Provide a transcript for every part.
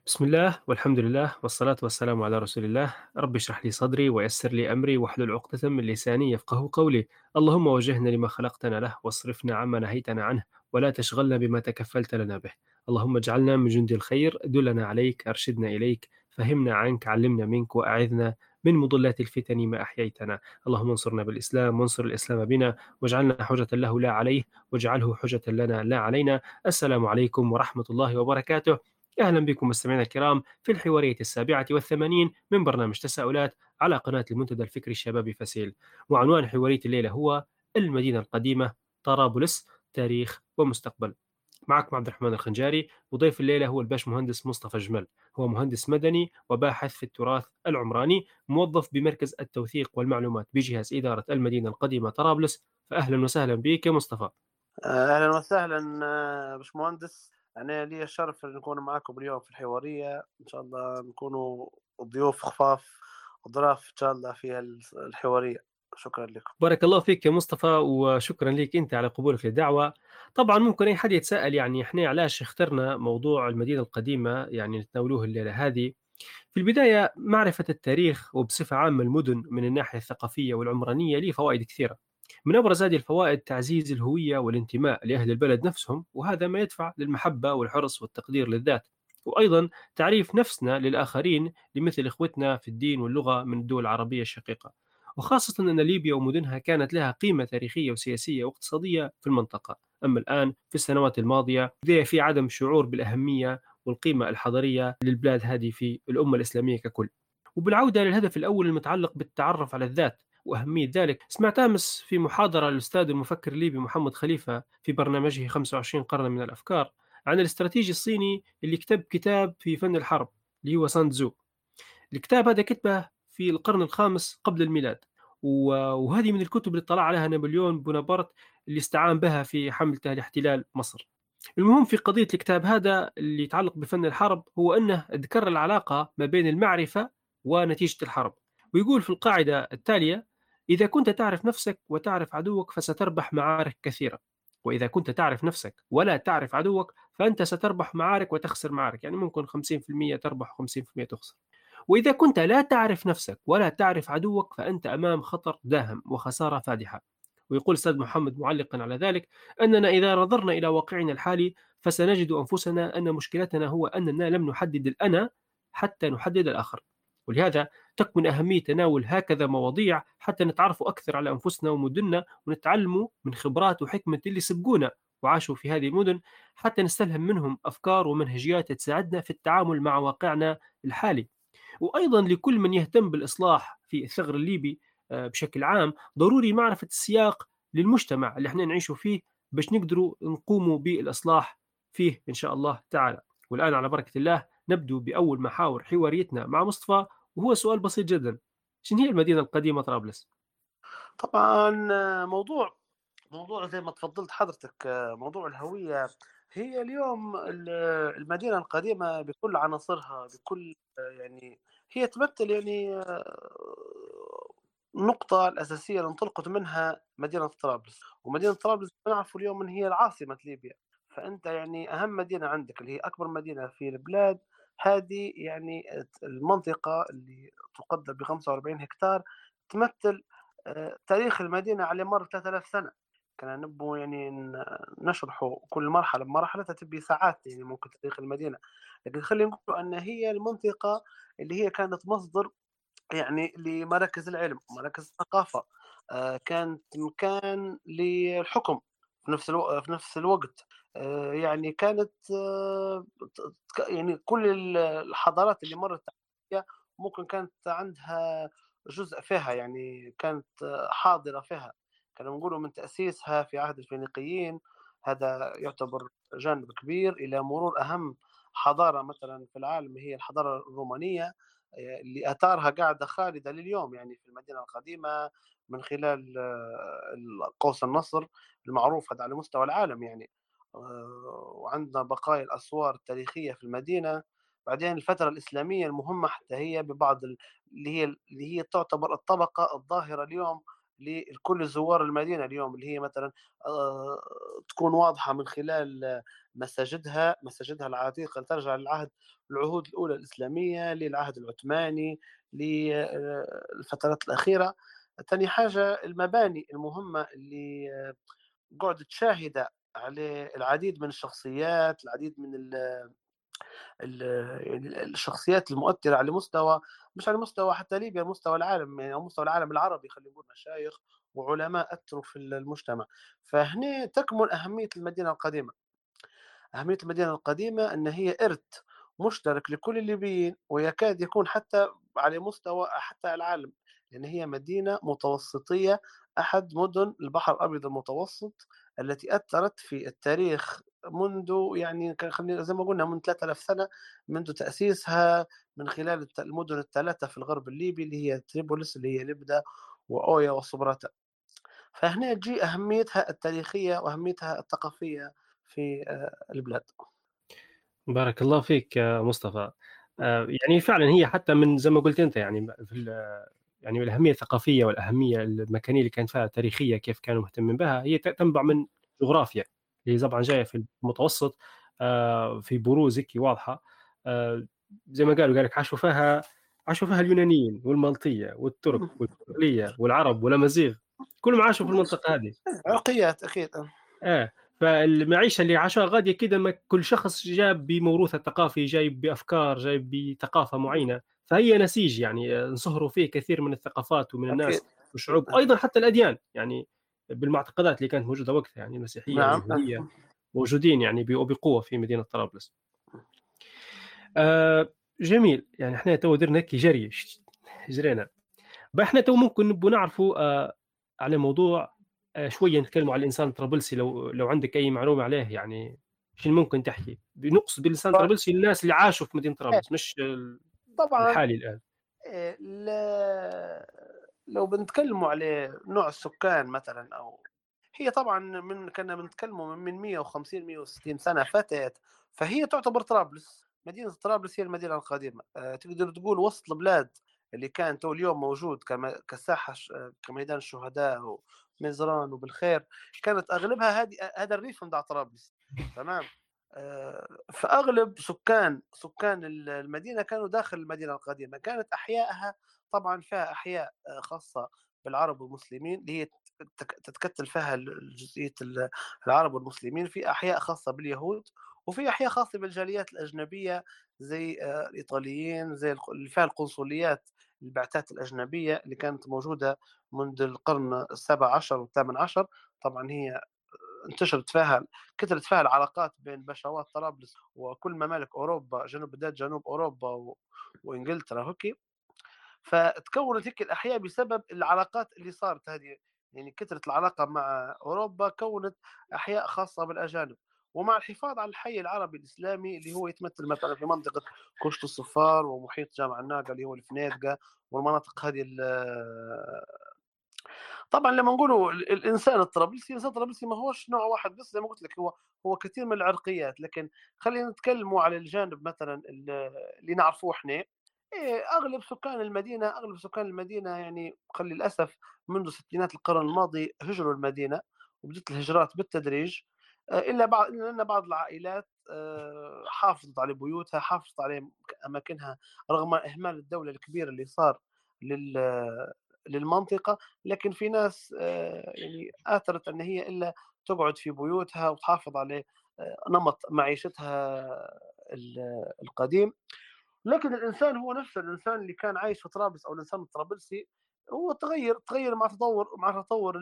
بسم الله والحمد لله والصلاة والسلام على رسول الله. رب اشرح لي صدري ويسر لي أمري واحلل عقدة من لساني يفقه قولي. اللهم وجهنا لما خلقتنا له واصرفنا عما نهيتنا عنه ولا تشغلنا بما تكفلت لنا به. اللهم اجعلنا من جند الخير، دلنا عليك، أرشدنا إليك، فهمنا عنك، علمنا منك، وأعذنا من مضلات الفتن ما أحييتنا. اللهم انصرنا بالإسلام وانصر الإسلام بنا، واجعلنا حجة له لا عليه، واجعله حجة لنا لا علينا. السلام عليكم ورحمة الله وبركاته. أهلا بكم مستمعينا الكرام في الحوارية ال87 من برنامج تساؤلات على قناة المنتدى الفكري الشبابي فسيل. وعنوان حوارية الليلة هو المدينة القديمة، طرابلس، تاريخ ومستقبل. معكم عبد الرحمن الخنجاري، وضيف الليلة هو الباش مهندس مصطفى جمل. هو مهندس مدني وباحث في التراث العمراني، موظف بمركز التوثيق والمعلومات بجهاز إدارة المدينة القديمة طرابلس. فأهلا وسهلا بك يا مصطفى. أهلًا وسهلًا باشمهندس، أنا ليّا الشرف إني نكون معاكم اليوم في الحوارية، إن شاء الله نكونوا ضيوف خفاف وظراف إن شاء الله في الحوارية، شكرًا لكم. بارك الله فيك يا مصطفى، وشكرا لك أنت على قبولك للدعوة. طبعا ممكن أي حد يتساءل، يعني إحنا علاش اخترنا موضوع المدينة القديمة يعني نتناولوه الليلة هذه. في البداية، معرفة التاريخ وبصفة عامة المدن من الناحية الثقافية والعمرانية ليه فوائد كثيرة. من أبرز هذه الفوائد تعزيز الهوية والانتماء لأهل البلد نفسهم، وهذا ما يدفع للمحبة والحرص والتقدير للذات. وأيضا تعريف نفسنا للآخرين لمثل إخوتنا في الدين واللغة من الدول العربية الشقيقة. وخاصة أن ليبيا ومدنها كانت لها قيمة تاريخية وسياسية واقتصادية في المنطقة. أما الآن في السنوات الماضية في عدم شعور بالأهمية والقيمة الحضارية للبلاد هذه في الأمة الإسلامية ككل. وبالعودة للهدف الأول المتعلق بالتعرف على الذات وأهمية ذلك، سمعت أمس في محاضرة للأستاذ المفكر الليبي محمد خليفة في برنامجه 25 قرنا من الأفكار عن الاستراتيجي الصيني اللي كتب كتاب في فن الحرب، اللي هو ساندزو. الكتاب هذا كتبه في القرن الخامس قبل الميلاد. وهذه من الكتب اللي اطلع عليها نابليون بونابرت، اللي استعان بها في حملته لاحتلال مصر. المهم في قضية الكتاب هذا اللي يتعلق بفن الحرب هو أنه ذكر العلاقة ما بين المعرفة ونتيجة الحرب. ويقول في القاعدة التالية: إذا كنت تعرف نفسك وتعرف عدوك فستربح معارك كثيرة، وإذا كنت تعرف نفسك ولا تعرف عدوك فأنت ستربح معارك وتخسر معارك، يعني ممكن 50% تربح و50% تخسر. وإذا كنت لا تعرف نفسك ولا تعرف عدوك فأنت أمام خطر داهم وخسارة فادحة. ويقول الأستاذ محمد معلقا على ذلك: أننا إذا نظرنا إلى واقعنا الحالي فسنجد أنفسنا أن مشكلتنا هو أننا لم نحدد الأنا حتى نحدد الآخر. ولهذا تكمن أهمية تناول هكذا مواضيع حتى نتعرف أكثر على أنفسنا ومدننا، ونتعلم من خبرات وحكمة اللي سبقونا وعاشوا في هذه المدن، حتى نستلهم منهم أفكار ومنهجيات تساعدنا في التعامل مع واقعنا الحالي. وأيضا لكل من يهتم بالإصلاح في الثغر الليبي بشكل عام، ضروري معرفة السياق للمجتمع اللي احنا نعيشه فيه باش نقدروا نقوموا بالإصلاح فيه إن شاء الله تعالى. والآن على بركة الله نبدو بأول محاور حواريتنا مع مصطفى، وهو سؤال بسيط جدا: شنو هي المدينة القديمة طرابلس؟ طبعًا موضوع زي ما تفضّلت حضرتك موضوع الهوية، هي اليوم المدينة القديمة بكل عناصرها، بكل يعني هي تمثّل يعني النقطة الأساسية اللي انطلقت منها مدينة طرابلس، ومدينة طرابلس نعرفوا اليوم إن هي العاصمة ليبيا، فأنت يعني أهم مدينة عندك اللي هي أكبر مدينة في البلاد، هذه يعني المنطقة اللي تُقدّر ب45 هكتار تمثّل تاريخ المدينة على مَر 3000 سنة. كان نبغوا يعني نشرحوا كل مرحلة بمرحلتها تبي ساعات يعني ممكن تاريخ المدينة، لكن خلّينا نقولوا أن هي المنطقة اللي هي كانت مصدر يعني لمراكز العلم، مراكز الثقافة، كانت مكان للحكم في نفس الوقت، يعني كانت ت ك يعني كل الحضارات اللي مرّت عليها ممكن كانت عندها جزء فيها، يعني كانت حاضرة فيها، كانوا نقولوا من تأسيسها في عهد الفينيقيين، هذا يعتبر جانب كبير، إلى مرور أهم حضارة مثلًا في العالم هي الحضارة الرومانية. اللي آثارها قاعدة خالدة لليوم يعني في المدينة القديمة من خلال قوس النصر المعروف هذا على مستوى العالم يعني. وعندنا بقايا الأسوار التاريخية في المدينة. بعدين الفترة الإسلامية المهمة حتى هي ببعض اللي هي تعتبر الطبقة الظاهرة اليوم لكل زوار المدينة اليوم، اللي هي مثلًا آآ تكون واضحة من خلال مساجدها العتيقة اللي ترجع العهود الأولى الإسلامية، للعهد العثماني، الفترات الأخيرة. تاني حاجة المباني المهمة اللي قعدت شاهدة على العديد من الشخصيات، العديد من ال يعني الشخصيات المؤثرة على مستوى، مش على مستوى حتى ليبيا، على مستوى العالم، يعني على مستوى العالم العربي، خلينا نقول مشايخ وعلماء أثروا في المجتمع. فهنا تكمن أهمية المدينة القديمة. أهمية المدينة القديمة أن هي إرث مشترك لكل الليبيين، ويكاد يكون حتى على مستوى حتى العالم، لأن هي مدينة متوسطية، أحد مدن البحر الأبيض المتوسط التي أثرت في التاريخ منذ، يعني خلينا زي ما قلنا من 3000 سنة، منذ تأسيسها من خلال المدن الثلاثة في الغرب الليبي، اللي هي تريبوليس، اللي هي لبدا وأويا وصبرتا. فهنا تجي أهميتها التاريخية وأهميتها الثقافية في البلاد. بارك الله فيك يا مصطفى. يعني فعلًا هي حتى من زي ما قُلت أنت يعني في يعني من الأهمية الثقافية والأهمية المكانية اللي كانت فيها تاريخية كيف كانوا مهتمين بها، هي تنبع من جغرافيا، اللي هي طبعًا جاية في المتوسط في بروز هيك واضحة. زي ما قال لك عاشوا فيها اليونانيين والمالطية والترك إمم. والإسماعيلية والعرب والأمازيغ، كلهم عاشوا في المنطقة هذه. عرقيات أكيد فالمعيشة اللي عاشوها غادية كده، ما كل شخص جاب بموروثه الثقافي، جايب بأفكار، جايب بثقافة معينة، فهي نسيج يعني انصهروا فيه كثير من الثقافات ومن أكيد. الناس والشعوب، وأيضًا حتى الأديان، يعني بالمعتقدات اللي كانت موجودة وقتها، يعني المسيحية نعم. واليهودية موجودين يعني وبقوة في مدينة طرابلس. جميل، يعني إحنا تو درنا هيك جري جرينا. إحنا تو ممكن نبغوا نعرفوا على موضوع شوية نتكلموا على الإنسان الطرابلسي، لو عندك أي معلومة عليه يعني، شنو ممكن تحكي؟ نقصد بالإنسان الطرابلسي الناس اللي عاشوا في مدينة طرابلس، مش طبعًا الحالي الآن. لو بنتكلموا على نوع السكان مثلًا، هي طبعًا كنا بنتكلموا من 150 160 سنة فاتت، فهي تعتبر طرابلس، مدينة طرابلس هي المدينة القديمة. تقدر تقول وسط البلاد اللي كان تو اليوم موجود كساحة كميدان الشهداء ومزران وبالخير، كانت أغلبها هذا الريف متاع طرابلس، تمام؟ فأغلب سكان المدينة كانوا داخل المدينة القديمة. كانت أحيائها طبعًا فيها أحياء خاصة بالعرب والمسلمين، اللي هي تتكتل فيها جزئية العرب والمسلمين، في أحياء خاصة باليهود، وفي أحياء خاصة بالجاليات الأجنبية زي الإيطاليين، زي اللي فيها القنصليات، البعثات الأجنبية اللي كانت موجودة منذ القرن السابع عشر والثامن عشر. طبعًا هي انتشرت فيها كثرت فيها العلاقات بين باشوات طرابلس وكل ممالك أوروبا، بالذات جنوب أوروبا وإنجلترا هوكي. فتكوّنت هيك الأحياء بسبب العلاقات اللي صارت هذه، يعني كثرة العلاقة مع أوروبا كوّنت أحياء خاصة بالأجانب، ومع الحفاظ على الحي العربي الإسلامي اللي هو يتمثل مثلًا في منطقة كشت الصفار ومحيط جامع الناقة اللي هو الفنيدقة والمناطق هذه طبعًا لمّا نقولوا الإنسان الطرابلسي، الإنسان الطرابلسي ما هوش نوع واحد بس، زي ما قُلت لك، هو كثير من العرقيات، لكن خلّينا نتكلموا على الجانب مثلًا اللي نعرفوه إحنا. أغلب سكان المدينة يعني للأسف منذ ستينات القرن الماضي هجروا المدينة، وبدأت الهجرات بالتدريج، إلا أن بعض العائلات حافظت على بيوتها، حافظت على أماكنها رغم إهمال الدولة الكبير اللي صار لل للمنطقة. لكن في ناس يعني آثرت أن هي إلا تقعد في بيوتها وتحافظ على نمط معيشتها القديم. لكن الإنسان هو نفسه الإنسان اللي كان عايش في طرابلس أو الإنسان الطرابلسي، هو تغيّر مع تطوّر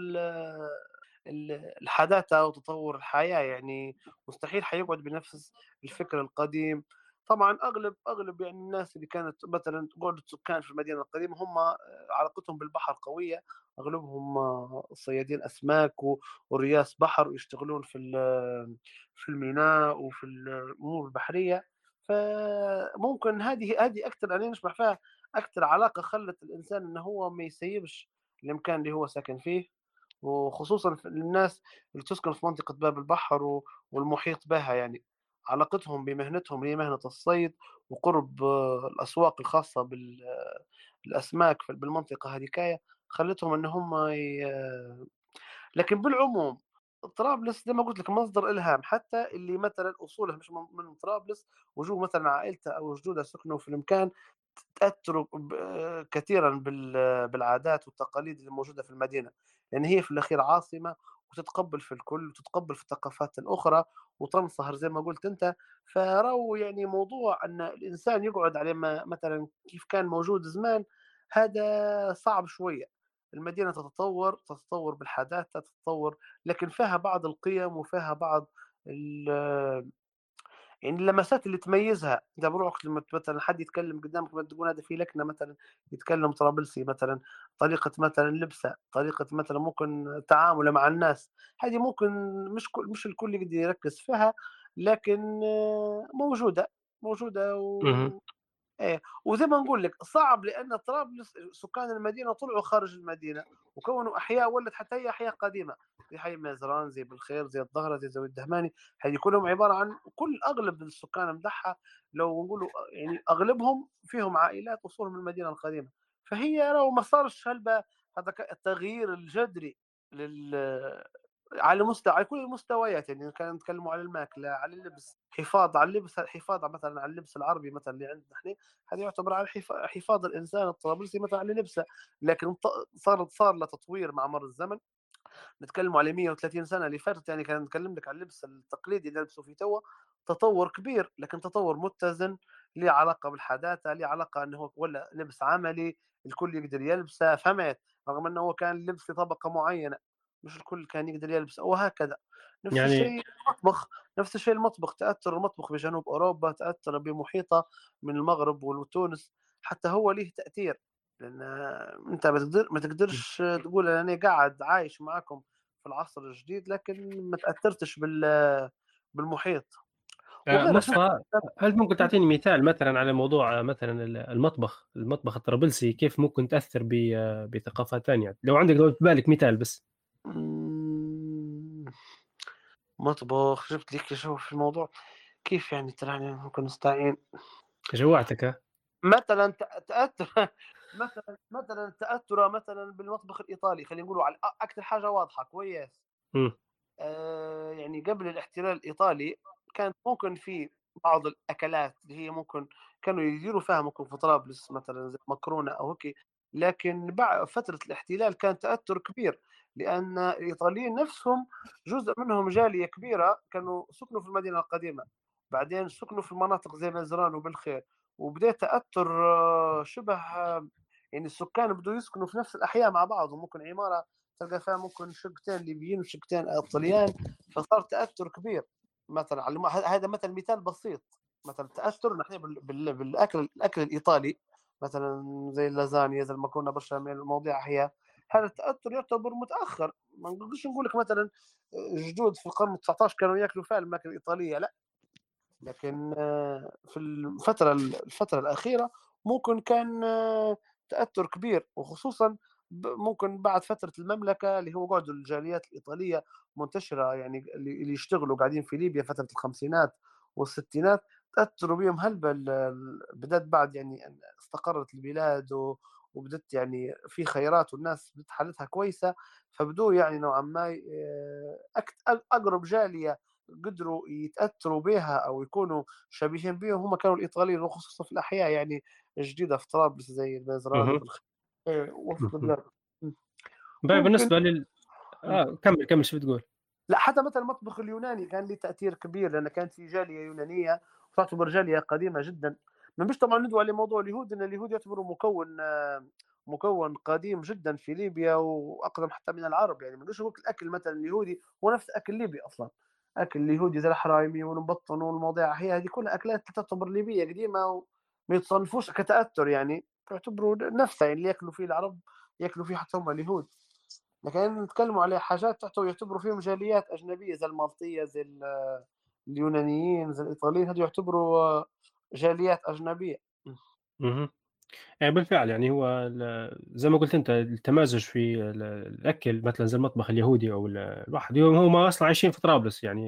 الحداثة وتطوّر الحياة، يعني مستحيل حيقعد بنفس الفكر القديم. طبعًا أغلب يعني الناس اللي كانت مثلًا قعدوا سكان في المدينة القديمة هم علاقتهم بالبحر قوية، أغلبهم صيادين أسماك ورياس بحر، ويشتغلون في الميناء وفي الأمور البحرية. فممكن هذه أكتر يعني نشبح فيها أكتر علاقة خلّت الإنسان إنه هو ما يسيبش المكان اللي هو ساكن فيه، وخصوصًا الناس اللي تسكن في منطقة باب البحر والمحيط بها يعني. علاقتهم بمهنتهم اللي هي مهنة الصيد، وقُرب الأسواق الخاصة الأسماك بالمنطقة هذيكَيَّة، خلّتهم إن هم لكن بالعموم طرابلس زي ما قُلت لك مصدر إلهام، حتى اللي مثلًا أصوله مش من طرابلس وجوه مثلًا عائلته أو جدوده سكنوا في المكان تأثّروا كثيرًا بالعادات والتقاليد اللي موجودة في المدينة، لأن هي في الأخير عاصمة وتتقبّل في الكل وتتقبّل في الثقافات الأخرى وتنصهر زي ما قُلت أنت، فراهو يعني موضوع أن الإنسان يقعد على ما مثلًا كيف كان موجود زمان، هذا صعب شوية. المدينة تتطور بالحداثة، تتطور، لكن فيها بعض القيم وفيها بعض ال يعني اللمسات اللي تميزها، أنت بروحك لمّا مثلًا حد يتكلم قدامك ما تقول هذا فيه لكنة مثلًا، يتكلم طرابلسي مثلًا، طريقة مثلًا لبسه، طريقة مثلًا ممكن تعامله مع الناس، هذه ممكن مش الكل يقدر يركّز فيها، لكن موجودة، موجودة اهم. إيه، وزي ما نقول لك صعب لأن طرابلس سكان المدينة طلعوا خارج المدينة، وكوّنوا أحياء ولّت حتى هي أحياء قديمة، زي حي مازران، زي بالخير، زي الضهرة، زي زاوية الدهماني، هذي كلّهم عبارة عن أغلب السكان متاعها لو نقولوا يعني أغلبهم فيهم عائلات أصولهم من المدينة القديمة، فهي راهو ما صارش هذاك التغيير الجذري لل على كل المستويات، يعني إن كان نتكلموا على الماكلة، على اللبس، حفاظ مثلًا على اللبس العربي مثلًا اللي عندنا إحنا، هذا يعتبر على حفاظ الإنسان الطرابلسي مثلًا على لبسه، لكن صار له تطوير مع مَر الزمن. نتكلموا على 130 سنة اللي فاتت يعني كان نتكلم لك على اللبس التقليدي اللي نلبسه فيه توا، تطور كبير، لكن تطور متزن، ليه علاقة بالحداثة، ليه علاقة إنه هو ولا لبس عملي الكل يقدر يلبسه، فهمت؟ رغم إنه هو كان اللبس لطبقة معينة، مش الكل كان يقدر يلبسه وهكذا. نفس يعني الشيء المطبخ، نفس الشيء المطبخ، تأثر المطبخ بجنوب أوروبا، تأثر بمحيطه من المغرب وتونس، حتى هو ليه تأثير. لأن أنت ما تقدرش تقول أنا قاعد عايش معاكم في العصر الجديد، لكن ما تأثّرتش بالمحيط وغيرها شوف. مصطفى، هل ممكن تعطيني مثال مثلًا على موضوع مثلًا المطبخ الطرابلسي كيف ممكن تأثّر بثقافات تانية؟ لو في بالك مثال بس. إمم، مطبخ جِبت لي شوف الموضوع كيف يعني تراني ممكن نستعين. جوّعتك ها؟ مثلًا تأثّر مثلًا تأثُّره مثلًا بالمطبخ الإيطالي، خلّينا نقولوا على أكتر حاجة واضحة كويس. إمم. يعني قبل الاحتلال الإيطالي كانت ممكن في بعض الأكلات اللي هي ممكن كانوا يديروا فيها ممكن في طرابلس مثلًا زي المكرونة أو هيك، لكن فترة الاحتلال كان تأثُّر كبير، لأن الإيطاليين نفسهم جزء منهم جالية كبيرة كانوا سكنوا في المدينة القديمة، بعدين سكنوا في مناطق زي مزران وبالخير، وبدأ تأثُّر شبه يعني السكان بدوا يسكنوا في نفس الأحياء مع بعض، وممكن عمارة تلقى فيها ممكن شقتين ليبيين وشقتين طليان، فصار تأثُّر كبير. مثلًا هذا مثلًا مثال بسيط، مثلًا تأثُّرنا إحنا الأكل الإيطالي مثلًا زي اللازانيا، زي المكرونة بالبشاميل، المواضيع هي هذا التأثُّر يعتبر متأخّر، ما نقدرش نقول لك مثلًا جدود في القرن ال19 كانوا ياكلوا فعلًا الماكلة الإيطالية لأ. لكن في الفترة الأخيرة ممكن كان تأثُّر كبير، وخصوصًا ممكن بعد فترة المملكة اللي هو قعدوا الجاليات الإيطالية منتشرة يعني اللي يشتغلوا قاعدين في ليبيا فترة الخمسينات والستينات، تأثّروا بيهم هلبة بدأت بعد يعني أن استقرت البلاد وبدت يعني في خيرات والناس بدت حالتها كويسة، فبدؤوا يعني نوعًا ما أقرب جالية قدروا يتأثّروا بها أو يكونوا شبيهين بيهم هم كانوا الإيطاليين، وخصوصًا في الأحياء يعني الجديدة في طرابلس زي المزران اهم. وسط اهم. البلاد. إمم. ممكن بالنسبة إمم. كمّل شو بتقول؟ لأ حتى مثلًا المطبخ اليوناني كان ليه تأثير كبير، لأن كانت في جالية يونانية تعتبر جالية قديمة جدًا. ما نبيش طبعًا ندوي على موضوع اليهود، لأن اليهود يعتبروا مكوّن قديم جدًا في ليبيا وأقدم حتى من العرب، يعني ما نقدرش نقول الأكل مثلًا اليهودي هو نفس أكل ليبي أصلًا. أكل اليهودي زي الحرايمي والمبطن والمواضيع هذه كلها أكلات تعتبر ليبية قديمة وما يتصنفوش كتأثُّر يعني، يعتبروا نفسها يعني اللي ياكلوا فيه العرب ياكلوا فيه حتى هم اليهود. لكن نتكلموا على حاجات يعتبروا فيهم جاليات أجنبية زي المالطية، زي اليونانيين، زي الإيطاليين، هذول يعتبروا جاليات أجنبية. إمم. اهم. بالفعل يعني هو زي ما قُلت أنت التمازج في الأكل مثلًا زي المطبخ اليهودي أو الواحد هم أصلًا عايشين في طرابلس يعني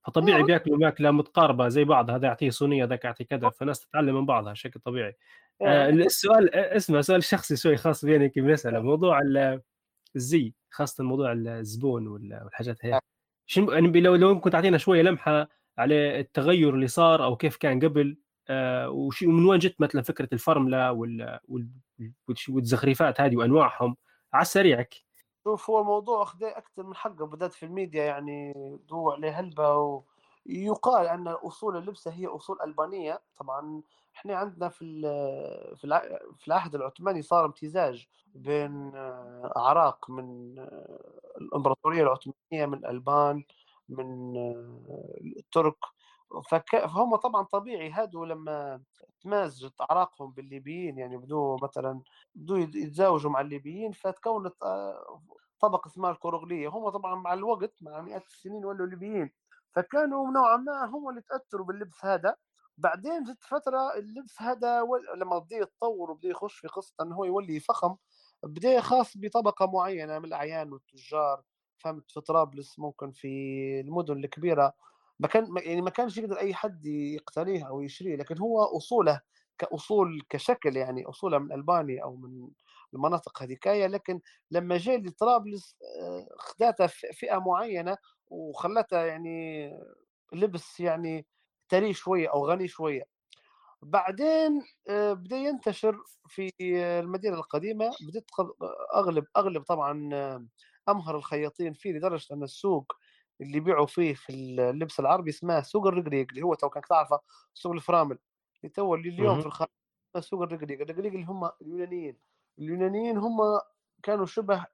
فطبيعي إيه بياكلوا ماكلة متقاربة زي بعض، هذا يعطيه صينية هذاك يعطي كذا، فالناس تتعلم من بعضها بشكل طبيعي. عندك السؤال اسمع سؤال شخصي شوي خاص بيني وبين المسألة، موضوع الزِّي، خاصةً موضوع الزبون والحاجات هي. شنو يعني لو ممكن تعطينا شوية لمحة على التغيُّر اللي صار أو كيف كان قبل، ومن وين جت مثلًا فكرة الفرملة والزخريفات هذه وأنواعهم، على السريع هيك. شوف، هو الموضوع أخداه أكتر من حقه، بالذات في الميديا يعني ضوّ عليه هلبة. ويُقال أن أصول اللبسة هي أصول ألبانية. طبعًا إحنا عندنا في العهد العثماني صار امتزاج بين أعراق من الإمبراطورية العثمانية، من ألبان، من الترك. فهم طبعًا طبيعي هادو لمّا تمازجت أعراقهم بالليبيين، يعني بدو يتزاوجوا مع الليبيين، فتكوّنت طبقة اسمها الكورغلية. هم طبعًا مع الوقت، مع مئات السنين ولّوا ليبيين، فكانوا نوعًا ما هم اللي تأثّروا باللبس هذا. بعدين جات فترة اللبس هذا لمّا بدا يتطوّر وبدا يخش في قصة إنه هو يولي فخم، بدا خاص بطبقة معيّنة من الأعيان والتجار. فهمت؟ في طرابلس، ممكن في المدن الكبيرة، ما كانش يقدر أي حد يقتنيه أو يشتريه، لكن هو أصوله كأصول كشكل، يعني أصوله من ألبانيا أو من المناطق هذيكايا. لكن لمّا جا لطرابلس خداتها فئة معيّنة، وخلّتها يعني لبس يعني ثري شوية أو غني شوية. بعدين بدا ينتشر في المدينة القديمة. بدأت أغلب طبعًا أمهر الخياطين فيه، لدرجة أن السوق اللي يبيعوا فيه في اللبس العربي اسمه سوق الرقريق، اللي هو تو كانك تعرفه سوق الفرامل، اللي تو لليوم اهم. في الخارج اسمه سوق الرقريق. الرقريق اللي هم اليونانيين. اليونانيين هم كانوا شبه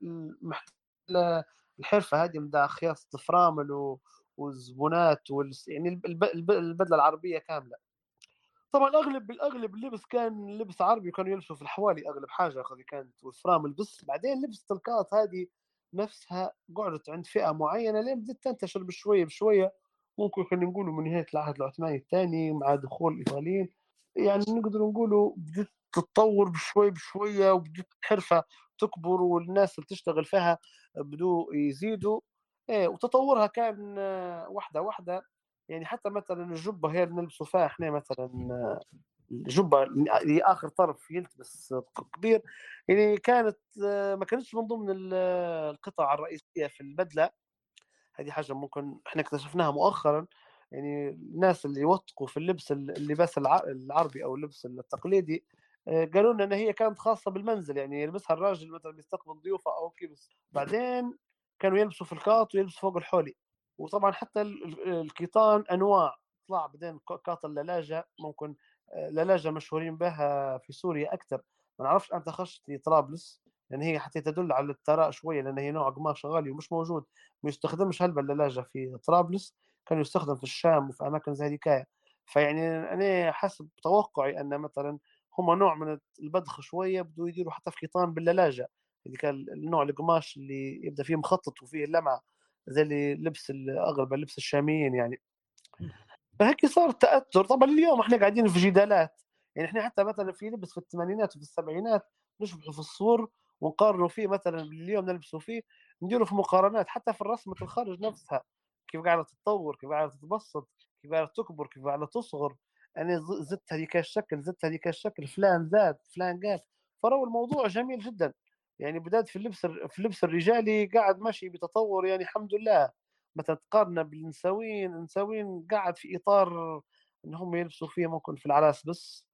الحرفة هذه متاع خياطة الفرامل والزبونات يعني البدلة العربية كاملة. طبعًا بالأغلب اللبس كان لبس عربي، وكانوا يلبسوا في الحوالي أغلب حاجة هذه كانت، والفرامل بس. بعدين لبسة القاط هذه نفسها قعدت عند فئة معينة لين بدأت تنتشر بشوية بشوية. ممكن خلينا نقولوا من نهاية العهد العثماني الثاني مع دخول الإيطاليين، يعني نقدر نقولوا بدأت تتطور بشوي بشوية، وبدأت الحرفة تكبر، والناس اللي تشتغل فيها بدوا يزيدوا. وتطورها كان واحدة واحدة. يعني حتى مثلًا الجُبّة هي اللي نلبسوا فيها إحنا مثلًا، الجُبّة اللي آخر طرف يلتبس كبير، يعني كانت ما كانتش من ضمن القطع الرئيسية في البدلة. هذه حاجة ممكن إحنا اكتشفناها مؤخرًا. يعني الناس اللي يوثقوا في اللباس العربي أو اللبس التقليدي، قالوا لنا إن هي كانت خاصة بالمنزل، يعني يلبسها الراجل مثلًا بيستقبل ضيوفه أو كيبس. بعدين كانوا يلبسوا في القاط ويلبسوا فوق الحولي. وطبعًا حتى القيطان أنواع. طلع بعدين قاط الللاجة ممكن. الللاجة مشهورين بها في سوريا أكتر. ما نعرفش أنت خشت طرابلس، لأن هي حتى تدل على الثراء شوية، لأن هي نوع قماش غالي ومش موجود. ما يستخدمش هلبا الدلاجة في طرابلس، كان يستخدم في الشام وفي أماكن زي هذيكايا. فيعني أنا حسب توقعي أن مثلًا هم نوع من البذخ شوية بدو يديروا حتى في قيطان بالللاجة. هذيك النوع القماش اللي يبدا فيه مخطط وفيه اللمعة، زي اللي لبس أغلب لبس الشاميين يعني. فهيك صار تأثُّر. طبعًا اليوم إحنا قاعدين في جدالات. يعني إحنا حتى مثلًا في لبس في الثمانينات وفي السبعينات نشبحه في الصور ونقارنوا فيه مثلًا باليوم نلبسه فيه، نديروا في مقارنات حتى في رسمة الخرج نفسها، كيف قاعدة تتطور، كيف قاعدة تتبسط، كيف قاعدة تكبر، كيف قاعدة تصغر. أنا زدت هذيك الشكل، زدت هذيك الشكل، فلان زاد، فلان قال. فراهو الموضوع جميل جدًا. يعني بدأت في اللبس الرجالي قاعد ماشي بتطور، يعني الحمد لله. متى تقارنه بالنسوين، النسوين قاعد في إطار إن هم يلبسوا فيه ممكن في العراس بس،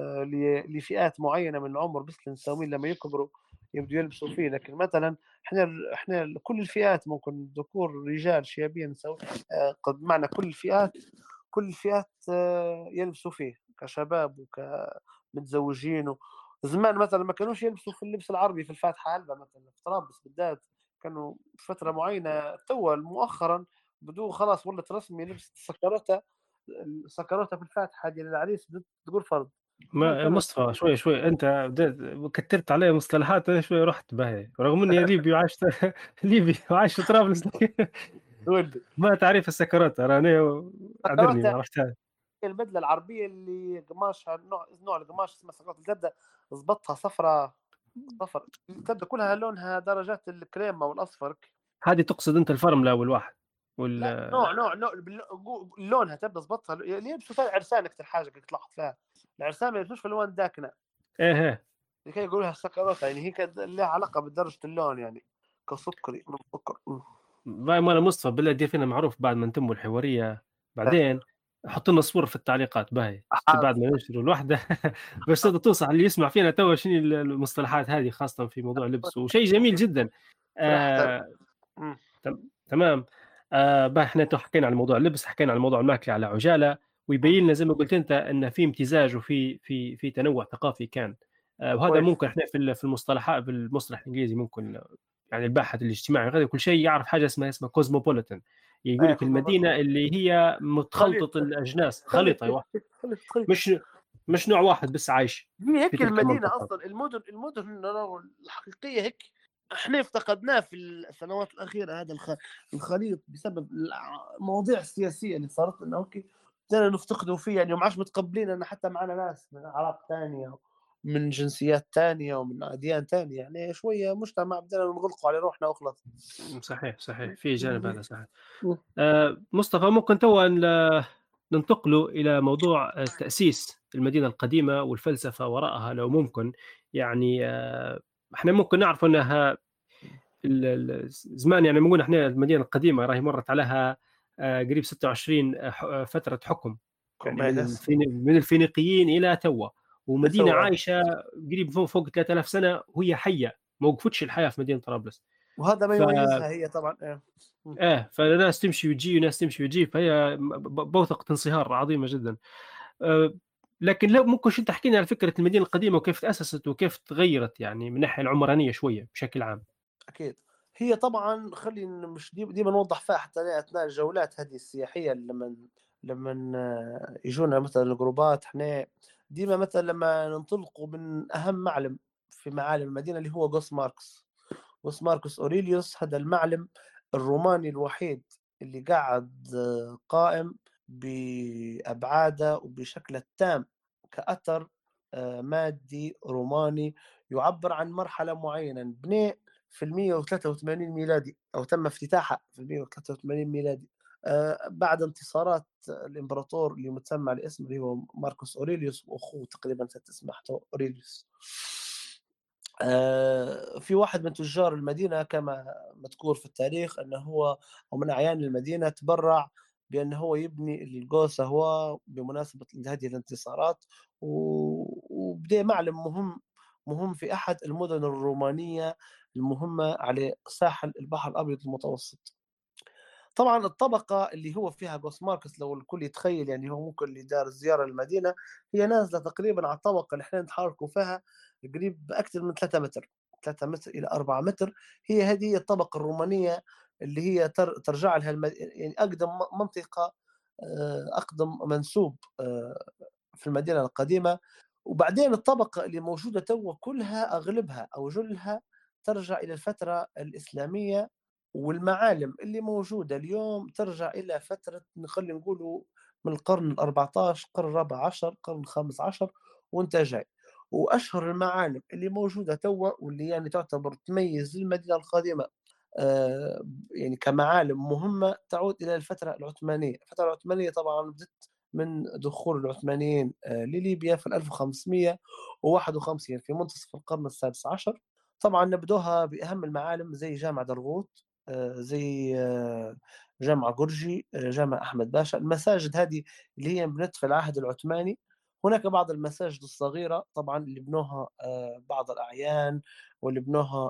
لفئات معينة من العمر بس. النساوين لمّا يكبروا يبدوا يلبسوا فيه. لكن مثلًا إحنا كل الفئات، ممكن ذكور، رجال، شيابية، نسوي، قد بمعنى كل الفئات يلبسوا فيه كشباب متزوجين. زمان مثلًا ما كانوش يلبسوا في اللبس العربي في الفاتحة علبة مثلًا، في طرابلس بالذات كانوا فترة معينة. توا مؤخرًا خلاص ولّت رسمي لبس السكروتة في الفاتحة ديال العريس بدات تقول فرض. زمان ما كانوا مصطفى شوي أنت بدأت كتّرت علي مصطلحات، أنا شوي رُحت باهي، رغم إني ليبي وعايش ليبي وعايش في طرابلس ولدي ما تعريف السكرات راني اعذرني سكروتة ما عرفتهاش. هي البدلة العربية اللي قماشها نوع القماش اسمه سكروتة. تبدا ضبطها صفرا، تبدا كلها لونها درجات الكريمة والأصفر. هذه تقصد أنت الفرملة أول واحد. وال لأ نوع لونها تبي تضبطها اللي يلبسوا فيها العرسان أكتر حاجة كنت لاحظت فيها، العرسان ما يلبسوش في ألوان داكنة، إيه، إيه. لكي يقولوا لها السكروتة يعني هي لها علاقة بدرجة اللون يعني، كسُكّري من السكر. والله ما أنا مصطفى بالله دير فينا معروف بعد ما نتموا الحوارية إيه بعدين حُط لنا صورة في التعليقات باهي، بعد حاضر ما ننشروا الواحدة باش توصح اللي يسمع فينا توا شنو المصطلحات هذه خاصةً في موضوع اللبس، وشيء جميل جدًا. راح ت آآ إمم، تمام. باهي إحنا تو حكينا على موضوع اللبس، حكينا على موضوع الماكلة على عجالة، إمم، ويبين لنا زي ما قُلت أنت إن في امتزاج وفي تنوع ثقافي كان. وهذا كويس، ممكن إحنا في المصطلحات بالمصطلح الإنجليزي ممكن يعني الباحث الاجتماعي وغيره كل شيء يعرف حاجة اسمها cosmopolitan، يقول إيه لك المدينة كوزموبوليتان اللي هي خليط، متخلطة الأجناس، خليط خليط هيك أيوه، خليط. مش مش نوع واحد بس عايش هي في هيك تلك المدينة المنطقة. أصلًا، المدن الحقيقية هيك، إحنا افتقدناه في السنوات الأخيرة هذا الخليط بسبب المواضيع السياسية اللي صارت لنا هيك، ابتدينا نفتقده فيه يعني وما عادش متقبلين إن حتى معانا ناس من أعراق تانية، ومن جنسيات تانية، ومن أديان تانية، يعني شوية مجتمع بدينا نغلقوا على روحنا وخلاص. صحيح، صحيح، في جانب هذا صحيح. إمم، مصطفى ممكن توا ننتقلوا إلى موضوع تأسيس المدينة القديمة والفلسفة وراءها لو ممكن. يعني إحنا ممكن نعرف أنها زمان يعني لمّا نقول إحنا المدينة القديمة راهي مرّت عليها قريب 26 فترة حكم، يعني كومينس من الفينيقيين إلى توا، ومدينة لتوا، عايشة قريب فوق 3000 سنة وهي حية، ما وقفتش الحياة في مدينة طرابلس. وهذا ما ف يميزها هي طبعًا إيه، إمم، فناس تمشي وتجي وناس تمشي وتجي، فهي بوثقة انصهار عظيمة جدًا. آآ لكن لو ممكن شو تحكي لنا على فكرة المدينة القديمة وكيف تأسست وكيف تغيّرت يعني من الناحية العمرانية شوية بشكل عام؟ أكيد. هي طبعًا مش ديما نوضّح فيها حتى أثناء الجولات هذه السياحية لمّن يجونا مثلًا الجروبات إحنا ديما مثلًا لمّا ننطلقوا من أهم معلم في معالم المدينة اللي هو جوس ماركس. جوس ماركوس أوريليوس هذا المعلم الروماني الوحيد اللي قعد قائم بأبعاده وبشكله التام كأثر مادي روماني يعبّر عن مرحلة معينة انبنى في ال183 ميلادي أو تم افتتاحها في ال183 ميلادي بعد انتصارات الإمبراطور اللي متسمّى على اسمه اللي هو ماركوس أوريليوس وأخوه تقريبًا نسيت اسمه حتى أوريليوس. في واحد من تجار المدينة كما مذكور في التاريخ أنه هو أو من أعيان المدينة تبرّع بأن هو يبني القوس هو بمناسبة هذه الانتصارات، وبدأ معلم مهم في أحد المدن الرومانية المهمة على ساحل البحر الأبيض المتوسط. طبعًا الطبقة اللي هو فيها جوس ماركس لو الكل يتخيل يعني هو ممكن اللي دار زيارة للمدينة، هي نازلة تقريبًا على الطبقة اللي إحنا نتحركوا فيها قريب أكثر من 3 متر، 3 متر إلى 4 متر، هي الطبقة الرومانية اللي هي ترجع لها يعني أقدم منطقة أقدم منسوب في المدينة القديمة، وبعدين الطبقة اللي موجودة توا كلها أغلبها أو جلها ترجع إلى الفترة الإسلامية، والمعالم اللي موجودة اليوم ترجع إلى فترة خلّينا نقولوا من القرن ال14 القرن الرابع عشر، القرن الخامس عشر وأنت جاي. وأشهر المعالم اللي موجودة توا واللي يعني تعتبر تميز المدينة القديمة يعني كمعالم مهمة تعود إلى الفترة العثمانية. الفترة العثمانية طبعًا بدأت من دخول العثمانيين لليبيا في ال1551 في منتصف القرن السادس عشر. طبعًا نبدوها بأهم المعالم زي جامع درغوت، زي جامع جورجي، جامع أحمد باشا، المساجد هذه اللي هي انبنت في العهد العثماني. هناك بعض المساجد الصغيرة طبعًا اللي بنوها بعض الأعيان واللي بنوها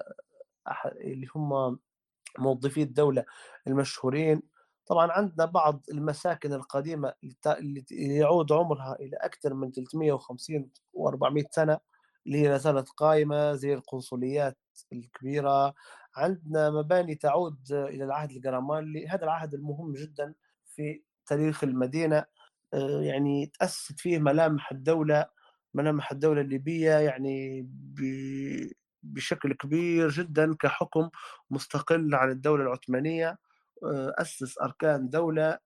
اللي هم موظفي الدولة المشهورين. طبعًا عندنا بعض المساكن القديمة اللي يعود عمرها إلى أكثر من 350 و400 سنة، اللي هي لا زالت قائمة زي القنصليات الكبيرة. عندنا مباني تعود إلى العهد القرمانلي، هذا العهد المهم جدًا في تاريخ المدينة. يعني تأسست فيه ملامح الدولة الليبية يعني بشكل كبير جدًا كحكم مستقل عن الدولة العثمانية. أسس أركان دولة،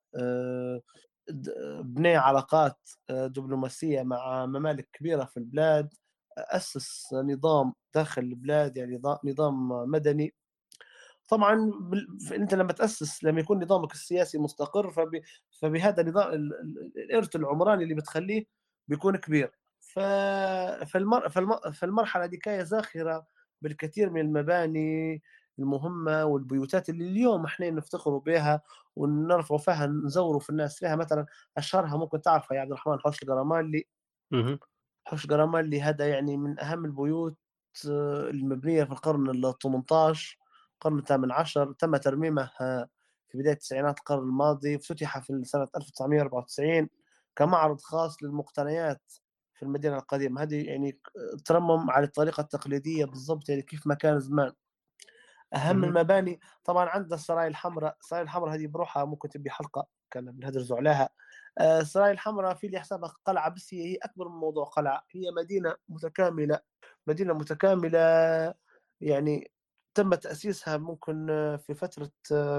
د بنى علاقات دبلوماسية مع ممالك كبيرة في البلاد، أسس نظام داخل البلاد يعني نظام مدني. طبعًا أنت لمّا يكون نظامك السياسي مستقر فبهذا النظام الإرث العمراني اللي بتخلّيه بيكون كبير. ف فالمرحلة دي كانت زاخرة بالكثير من المباني المهمة والبيوتات اللي اليوم إحنا نفتخروا بها ونرفعوا فيها نزوروا في الناس فيها، مثلًا أشهرها ممكن تعرفها يا عبد الرحمن حوش القرامانلي. اهم، حوش جراميلي هذا يعني من أهم البيوت المبنية في القرن ال18، القرن الثامن عشر، تم ترميمه في بداية تسعينات القرن الماضي، افتتح في سنة 1994 كمعرض خاص للمقتنيات في المدينة القديمة. هذه يعني ترمم على الطريقة التقليدية بالضبط يعني كيف ما كان زمان. أهم اهم، المباني طبعًا عندنا السراي الحمراء، السراي الحمراء هذه بروحها ممكن تبي حلقة كان بنهدرجوا عليها. السراي الحمراء في اللي يحسبها قلعة بس هي أكبر من موضوع قلعة، هي مدينة متكاملة، مدينة متكاملة يعني تم تأسيسها ممكن في فترة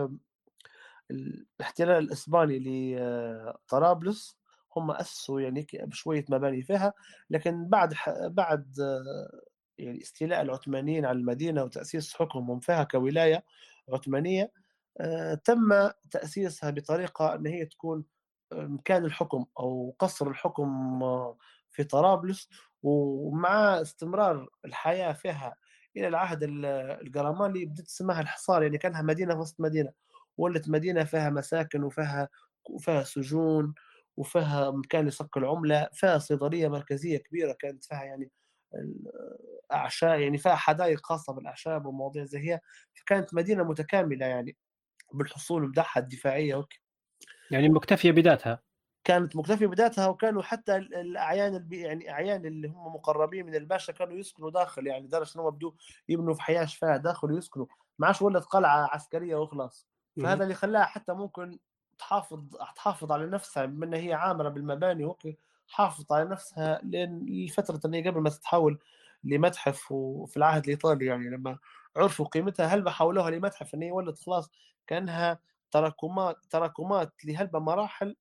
الاحتلال الإسباني لطرابلس. هم أسسوا يعني هيك بشوية مباني فيها، لكن بعد يعني استيلاء العثمانيين على المدينة وتأسيس حكمهم فيها كولاية عثمانية، تم تأسيسها بطريقة إن هي تكون مكان الحكم أو قصر الحكم في طرابلس، ومع استمرار الحياة فيها إلى العهد القرماني بدأت اسمها الحصار، يعني كأنها مدينة في وسط مدينة. ولت مدينة فيها مساكن وفيها سجون وفيها مكان لصك العملة، فيها صيدلية مركزية كبيرة كانت فيها يعني يعني فيها حدائق خاصة بالأعشاب ومواضيع زي هي، فكانت مدينة متكاملة يعني بالحصول بتاعها الدفاعية يعني مكتفية بذاتها. كانت مكتفية بذاتها. وكانوا حتى الأعيان يعني أعيان اللي هم مقربين من الباشا كانوا يسكنوا داخل، يعني لدرجة إن هم بدوا يبنوا في حياة شفاه داخل ويسكنوا، ما عادش ولت قلعة عسكرية وخلاص. اهم، فهذا اللي خلاها حتى ممكن تحافظ على نفسها بما إن هي عامرة بالمباني حافظت على نفسها لين لفترة إن هي قبل ما تتحول لمتحف. وفي العهد الإيطالي يعني لما عرفوا قيمتها هل حولوها لمتحف إن هي ولت خلاص كأنها تراكمات لهلبة مراحل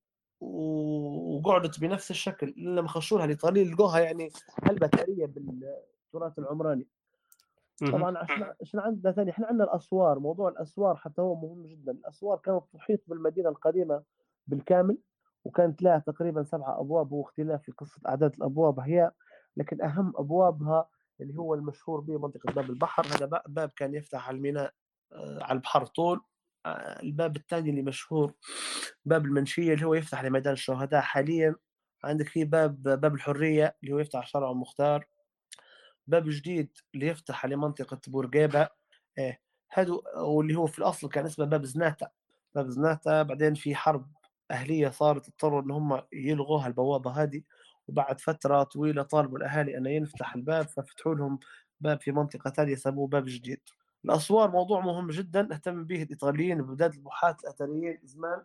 وقعدت بنفس الشكل لما خشوا لها الإيطاليين لقوها يعني هلبة ثرية بالتراث العمراني. اهم، طبعا عشان عندنا ثاني احنا عندنا الأسوار، موضوع الأسوار حتى هو مهم جدا. الأسوار كانت تحيط بالمدينة القديمة بالكامل، وكانت لها تقريبا 7 أبواب، هو اختلاف في قصة أعداد الأبواب هي، لكن أهم أبوابها اللي هو المشهور به منطقة باب البحر. هذا باب كان يفتح على الميناء على البحر طول. الباب الثاني اللي مشهور باب المنشية اللي هو يفتح لميدان الشهداء حاليا. عندك في باب الحرية اللي هو يفتح على شارع المختار. باب جديد اللي يفتح على منطقة بورقيبة. إيه هادو، واللي هو في الأصل كان اسمه باب زناتة. باب زناتة بعدين في حرب أهلية صارت اضطروا إن هم يلغوها البوابة هذه، وبعد فترة طويلة طالبوا الأهالي أن ينفتح الباب ففتحوا لهم باب في منطقة ثانية سموه باب جديد. الأسوار موضوع مهم جدا اهتم به الإيطاليين ببلاد البحاث الأثريين زمان،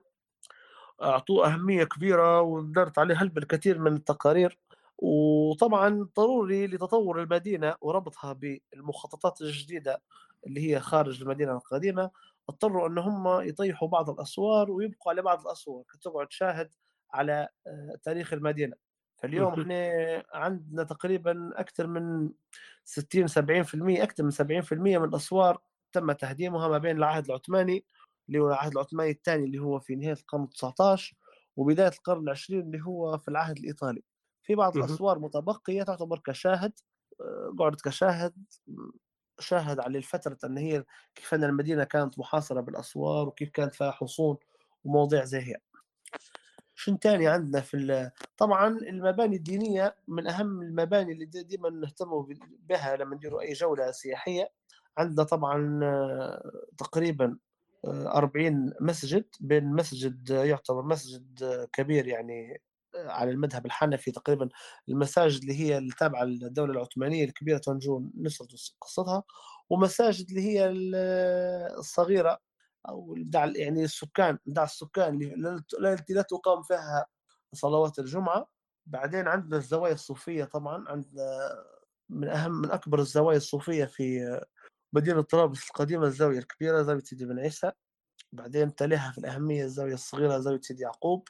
أعطوه أهمية كبيرة ودارت عليه هلبة الكثير من التقارير. وطبعا ضروري لتطور المدينة وربطها بالمخططات الجديدة اللي هي خارج المدينة القديمة، اضطروا أن هم يطيحوا بعض الأسوار ويبقوا على بعض الأسوار كتقعد شاهد على تاريخ المدينة. فاليوم اهم، احنا عندنا تقريبا أكثر من 60 70%، أكثر من 70% من الأسوار تم تهديمها ما بين العهد العثماني اللي هو العهد العثماني الثاني اللي هو في نهاية القرن التسعتاشر وبداية القرن العشرين اللي هو في العهد الإيطالي. في بعض اهم. الأسوار متبقية تعتبر كشاهد، قعدت كشاهد شاهد على الفترة أن هي كيف أن المدينة كانت محاصرة بالأسوار وكيف كانت فيها حصون ومواضيع زي هي. شنو تاني عندنا طبعا المباني الدينية من أهم المباني اللي ديما نهتموا بها لما نديروا أي جولة سياحية. عندنا طبعا تقريبا 40 مسجد، بين مسجد يعتبر مسجد كبير يعني على المذهب الحنفي تقريبا. المساجد اللي هي التابعة للدولة العثمانية الكبيرة تنجون نسرد قصتها، ومساجد اللي هي الصغيرة أو يعني السكان التي لا تقام فيها صلوات الجمعة. بعدين عندنا الزوايا الصوفية، طبعا عندنا من أكبر الزوايا الصوفية في مدينة طرابلس القديمة الزاوية الكبيرة زاوية سيدي بن عيسى. بعدين تليها في الأهمية الزاوية الصغيرة زاوية سيدي يعقوب.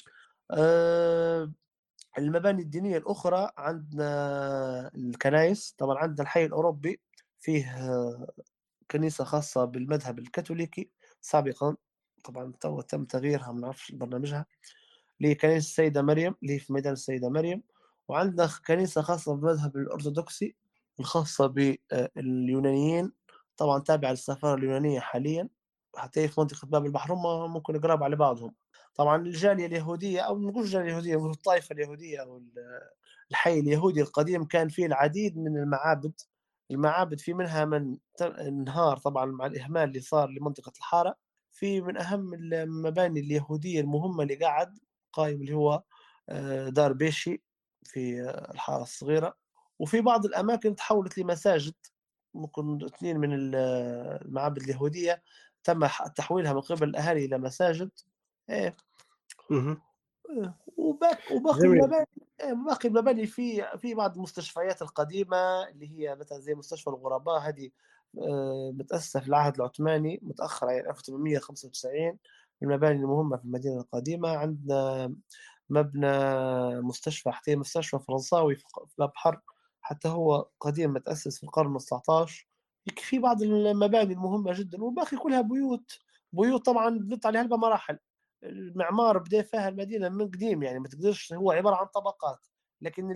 أه المباني الدينية الأخرى عندنا الكنائس، طبعا عندنا الحي الأوروبي فيه كنيسة خاصة بالمذهب الكاثوليكي سابقًا، طبعًا توا تم تغييرها ما نعرفش برنامجها، اللي هي كنيسة السيدة مريم اللي هي في ميدان السيدة مريم، وعندنا كنيسة خاصة بالمذهب الأرثوذكسي الخاصة اليونانيين، طبعًا تابعة للسفارة اليونانية حاليًا، حتى هي في منطقة باب البحر، هم ممكن قراب على بعضهم. طبعًا الجالية اليهودية أو ما نقولش الجالية اليهودية، نقول الطائفة اليهودية أو الحي اليهودي القديم كان فيه العديد من المعابد، المعابد في منها من انهار طبعًا مع الإهمال اللي صار لمنطقة الحارة، في من أهم المباني اليهودية المهمة اللي قايم اللي هو دار بيشي في الحارة الصغيرة، وفي بعض الأماكن تحوّلت لمساجد، ممكن 2 من المعابد اليهودية تم تحويلها من قبل الأهالي إلى مساجد. إيه. اهم. وباقي جميل. المباني، باقي المباني في بعض المستشفيات القديمة اللي هي مثلًا زي مستشفى الغرباء هذه متأسسة في العهد العثماني متأخرة يعني 1895، من المباني المهمة في المدينة القديمة. عندنا مبنى مستشفى حتى هي مستشفى فرنساوي في الأبحر، حتى هو قديم متأسس في القرن ال19. في بعض المباني المهمة جدًا، والباقي كلها بيوت، بيوت طبعًا بنط عليها بمراحل. المعمار بدا فيها المدينة من قديم، يعني ما تقدرش، هو عبارة عن طبقات، لكن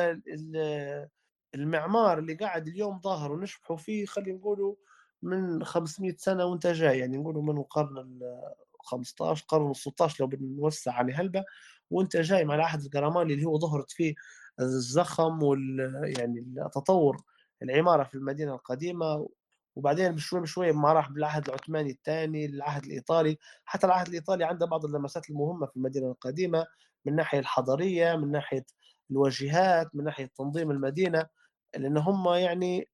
المعمار اللي قاعد اليوم ظاهر ونشبحوا فيه خلينا نقولوا من 500 سنة وانت جاي، يعني نقولوا من القرن ال 15 القرن ال 16 لو بنوسع عليه هلبة، وانت جاي مع العهد القرماني اللي هو ظهرت فيه الزخم يعني التطور العمارة في المدينة القديمة. وبعدين بشوي بشوي ما راح بالعهد العثماني الثاني، العهد الإيطالي، حتى العهد الإيطالي عنده بعض اللمسات المهمة في المدينة القديمة من الناحية الحضارية، من ناحية الواجهات، من ناحية تنظيم المدينة، لأن هم يعني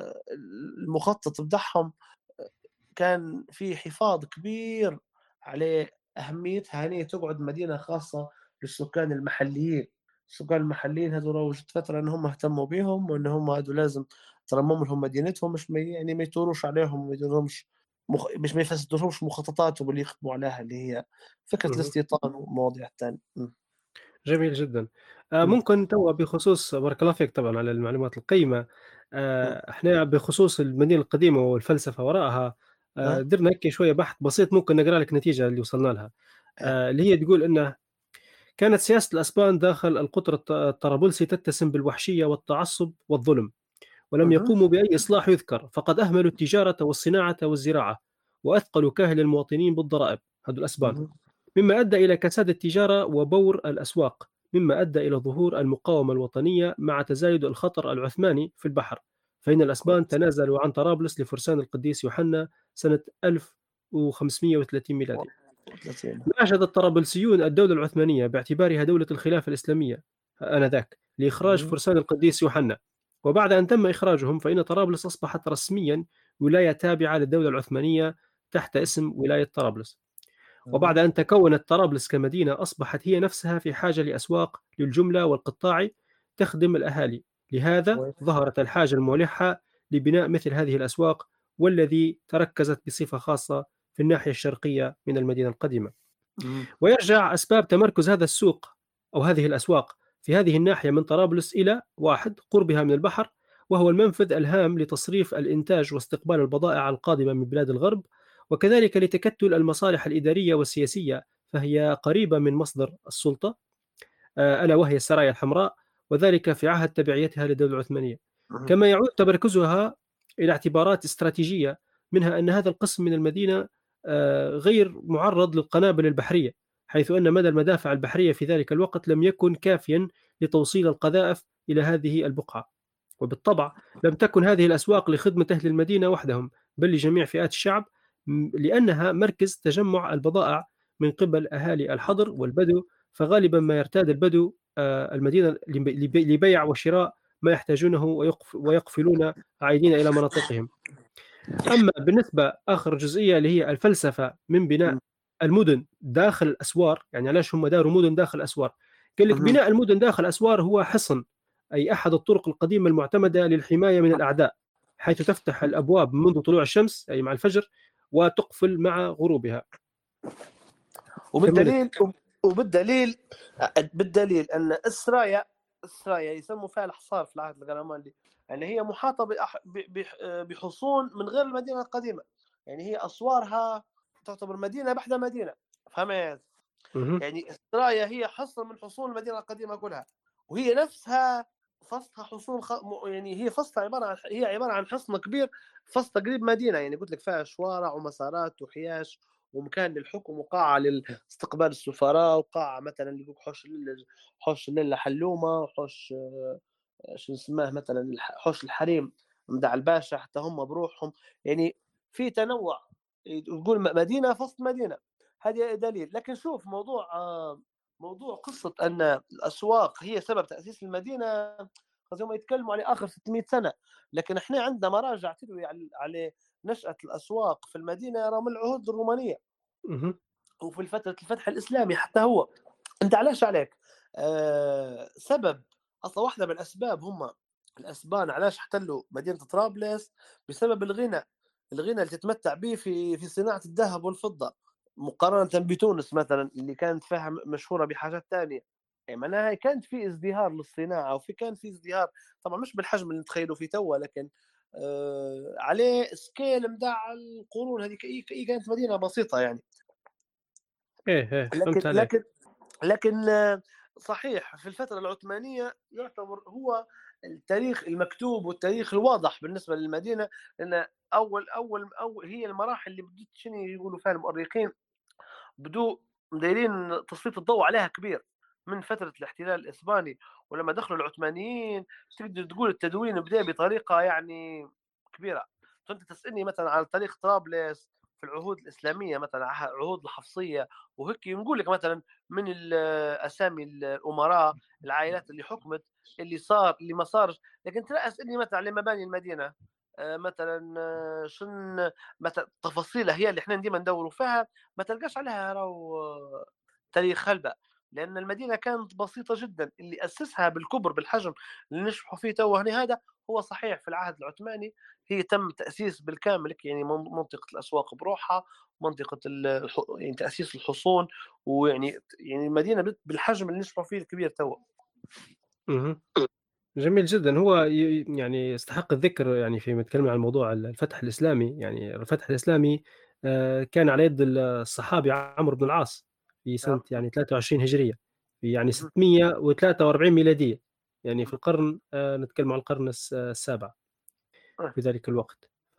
المخطط بتاعهم كان في حفاظ كبير على أهميتها، هي تقعد مدينة خاصة للسكان المحليين. السكان المحليين هذول وجدت فترة إن هم اهتموا بيهم، وإن هم هذول لازم ترمم لهم مدينتهم، مش يعني ما يثوروش عليهم وما يديرهمش مش ما يفسدولهمش مخططاتهم اللي يخدموا عليها، اللي هي فكرة اهم. الاستيطان والمواضيع التانية. جميل جدًا. إمم، ممكن توا بخصوص بارك الله فيك طبعًا على المعلومات القيمة. إمم، إحنا بخصوص المدينة القديمة والفلسفة وراءها، آه، درنا هيك شوية بحث بسيط ممكن نقرا لك النتيجة اللي وصلنا لها. إيه، اللي هي تقول إنه كانت سياسة الأسبان داخل القطر الطرابلسي تتسم بالوحشية والتعصب والظلم، ولم اهم، يقوموا بأي إصلاح يذكر، فقد أهملوا التجارة والصناعة والزراعة، وأثقلوا كاهل المواطنين بالضرائب، هذو الأسبان. اهم، مما أدى إلى كساد التجارة وبور الأسواق، مما أدى إلى ظهور المقاومة الوطنية مع تزايد الخطر العثماني في البحر، فإن الأسبان كويس، تنازلوا عن طرابلس لفرسان القديس يوحنا سنة 1530 ميلادي. 31. ناشد الطرابلسيون الدولة العثمانية باعتبارها دولة الخلافة الإسلامية آنذاك لإخراج اهم، فرسان القديس يوحنا، وبعد أن تم إخراجهم فإن طرابلس أصبحت رسميا ولاية تابعة للدولة العثمانية تحت اسم ولاية طرابلس. وبعد اهم، أن تكونت طرابلس كمدينة أصبحت هي نفسها في حاجة لأسواق للجملة والقطاع تخدم الأهالي، لهذا كويس، ظهرت الحاجة الملحة لبناء مثل هذه الأسواق، والذي تركزت بصفة خاصة في الناحية الشرقية من المدينة القديمة. اهم، ويرجع أسباب تمركز هذا السوق أو هذه الأسواق في هذه الناحية من طرابلس إلى: واحد، قربها من البحر، وهو المنفذ الهام لتصريف الإنتاج واستقبال البضائع القادمة من بلاد الغرب، وكذلك لتكتل المصالح الإدارية والسياسية، فهي قريبة من مصدر السلطة، ألا وهي السرايا الحمراء، وذلك في عهد تبعيتها للدولة العثمانية. اهم، كما يعود تمركزها إلى اعتبارات استراتيجية، منها أن هذا القسم من المدينة غير معرض للقنابل البحرية، حيث أن مدى المدافع البحرية في ذلك الوقت لم يكن كافيا لتوصيل القذائف إلى هذه البقعة. وبالطبع لم تكن هذه الأسواق لخدمة أهل المدينة وحدهم، بل لجميع فئات الشعب، لأنها مركز تجمع البضائع من قبل أهالي الحضر والبدو، فغالبا ما يرتاد البدو المدينة لبيع وشراء ما يحتاجونه ويقفلون عائدين إلى مناطقهم. أما بالنسبة آخر جزئية اللي هي الفلسفة من بناء إمم، المدن داخل الأسوار، يعني علاش هم داروا مدن داخل الأسوار؟ قال لك اهم، بناء المدن داخل الأسوار هو حصن، أي أحد الطرق القديمة المعتمدة للحماية من الأعداء، حيث تفتح الأبواب منذ طلوع الشمس أي مع الفجر، وتقفل مع غروبها. كملت. وبالدليل بالدليل أن السرايا السرايا يسموا فيها الحصار في العهد القرمانلي، يعني هي محاطة بحصون من غير المدينة القديمة، يعني هي أسوارها تعتبر مدينة بحدها مدينة، فهمت؟ اهم، يعني السرايا هي حصن من حصون المدينة القديمة كلها، وهي نفسها فصلها حصون يعني هي فصلها عبارة عن حصن كبير، فصل قريب مدينة، يعني قلت لك فيها شوارع ومسارات وحياش ومكان للحكم وقاعة لاستقبال السفراء، وقاعة مثلا اللي يقولك حوش الليلة حلومة، وحوش شو اسمه مثلا حوش الحريم مدع الباشا حتى هم بروحهم، يعني في تنوع، تقول مدينة في وسط مدينة، هذه دليل. لكن شوف موضوع موضوع قصة أن الأسواق هي سبب تأسيس المدينة، هم يتكلموا على آخر 600 سنة، لكن احنا عندنا مراجع تدوي على نشأة الأسواق في المدينة رغم العهود الرومانية اهم، وفي فترة الفتح الإسلامي حتى هو. أنت علاش عليك سبب، أصلا واحدة من الأسباب هم الأسبان علاش احتلوا مدينة طرابلس بسبب الغنى اللي تتمتع به في صناعة الذهب والفضة مقارنة بتونس مثلا اللي كانت فيها مشهورة بحاجات تانية، يعني معناها كانت في ازدهار للصناعة كان في ازدهار، طبعا مش بالحجم اللي نتخيله في توا، لكن عليه سكيل متاع القرون هذيك، كانت مدينة بسيطة يعني. إيه، إيه، لكن فهمت عليك. لكن لكن صحيح في الفترة العثمانية يعتبر هو التاريخ المكتوب والتاريخ الواضح بالنسبة للمدينة، لأن أول هي المراحل اللي بدت شنو يقولوا فيها المؤرخين، بدو دايرين تسليط الضوء عليها كبير من فترة الاحتلال الإسباني، ولما دخلوا العثمانيين تقدر تقول التدوين بدأ بطريقة يعني كبيرة. فأنت تسألني مثلا على تاريخ طرابلس في العهود الإسلامية مثلا عهود الحفصية وهيك نقول لك مثلا من أسامي الأمراء العائلات اللي حكمت اللي ما صارش، لكن ترى اسألني مثلا على مباني المدينة مثلا شن مثلا تفاصيلها هي اللي احنا ديما ندوروا فيها ما تلقاش عليها راهو تاريخ هلبة، لأن المدينة كانت بسيطة جدًا، اللي أسسها بالكُبر بالحجم اللي نشوفوا فيه توا هنا هذا هو صحيح في العهد العثماني هي تم تأسيس بالكامل يعني منطقة الأسواق بروحها، منطقة يعني تأسيس الحصون، يعني المدينة بالحجم اللي نشوفوا فيه الكبير توا. اهم. جميل جدًا. هو يعني يستحق الذكر يعني فيما نتكلم عن موضوع الفتح الإسلامي، يعني الفتح الإسلامي كان على يد الصحابي عمرو بن العاص في سنة نعم. يعني 23 هجرية، في يعني اهم. 643 ميلادية، يعني في اهم. القرن نتكلم عن القرن السابع آه. في ذلك الوقت. ف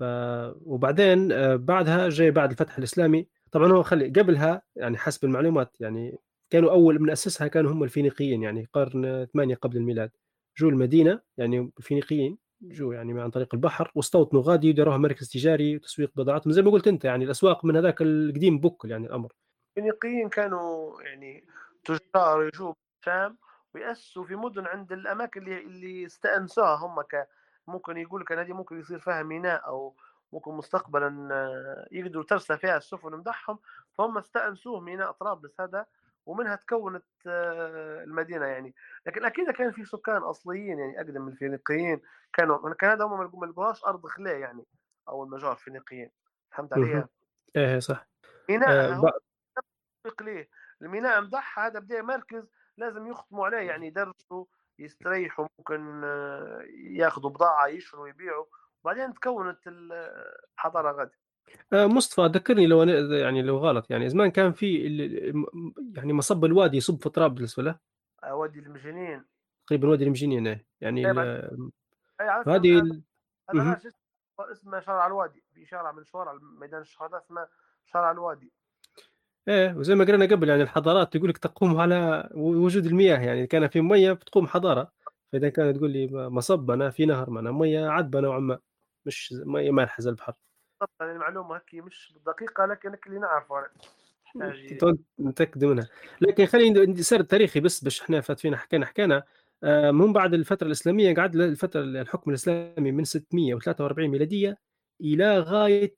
وبعدين بعدها جاي بعد الفتح الإسلامي، طبعًا هو قبلها يعني حسب المعلومات يعني كانوا أول من أسسها كانوا هم الفينيقيين، يعني قرن 8 قبل الميلاد، جو المدينة يعني الفينيقيين جو يعني عن طريق البحر واستوطنوا غادي وداروها مركز تجاري وتسويق بضاعتهم زي ما قُلت أنت يعني الأسواق من هذاك القديم بُكل يعني الأمر. الفينيقيين كانوا يعني تجار يجوا من الشام ويأسسوا في مدن عند الأماكن اللي استأنسوها هم ممكن يقول لك أن هذه ممكن يصير فيها ميناء أو ممكن مستقبلا يقدروا ترسى فيها السفن متاعهم، فهم استأنسوه ميناء طرابلس هذا ومنها تكونت المدينة يعني. لكن أكيد كان في سكان أصليين يعني أقدم من الفينيقيين، كان هذا هم ما لقوهاش أرض خلاء يعني أول ما جاء الفينيقيين، فهمت اهم. علي؟ إيه صح. مينائها ب هو يسوق ليه، الميناء متاعها هذا بدأ مركز لازم يخدموا عليه يعني يدرسوا يستريحوا ممكن ياخذوا بضاعة يشروا يبيعوا، وبعدين تكوّنت الحضارة غادي. مصطفى ذكّرني لو أنا يعني لو غلط يعني زمان كان في يعني مَصَب الوادي يصُب في طرابلس والّا؟ وادي المجانين. تقريبًا وادي المجنين إيه، يعني أي بعد أي عارف فهذه هذا اهم. لاش اسمه شارع الوادي، في شارع من شوارع ميدان الشهداء اسمه شارع الوادي. إيه، وزي ما قرينا قبل يعني الحضارات يقول لك تقوم على وجود المياه، يعني كان في مَيّة بتقوم حضارة، فإذا كانت تقول لي مَصَب معناها في نهر معناها مَيّة عذبة نوعًا ما، مش مَيّة مالحة زي البحر. بالضبط يعني المعلومة هيك مش دقيقة لكن اللي نعرفه أنا، تحتاج متأكد منها، لكن خليني سرد تاريخي بس باش إحنا فات فينا حكينا من بعد الفترة الإسلامية قعد الفترة الحكم الإسلامي من 643 ميلادية إلى غاية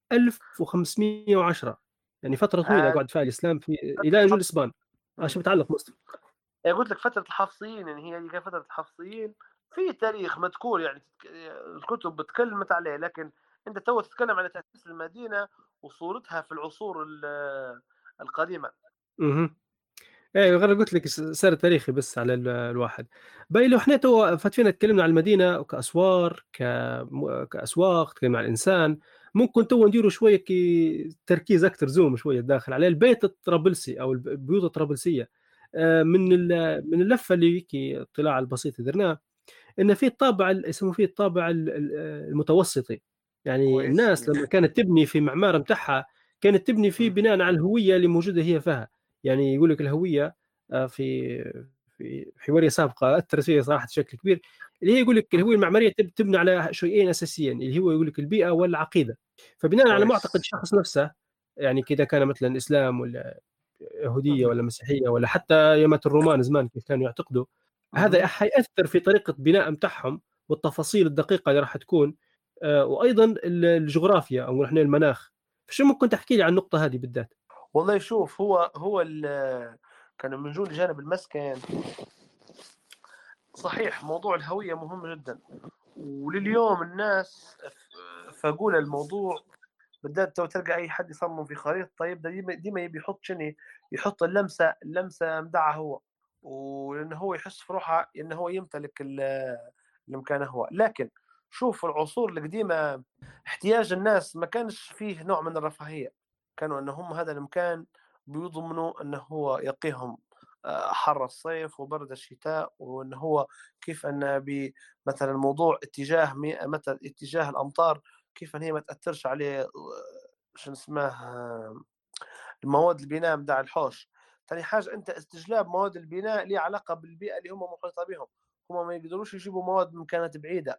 1510 يعني فترة طويلة هذه قعد فيها الإسلام إلى أن جو الإسبان. إمم. شو بتعلق مصطفى؟ قلت لك فترة الحفصيين يعني هي اللي كانت فترة الحفصيين في تاريخ مذكور يعني الكتب اتكلمت عليه، لكن أنت توا تتكلم على تأسيس المدينة وصورتها في العصور القديمة. اهم. إيه غير قُلت لك سَرْد تاريخي بس على الواحد. باقي لو إحنا توا فات فينا تكلمنا عن المدينة كأسوار، كأسواق، تكلمنا عن الإنسان، ممكن توا نديروا شوية تركيز أكتر zoom شوية داخل على البيت الطرابلسي أو البيوت الطرابلسية. من اللفة اللي هيك الإطلاع البسيط اللي درناه، إن في الطابع يسموا فيه الطابع المتوسطي. يعني كويس. الناس لمّا كانت تبني في معمار متاعها، كانت تبني فيه إمم. بناءً على الهوية اللي موجودة هي فيها. يعني يقول لك الهوية في حوارية سابقة أثّرت فيّا صراحة بشكل كبير، اللي هي يقول لك إمم. الهوية المعمارية تبنى على شيئين أساسيين، اللي هو يقول لك البيئة والعقيدة. فبناءً على معتقد كويس. الشخص نفسه، يعني كإذا كان مثلًا إسلام والّا يهودية اهم. والّا مسيحية والّا حتى أيامات الرومان زمان كيف كانوا يعتقدوا، هذا اهم. حيأثّر في طريقة بناء متاعهم والتفاصيل الدقيقة اللي راح تكون، وأيضًا الجغرافيا أو إحنا المناخ. فشو ممكن تحكي لي عن النقطة هذه بالذات؟ والله شوف، هو كانوا من جوا لجانب المسكن. صحيح موضوع الهوية مهم جدًا، ولليوم الناس فاقوا للموضوع. بالذات تو تلقى أي حد يصمم في خريطة، طيب ده ديما يبي يحط شنو، يحط اللمسة متاعه هو، ولأنه هو يحس في روحه إنه هو يمتلك المكان هو. لكن شوف العصور القديمة احتياج الناس ما كانش فيه نوع من الرفاهية، كانوا إن هم هذا المكان بيضمنوا إنه هو يقيهم حر الصيف وبرد الشتاء، وإنه هو كيف إنه مثلًا موضوع مثلًا اتجاه الأمطار كيف إن هي ما تأثّرش عليه شو اسمه المواد البناء متاع الحوش. تاني حاجة أنت استجلاب مواد البناء ليه علاقة بالبيئة اللي هم محيطة بهم، هم ما يقدروش يجيبوا مواد من كانت بعيدة،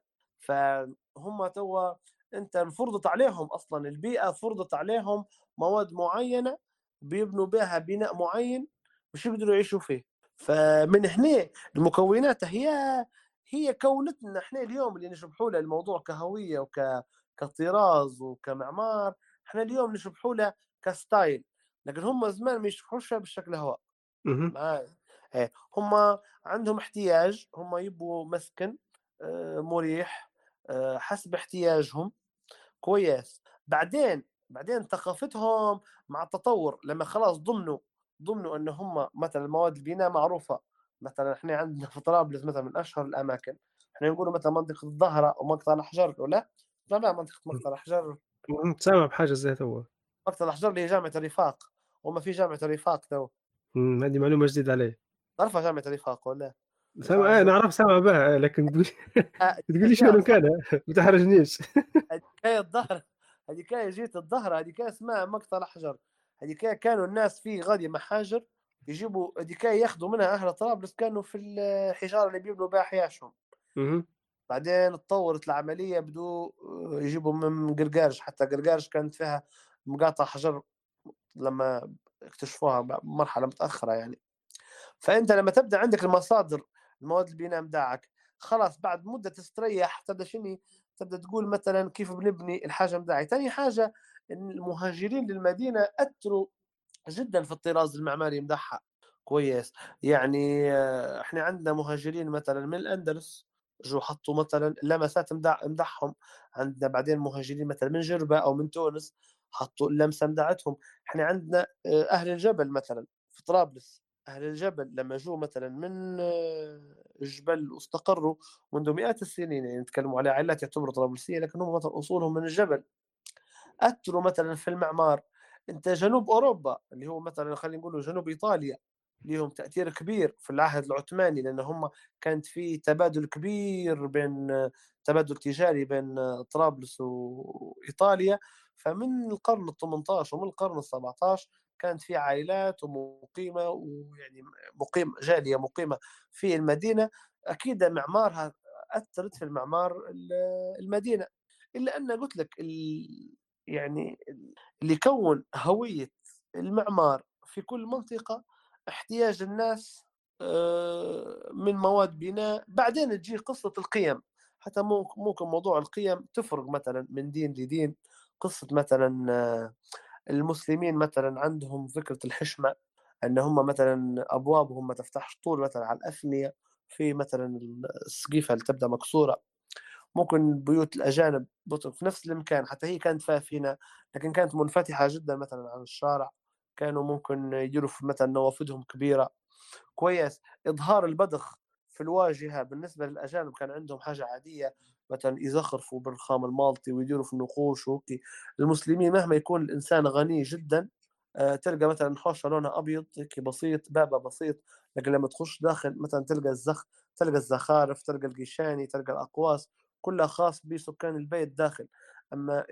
فهم توا أنت انفرضت عليهم أصلًا البيئة فرضت عليهم مواد معيّنة بيبنوا بها بناء معيّن باش يقدروا يعيشوا فيه. فمن هنا المكونات هي كونتنا إحنا اليوم اللي نشبحوا له الموضوع كهوية كطراز وكمعمار، إحنا اليوم نشبحوا له كstyle. لكن هم زمان ما يشوفوش فيها بالشكل هو. اهم، معايا؟ هم عندهم احتياج، هم يبغوا مسكن مريح حسب احتياجهم. كويس. بعدين ثقافتهم مع التطور لمّا خلاص ضمنوا إن هم مثلًا مواد البناء معروفة. مثلًا إحنا عندنا في طرابلس مثلًا من أشهر الأماكن، إحنا نقولوا مثلًا منطقة الظهرة ومقطع الأحجار والّا؟ لا، منطقة مقطع الأحجار. سامع بحاجة زي توا. مقتل الأحجار اللي هي جامعة الرفاق، وما في جامعة الرفاق تو. هذه معلومة جديدة علي. تعرفها جامعة الرفاق والّا؟ سامع نعرف سامع بها لكن تقول لي شنو جهة صح. مكانها ما تحرجنيش. هذيكايا الظهر، هذيكايا جهة الظهر، هذيكايا اسمها مقتل أحجر. هذيكايا كانوا الناس في غادي محاجر يجيبوا هذيكايا ياخذوا منها أهل طرابلس كانوا في الحجارة اللي بيبنوا بها حياشهم. اهم، بعدين اتطورت العملية بدوا يجيبوا من قرقارش، حتى قرقارش كانت فيها مقاطع حجر لمّا اكتشفوها بمرحلة متأخرة يعني. فأنت لمّا تبدأ عندك المصادر المواد البناء متاعك، خلاص بعد مدة تستريح تبدأ شنو، تبدأ تقول مثلًا كيف بنبني الحاجة متاعي. تاني حاجة إن المهاجرين للمدينة أثروا جدًا في الطراز المعماري متاعها. كويس. يعني إحنا عندنا مهاجرين مثلًا من الأندلس جو حطّوا مثلًا اللمسات متاعهم. عندنا بعدين مهاجرين مثلًا من جربة أو من تونس حطّوا اللمسة متاعتهم. إحنا عندنا أهل الجبل مثلًا في طرابلس، أهل الجبل لمّا جو مثلًا من الجبل واستقروا منذ مئات السنين، يعني نتكلموا على عائلات يعتبروا طرابلسية لكن هم مثلًا أصولهم من الجبل. أثروا مثلًا في المعمار. أنت جنوب أوروبا اللي هو مثلًا خلّينا نقولوا جنوب إيطاليا، ليهم تأثير كبير في العهد العثماني، لأن هم كانت في تبادل كبير تبادل تجاري بين طرابلس وإيطاليا. فمن القرن ال18 ومن القرن ال17 كانت في عائلات ومقيمة ويعني جالية مقيمة في المدينة. أكيد معمارها أثّرت في المعمار المدينة. إلا أن قُلت لك يعني اللي يكوّن هوية المعمار في كل منطقة احتياج الناس من مواد بناء. بعدين تجي قصة القِيَم، حتى ممكن موضوع القِيَم تفرق مثلًا من دين لدين. قصة مثلًا المسلمين مثلًا عندهم فكرة الحشمة، إن هم مثلًا أبوابهم ما تفتحش طول مثلًا على الأثنية، في مثلًا السقيفة اللي تبدأ مكسورة. ممكن بيوت الأجانب في نفس المكان حتى هي كانت فيها لكن كانت منفتحة جدًا مثلًا عن الشارع. كانوا ممكن يديروا مثلًا نوافذهم كبيرة. كويس. إظهار البذخ في الواجهة بالنسبة للأجانب كان عندهم حاجة عادية، مثلًا يزخرفوا بالرخام المالطي ويديروا في النقوش وهيك. المسلمين مهما يكون الإنسان غني جدًا، تلقى مثلًا حوشة لونها أبيض هيك بسيط، بابها بسيط، لكن لمّا تخش داخل مثلًا تلقى الزخارف، تلقى القيشاني، تلقى الأقواس، كلها خاص بسكان البيت داخل. أمّا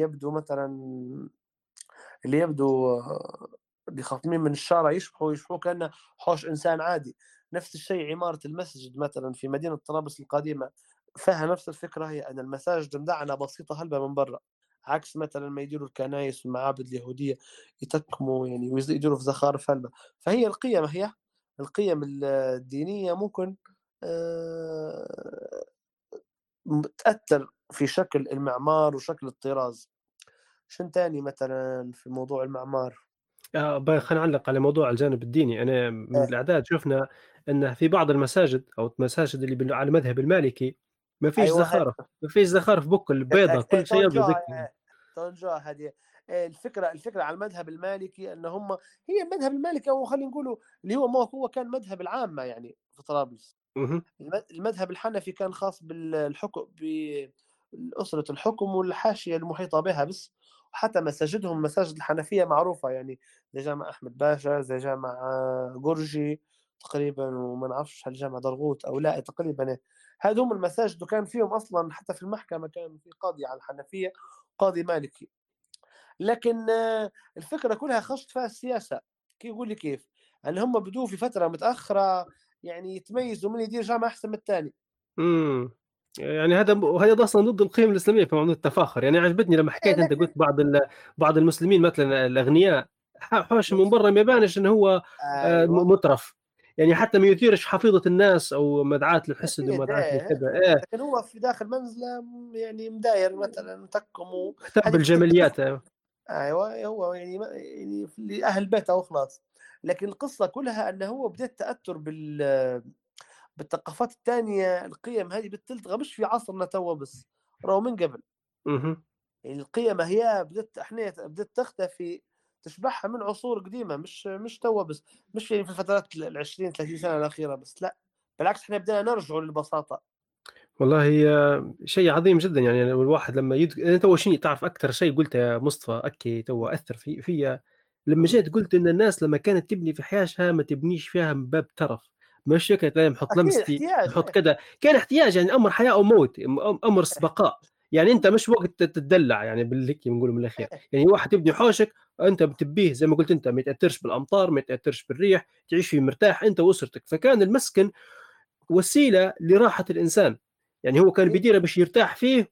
اللي خاصمين من الشارع يشبحوا كأنه حوش إنسان عادي. نفس الشيء عمارة المسجد مثلًا في مدينة طرابلس القديمة، فيها نفس الفكرة، هي أن المساجد مدعّنة بسيطة هلبة من برّا، عكس مثلًا ما يديروا الكنايس والمعابد اليهودية يتكموا يعني يديروا في زخارف هلبة. فهي القيم الدينية ممكن آآ تأثّر في شكل المعمار وشكل الطراز. شنو تاني مثلًا في موضوع المعمار؟ خليني أعلّق على موضوع الجانب الديني. أنا من إيه. الأعداد شُفنا أن في بعض المساجد أو المساجد اللي على المذهب المالكي ما فيش أيوه زخارف، ما فيش زخارف بُكل بيضا، كل شيء أبيض هيك. طنجة هذه. الفكرة على المذهب المالكي أن هم، هي المذهب المالكي أو خلينا نقولوا اللي هو، ما هو كان مذهب العامة يعني في طرابلس. اهم، المذهب الحنفي كان خاص بالحكم بأسرة الحكم والحاشية المحيطة بها بس. وحتى مساجدهم مساجد الحنفية معروفة يعني، زي جامع أحمد باشا، زي جامع قرجي تقريبا، وما نعرفش هل جامع درغوت أو لا تقريبا إيه. هذول هم المساجد، وكان فيهم أصلا حتى في المحكمة كان في قاضي على الحنفية، قاضي مالكي. لكن الفكرة كلها خشت فيها السياسة. يقول لي كيف؟ أن هم بدوا في فترة متأخرة يعني يتميزوا من يدير جامعة أحسن من التاني. إمم. يعني وهذا أصلًا ضد القيم الإسلامية في موضوع التفاخر. يعني عجبتني لمّا إيه حكيت أنت قُلت لكن بعض المسلمين مثلًا الأغنياء حواشهم من برّا ما يبانش إنه هو أيوه. مُترف، يعني حتى ما يثيرش حفيظة الناس أو مدعاة للحسد أكيد ومدعاة إيه، لكذا. أكيد. إيه، لكن هو في داخل منزله يعني مداير مثلًا متكم مهتم هذيك بالجماليات. أيوه. هو يعني يعني لأهل بيته وخلاص. لكن القصة كلها أنه هو بدأ التأثّر بالثقافات التانية، القيم هذه بتلتغى مش في عصرنا توا بس، راهو من قبل. اهم. يعني القيم هي بدأت تختفي، تشبعها من عصور قديمة، مش توا بس، مش يعني في الفترات ال20 30 سنة الأخيرة بس، لأ، بالعكس إحنا بدينا نرجعوا للبساطة. والله شيء عظيم جدًا. يعني لو الواحد لمّا أنت أول شيء تعرف أكتر شيء قُلته يا مصطفى أكي توا أثّر فيّا لمّا إمم. جيت قُلت إن الناس لمّا كانت تبني في حياشها ما تبنيش فيها من باب ترف، مش فكرة أنا نحط أكيد لمستي، احتياج نحط إيه. كذا. كان احتياج يعني أمر حياة أو موت، أمر بقاء. يعني أنت إمم. مش وقت تتدلّع يعني هيك بنقولوا من الأخير. إيه. يعني واحد تبني حوشك أنت بتبيه زي ما قُلت أنت ما يتأثّرش بالأمطار، ما يتأثّرش بالريح، تعيش فيه مرتاح أنت وأسرتك. فكان المسكن وسيلة لراحة الإنسان. يعني هو كان أكيد. بيديره باش يرتاح فيه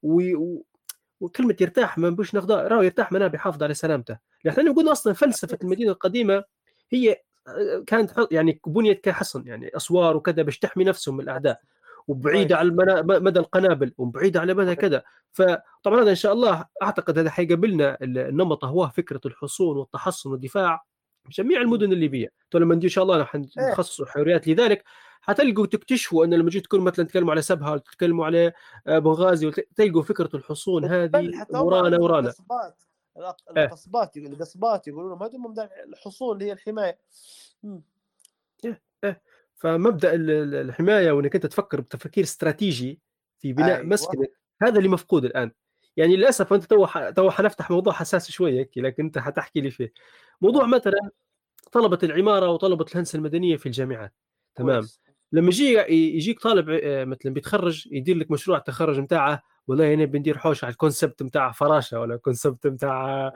وكلمة يرتاح ما نبوش ناخدها، راهو يرتاح معناها بيحافظ على سلامته. إحنا نقول أصلًا فلسفة أكيد. المدينة القديمة هي كانت يعني بُنيت كحصن، يعني أسوار وكذا باش تحمي نفسهم من الأعداء، وبعيدة كويس. على مدى القنابل، وبعيدة على مدى كويس. كذا. فطبعًا هذا إن شاء الله أعتقد هذا حيقابلنا النمط هو فكرة الحصون والتحصن والدفاع في جميع إمم. المدن الليبية. لمّا إن شاء الله إيه. نخصصوا حوريات لذلك، حتلقوا تكتشفوا أن لمّا تيجوا تكونوا مثلًا تتكلموا على سبها والّا تتكلموا على بنغازي تلقوا فكرة الحصون هذه بل حتى هم ورانا، عندهم ورانا. القصبات، آه، القصبات يقولوا لهم هذول الحصون اللي هي الحماية. إمم. إيه، إيه. فمبدأ الحماية وإنك أنت تفكر بتفكير استراتيجي في بناء أيوه. مسكنك، هذا اللي مفقود الآن. يعني للأسف أنت توا حنفتح موضوع حساس شوية هيك، لكن أنت حتحكي لي فيه. موضوع آه. مثلًا طلبة العمارة وطلبة الهندسة المدنية في الجامعات، تمام؟ كويس. لمّا يجيك طالب مثلًا بيتخرّج يدير لك مشروع التخرُّج متاعه، والله أنا بندير حوش على الconcept متاع فراشة والّا concept متاع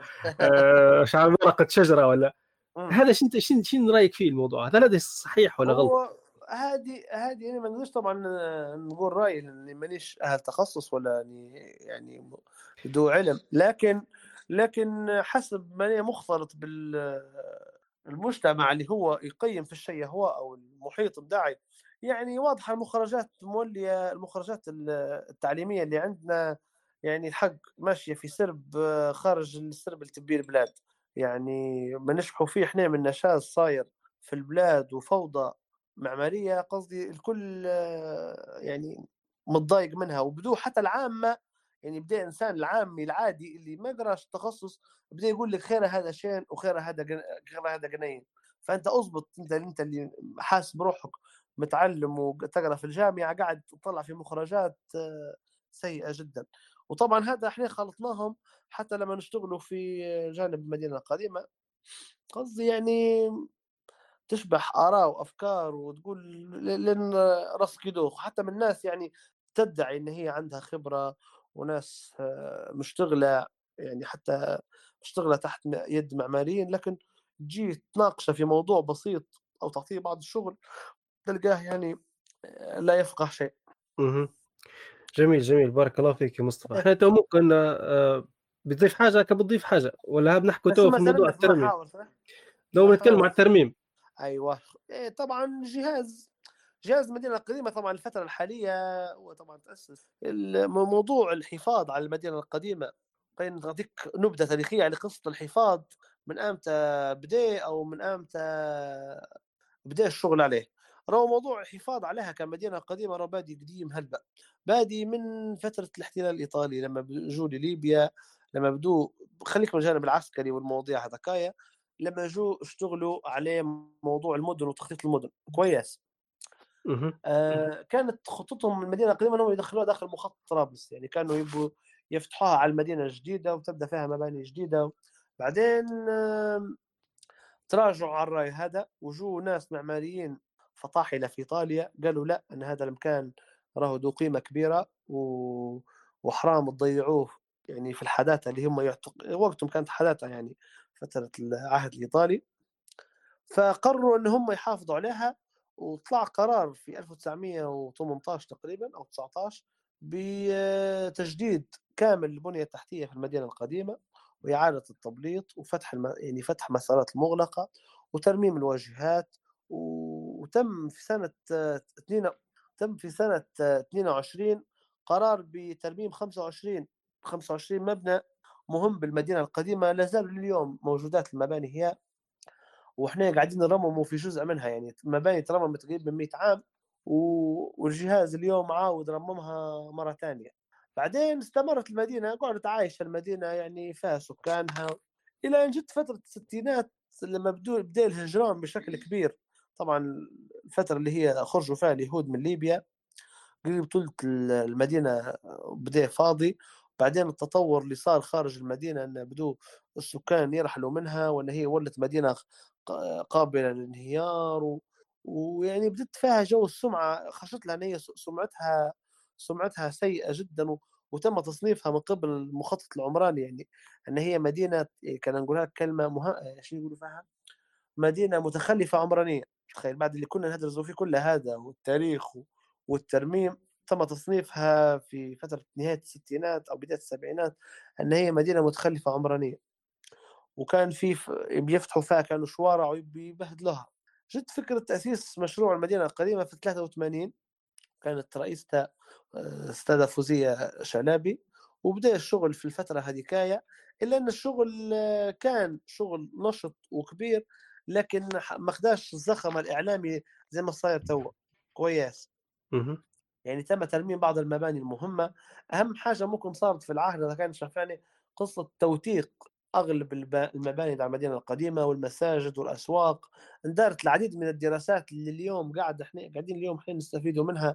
مش عارف ورقة شجرة والّا إمم. هذا شنو رأيك فيه الموضوع هذا؟ هل هذا صحيح والّا غلط؟ هو هذه أنا ما نقدرش طبعًا نقول رأيي لأني مانيش أهل تخصص ولا إني يعني ذو علم. لكن حسب ما أنا مختلط المجتمع اللي هو يقيّم في الشيء هو أو المحيط بتاعي، يعني واضحة المخرجات مولية، المخرجات التعليمية اللي عندنا يعني الحق ماشية في سرب خارج السرب اللي تبيه البلاد. يعني ما نشبحوا فيه إحنا من نشاز صاير في البلاد وفوضى معمارية، قصدي الكل يعني متضايق منها، وبدو حتى العامة يعني بدا إنسان العامي العادي اللي ما قراش التخصص بدا يقول لك خير هذا شين وخير هذا خير هذا جنين. فأنت أضبط، أنت اللي حاسس بروحك متعلم وتقرا في الجامعة قاعد تطلّع في مخرجات سيئة جدًا. وطبعًا هذا إحنا خلطناهم حتى لمّا نشتغلوا في جانب المدينة القديمة، قصدي يعني تشبح آراء وأفكار وتقول لين راسك يدوخ، حتى من ناس يعني تدعي إن هي عندها خبرة، وناس مشتغلة، يعني حتى مشتغلة تحت يد معماريين، لكن تجي تناقشه في موضوع بسيط أو تعطيه بعض الشغل تلقاه يعني لا يفقه شيء. اهم. جميل، جميل، بارك الله فيك يا مصطفى. إحنا تو ممكن بتضيف حاجة بتضيف حاجة والّا بنحكوا بس توا في موضوع مثلًا الترميم؟ محاور صح؟ لو بنتكلموا على محاور الترميم. أيوه، طبعًا جهاز المدينة القديمة طبعًا الفترة الحالية هو طبعًا تأسس موضوع الحفاظ على المدينة القديمة، خلينا نعطيك نبذة تاريخية على قصة الحفاظ من أمتى أو من أمتى بدا الشغل عليه. راهو موضوع الحفاظ عليها كمدينة قديمة راهو بادي قديم هلبة، بادي من فترة الاحتلال الإيطالي لمّا جو لليبيا، لمّا بدو خلّيك من الجانب العسكري والمواضيع هذاكايا، لمّا جو اشتغلوا على موضوع المدن وتخطيط المدن، كويس. اهم، كانت خطتهم المدينة القديمة إنهم يدخلوها داخل مخطط طرابلس، يعني كانوا يبغوا يفتحوها على المدينة الجديدة وتبدأ فيها مباني جديدة. بعدين تراجعوا عن الرأي هذا وجو ناس معماريين فطاحلة في إيطاليا قالوا لأ، أن هذا المكان راهو ذو قيمة كبيرة وحرام تضيعوه، يعني في الحداثة اللي هم وقتهم كانت حداثة يعني فترة العهد الإيطالي. فقرروا إن هم يحافظوا عليها، وطلع قرار في 1918 تقريبًا أو 19 بتجديد كامل البنية التحتية في المدينة القديمة، وإعادة التبليط وفتح يعني فتح المسارات المغلقة وترميم الواجهات. وتم في سنة اتنين تم في سنة 22 قرار بترميم 25 مبنى مهم بالمدينة القديمة لا زالوا لليوم موجودات المباني هي، وإحنا قاعدين نرمموا في جزء منها، يعني مباني اترممت تقريبًا 100 عام والجهاز اليوم عاود رممها مرة تانية. بعدين استمرت المدينة، قعدت عايشة المدينة يعني فيها سكانها إلى أن جت فترة الستينات لمّا بدا الهجران بشكل كبير. طبعًا الفترة اللي هي خرجوا فيها اليهود من ليبيا قريب تُلت المدينة بدا فاضي. بعدين التطور اللي صار خارج المدينة إن بدو السكان يرحلوا منها، وإن هي ولّت مدينة قابلة للانهيار ويعني بدت فيها جو السمعة، خشت لها إن هي سمعتها سيئة جدًا، وتم تصنيفها من قبل المخطط العمراني يعني إن هي مدينة كان نقولها لك كلمة شنو يقولوا فيها؟ مدينة متخلفة عمرانيًا. تخيل بعد اللي كنا ندرسوا فيه كل هذا والتاريخ والترميم، تم تصنيفها في فترة نهاية الستينات أو بداية السبعينات إن هي مدينة متخلفة عمرانيًا. وكان في بيفتحوا فيها كانوا شوارع وبيبهدلوها. جت فكرة تأسيس مشروع المدينة القديمة في 83، كانت رئيسته الأستاذة فوزية شلبي، وبدأ الشغل في الفترة هذيكايا. إلا إن الشغل كان شغل نشط وكبير، لكن ما خداش الزخم الإعلامي زي ما صاير توا. كويس. اهم، يعني تم ترميم بعض المباني المهمة. أهم حاجة ممكن صارت في العهد إذا كان شافعني قصة توثيق أغلب المباني تاع المدينة القديمة والمساجد والأسواق. اندارت العديد من الدراسات اللي اليوم قاعدين اليوم إحنا نستفيدوا منها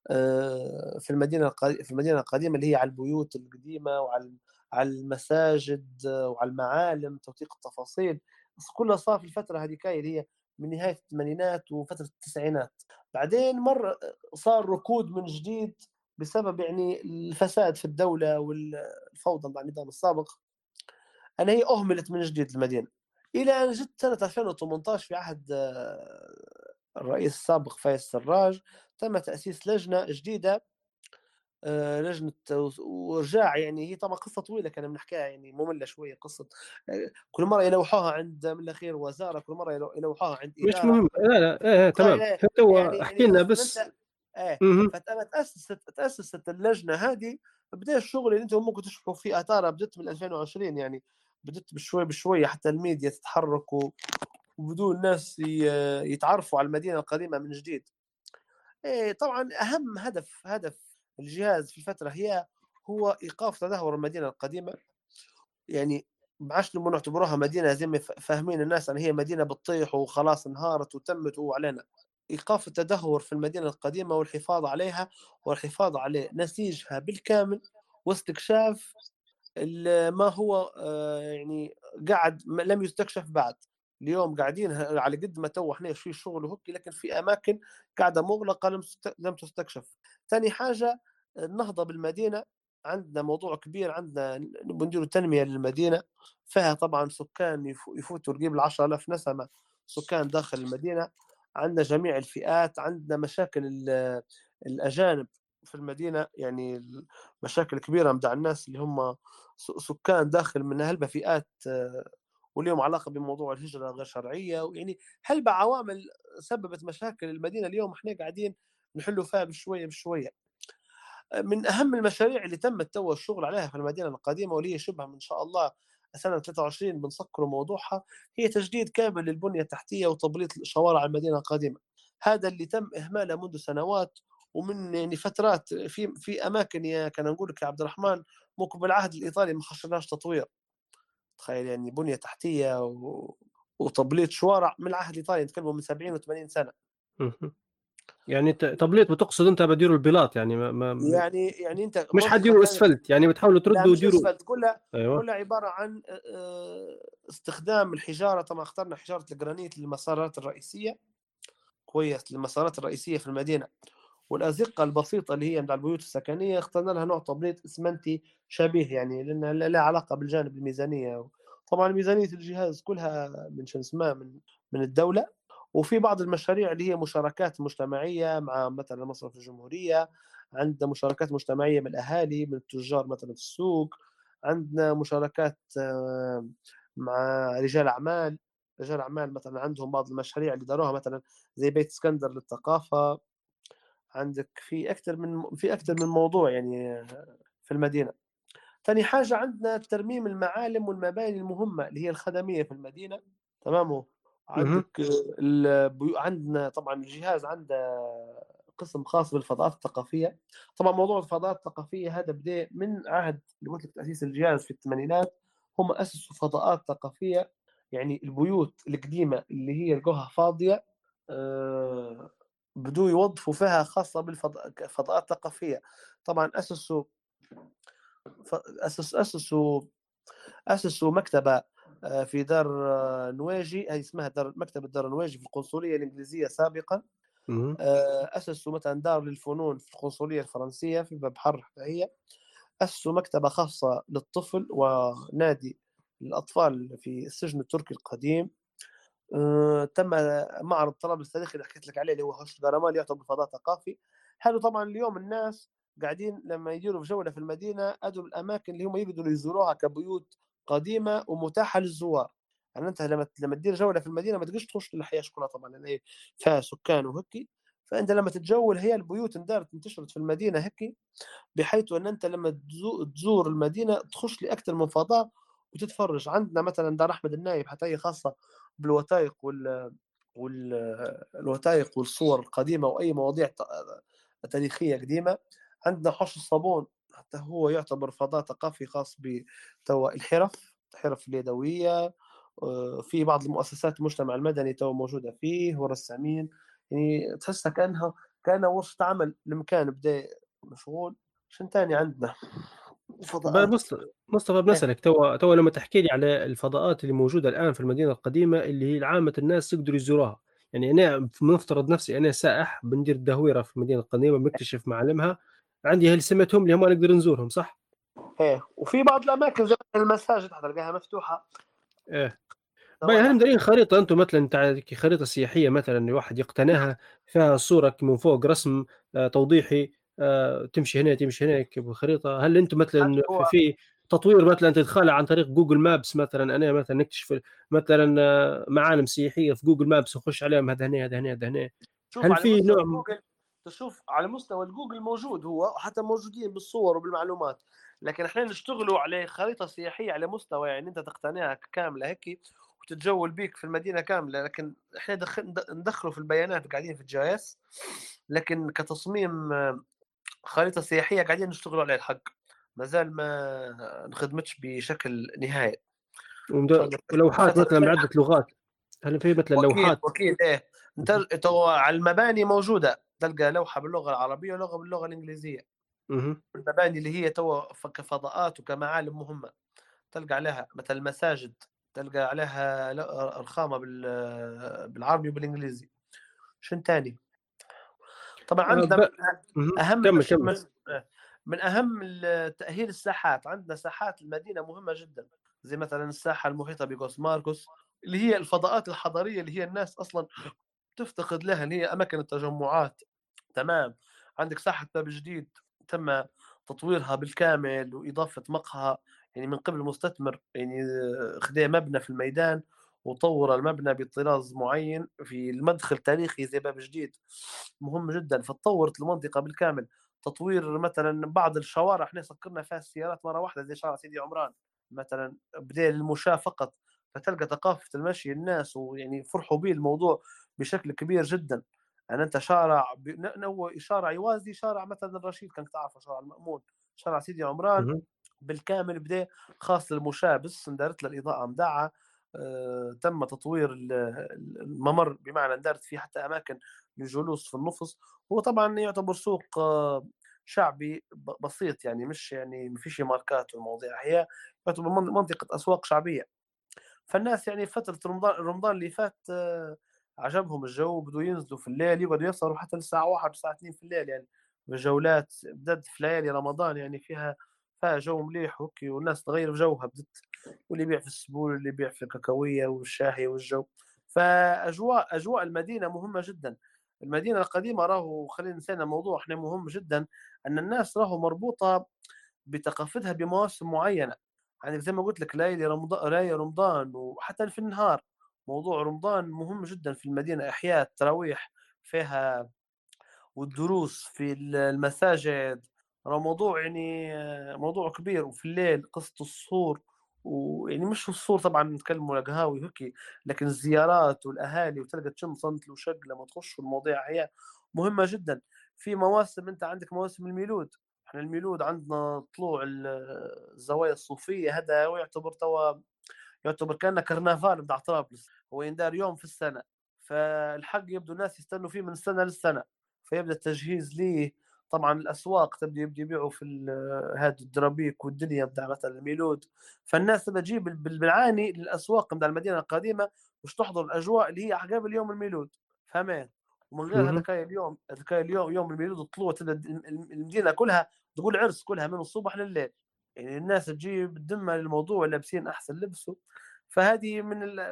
في المدينة القديمة اللي هي على البيوت القديمة على المساجد وعلى المعالم، توثيق التفاصيل. بس كلها صار في الفترة هذيكايا اللي هي من نهاية الثمانينات وفترة التسعينات. بعدين صار ركود من جديد بسبب يعني الفساد في الدولة والفوضى مع النظام السابق، أن هي أهملت من جديد المدينة. إلى أن جت سنة 2018 في عهد الرئيس السابق فايز سراج، تم تأسيس لجنة جديدة، لجنة ورجاع. يعني هي طبعًا قصة طويلة كنا بنحكيها يعني مملة شوية قصة كل مرة يلوحوها عند من الأخير وزارة، كل مرة يلوحوها عند مش إدارة. مهم، لا، لا، إيه، إيه، تمام. إيه، توا احكِ يعني لنا أصلًا بس. أنت اهم، فلمّا تأسست اللجنة هذه، بدا الشغل اللي أنتم ممكن تشوفوا فيه آثارها بدت من 2020 يعني، بدت بشوي بشوي حتى الميديا تتحرك وبدو الناس يتعرفوا على المدينة القديمة من جديد. طبعًا أهم هدف الجهاز في الفترة هو إيقاف تدهور المدينة القديمة، يعني ما عادش نبغوا نعتبروها مدينة زي ما فاهمين الناس إن هي مدينة بتطيح وخلاص انهارت وتمت وعلينا. إيقاف التدهور في المدينة القديمة والحفاظ عليها، والحفاظ على نسيجها بالكامل، واستكشاف ما هو يعني قاعد لم يستكشف بعد. اليوم قاعدين على قد ما تو إحنا في شغل وهيك، لكن في أماكن قاعدة مغلقة لم تستكشف. ثاني حاجة النهضة بالمدينة، عندنا موضوع كبير، عندنا نبغى نديروا تنمية للمدينة، فيها طبعًا سكان يفوتوا قريب ال10,000 نسمة سكان داخل المدينة، عندنا جميع الفئات، عندنا مشاكل الأجانب في المدينة، يعني مشاكل كبيرة متاع الناس اللي هم سكان داخل من هلبة فئات وليهم علاقة بموضوع الهجرة غير شرعية، ويعني هلبة عوامل سببت مشاكل المدينة اليوم إحنا قاعدين نحلوا فيها بشوية بشوية. من أهم المشاريع اللي تمت تو الشغل عليها في المدينة القديمة، واللي هي شبه إن شاء الله سنة 23 بنسكروا موضوعها، هي تجديد كامل للبنية التحتية وتبليط شوارع المدينة القديمة. هذا اللي تم إهماله منذ سنوات، ومن يعني فترات في أماكن يا كان نقول لك يا عبد الرحمن ممكن بالعهد الإيطالي ما خشناش تطوير. تخيل يعني بنية تحتية وتبليط شوارع من العهد الإيطالي، نتكلموا من 70 و80 سنة. اهم. يعني تبليط بتقصد أنت بتديروا البلاط يعني ما يعني أنت مش منطقة حتديروا ثانية. أسفلت، يعني بتحاولوا لا تردّوا مش وديروا. اسفلت، أيوه. كلها عباره عن استخدام الحجاره. طبعا اخترنا حجاره الجرانيت للمسارات الرئيسيه، كويس، للمسارات الرئيسيه في المدينه. والازقه البسيطه اللي هي من البيوت السكنيه اخترنا لها نوع تبليط اسمنتي شبيه، يعني لانها لها علاقه بالجانب الميزانيه. طبعا ميزانيه الجهاز كلها من شو اسمها من الدوله. وفي بعض المشاريع اللي هي مشاركات مجتمعيه مع مثلا مصرف الجمهوريه، عندنا مشاركات مجتمعيه من الاهالي، من التجار مثلا في السوق، عندنا مشاركات مع رجال اعمال مثلا عندهم بعض المشاريع اللي داروها، مثلا زي بيت اسكندر للثقافه. عندك في اكثر من موضوع يعني في المدينه. ثاني حاجه عندنا ترميم المعالم والمباني المهمه اللي هي الخدميه في المدينه. تمام. اهم. عندك عندنا طبعا الجهاز عنده قسم خاص بالفضاءات الثقافيه. طبعا موضوع الفضاءات الثقافيه هذا بدا من عهد اللي قلت لك تاسيس الجهاز في الثمانينات. هم اسسوا فضاءات ثقافيه، يعني البيوت القديمه اللي هي لقوها فاضيه آه، بدوا يوظفوا فيها خاصه بالفضاءات الثقافيه. طبعا ف- اسس اسسوا اسسوا مكتبه في دار نواجي، هي اسمها مكتبه دار نواجي في القنصليه الانجليزيه سابقا. اهم. اسسوا مثلا دار للفنون في القنصليه الفرنسيه في باب حر هي. اسسوا مكتبه خاصه للطفل ونادي للاطفال في السجن التركي القديم. تم معرض طرابلس التاريخي اللي حكيت لك عليه اللي هو هوش جرامال يعتبر فضاء ثقافي. هذا طبعا اليوم الناس قاعدين لما يديروا في جولة في المدينة أدوا الأماكن اللي هم يقدروا يزوروها كبيوت قديمة ومتاحة للزوار. يعني أنت لما تدير جولة في المدينة ما تقدرش تخش للحياة كلها طبعا لأن هي فيها سكان وهيك. فأنت لما تتجول هي البيوت اندارت انتشرت في المدينة هيك، بحيث ان انت لما تزور المدينه تخش لاكثر من فضاء وتتفرج. عندنا مثلا دار احمد النايب حتى هي خاصه بالوثائق والوثائق والصور القديمه واي مواضيع تاريخيه قديمه. عندنا حوش الصابون حتى هو يعتبر فضاء ثقافي خاص الحرف اليدويه. في بعض المؤسسات المجتمع المدني تو موجوده فيه ورسامين، يعني تحسها كانها ورشة عمل المكان بدا مشغول. شن تاني عندنا فضاءات. مصطفى إيه. بنسألك توا لمّا تحكي لي على الفضاءات اللي موجودة الآن في المدينة القديمة اللي هي عامة الناس يقدروا يزوروها، يعني أنا بنفترض نفسي أنا سائح بندير دهويرة في المدينة القديمة بنكتشف معالمها، عندي هل سمعتهم اللي هم نقدر نزورهم صح؟ ايه وفي بعض الاماكن زي المساجد حتلقاها مفتوحه. إيه. هل نوادي مدارين خريطة أنتم مثلًا خريطة سياحية مثلًا الواحد يقتناها فيها صورة من فوق رسم توضيحي تمشي هنا تمشي هناك بالخريطة، هل أنتم مثلًا هو في تطوير مثلًا تدخله عن طريق Google Maps مثلًا أنا مثلًا نكتشف مثلًا معالم سياحية في Google Maps ونخش عليهم هذا هنا، هذا هنا، هذا هنا، تشوف هل على في مستوى نوع جوجل، تشوف على مستوى الجوجل موجود هو حتى موجودين بالصور وبالمعلومات. لكن احنا نشتغلوا على خريطه سياحيه على مستوى يعني انت تقتنيها كامله هيك وتتجول بيك في المدينه كامله. لكن احنا ندخلوا في البيانات قاعدين في الجي اس، لكن كتصميم خريطه سياحيه قاعدين نشتغلوا عليه الحق ما زال ما انخدمتش بشكل نهائي. ولوحات مثلًا بعدة لغات، هل في مثلًا وأكيد، لوحات؟ وأكيد إيه، أنت اهم، تو على المباني موجودة، تلقى لوحة باللغة العربية ولوحة باللغة الإنجليزية، اهم، المباني اللي هي توا كفضاءات وكمعالم مهمة، تلقى عليها مثل المساجد، تلقى عليها رخامة بالعربي وبالإنجليزي. شنو تاني؟ طبعًا عندنا ب اهم، أهم كمّل، مش كمّل. من أهم تأهيل الساحات، عندنا ساحات المدينة مهمة جدًا، زي مثلًا الساحة المحيطة بقوس ماركوس، اللي هي الفضاءات الحضرية اللي هي الناس أصلًا تفتقد لها، اللي هي أماكن التجمعات. تمام. عندك ساحة باب جديد تم تطويرها بالكامل وإضافة مقهى، يعني من قبل مستثمر، يعني خدا مبنى في الميدان وطور المبنى بطراز معين في المدخل تاريخي زي باب جديد، مهم جدا، فتطورت المنطقة بالكامل. تطوير مثلا بعض الشوارع احنا سكرنا فيها السيارات مرة واحدة زي شارع سيدي عمران مثلا، بدل المشاة فقط، فتلقى ثقافة المشي الناس ويعني فرحوا به الموضوع بشكل كبير جدا. يعني أنت شارع هو شارع يوازي شارع مثلًا الرشيد كانك تعرفه، شارع المأمون، شارع سيدي عمران اهم، بالكامل خاص للمشاة بس اندارت له الإضاءة مدعّة. تم تطوير الممر بمعنى اندارت فيه حتى أماكن للجلوس في النُص. هو طبعًا يعتبر سوق شعبي بسيط، يعني مش يعني ما فيش ماركات ومواضيع، هي يعتبر منطقة أسواق شعبية. فالناس يعني فترة رمضان اللي فات عجبهم الجو، بدوا ينزلوا في الليل يقعدوا يسهروا حتى للساعة 01:00 والساعة 02:00 في الليل يعني، بالجولات بدأت في ليالي رمضان يعني فيها جو مليح وهيك، والناس تغيّر في جوها بدت، واللي يبيع في السبول واللي يبيع في الكاكاوية والشاهي والجو. أجواء المدينة مهمة جدًا. المدينة القديمة راهو خلّينا نسينا موضوع إحنا مهم جدًا، أن الناس راهو مربوطة بثقافتها بمواسم معيّنة. يعني زي ما قُلت لك ليالي رمضان وحتى في النهار، موضوع رمضان مهم جدًا في المدينة، إحياء التراويح فيها والدروس في المساجد، راه موضوع يعني موضوع كبير. وفي الليل قصة السحور، ويعني مش السحور طبعًا نتكلموا على قهاوي وهيك، لكن الزيارات والأهالي وتلقى تشم صنت وشق لمّا تخش، والمواضيع هي مهمة جدًا. في مواسم أنت عندك مواسم الميلود، إحنا الميلود عندنا طلوع الزوايا الصوفية، هذا هو يعتبر كأنه كرنفال بتاع طرابلس، هو يندار يوم في السنة، فالحق يبدو الناس يستنوا فيه من سنة للسنة، فيبدأ التجهيز ليه. طبعًا الأسواق يبدأ يبيعوا في هاد الدرابيك والدنيا بتاع مثلًا الميلود، فالناس تبدأ تجي بالمعاني للأسواق متاع المدينة القديمة باش تحضر الأجواء اللي هي عقابل يوم الميلود، فهمان. ومن غير اهم. هذاكا اليوم يوم الميلود الطلوع تبدأ المدينة كلها تقول عرس كلها من الصبح لليل. يعني الناس تجي بالذمة للموضوع لابسين أحسن لبس فهذه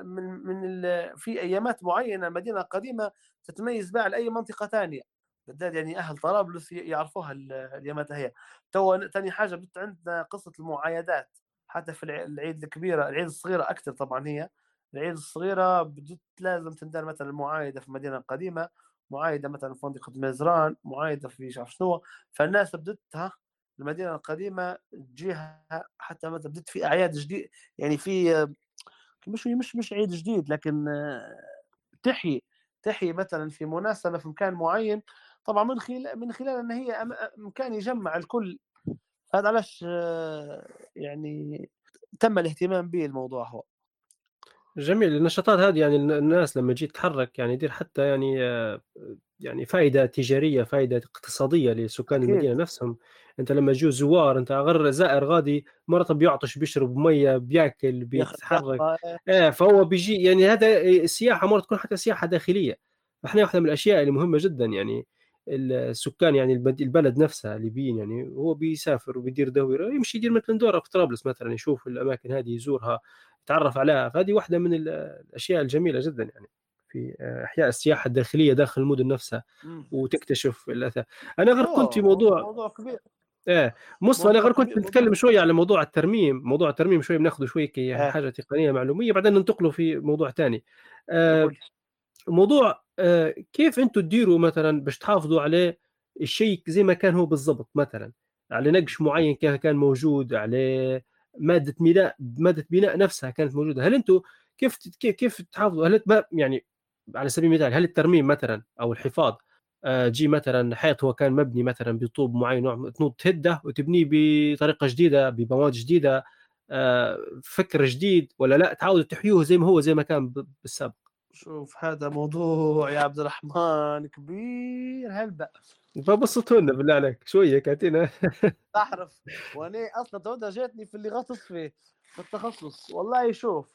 في أيامات معينة المدينة القديمة تتميز بها على أي منطقة تانية، بالذات يعني أهل طرابلس يعرفوها الأيامات هي. تاني حاجة عندنا قصة المعايدات، حتى في العيد الكبيرة العيد الصغيرة أكثر طبعا هي، العيد الصغيرة لازم تندار مثلا معايدة في المدينة القديمة، معايدة مثلا في منطقة مزران، معايدة في مش عارف شنو، فالناس بدتها المدينة القديمة تجيها حتى مثلًا بديت في أعياد يعني في مش عيد جديد، لكن تحيي مثلًا في مناسبة في مكان معين، طبعًا من خلال إن هي مكان يجمّع الكل، هذا علاش يعني تم الاهتمام به الموضوع هو. جميل، النشاطات هذه يعني الناس لمّا تجي تتحرك يعني يدير حتى يعني يعني فايدة تجارية، فايدة اقتصادية لسكان أكيد، المدينة نفسهم. أنت لمّا يجوا زوار، أنت غير زائر غادي مرات بيعطش، بيشرب مَيّة، بياكل، ياخذ بيتحرك، قهوة. فهو بييجي يعني هذا السياحة مرات تكون حتى سياحة داخلية، فإحنا واحدة من الأشياء اللي مهمة جدًا يعني السكان يعني البلد نفسها الليبيين يعني هو بيسافر وبيدير دورة، يمشي يدير مثلًا دورة في طرابلس مثلًا، يشوف الأماكن هذه يزورها، يتعرف عليها، فهذه واحدة من الأشياء الجميلة جدًا يعني في إحياء السياحة الداخلية داخل المدن نفسها. إمم. وتكتشف أنا غير كنت في موضوع موضوع كبير، مُصفى، أنا غير كنت موضوع نتكلم شوية على موضوع الترميم، موضوع الترميم شوية بناخده شوي آه، حاجة تقنية معلومية، بعدين ننتقلوا في موضوع تاني. قُل آآ لي. موضوع كيف أنتم تديروا مثلًا باش تحافظوا على الشيء زي ما كان هو بالضبط مثلًا، على نقش معيّن كان موجود، على مادة بناء نفسها كانت موجودة، هل أنتم كيف تحافظوا، هل يعني على سبيل المثال هل الترميم مثلًا أو الحفاظ تجي مثلًا حيط هو كان مبني مثلًا بطوب معيّن نوع تهده وتبنيه بطريقة جديدة، بمواد جديدة، فكر جديد، والّا لأ تعاودوا تحيوه زي ما هو زي ما كان بالسابق؟ شوف هذا موضوع يا عبد الرحمن كبير هلبة. فبسطه لنا بالله عليك شوية اعطينا. تعرف وأنا أصلا تودا جاتني في اللي غطس في التخصص والله. شوف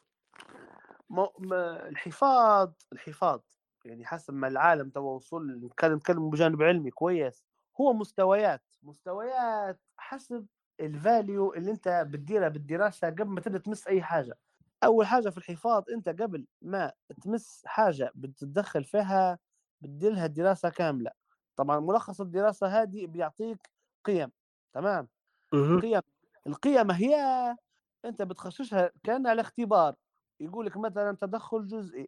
الحفاظ يعني حسب ما العالم توا وصل، نتكلم بجانب علمي كويس. هو مستويات حسب الفاليو اللي انت بتديرها بالدراسه قبل ما تبدا تمس اي حاجه. اول حاجه في الحفاظ، انت قبل ما تمس حاجه بتتدخل فيها بتدير لها الدراسه كامله. طبعا ملخص الدراسه هذه بيعطيك قيم. تمام. اهم. قيم. القيم هي انت بتخششها كانها الاختبار. يقول لك مثلا تدخل جزئي،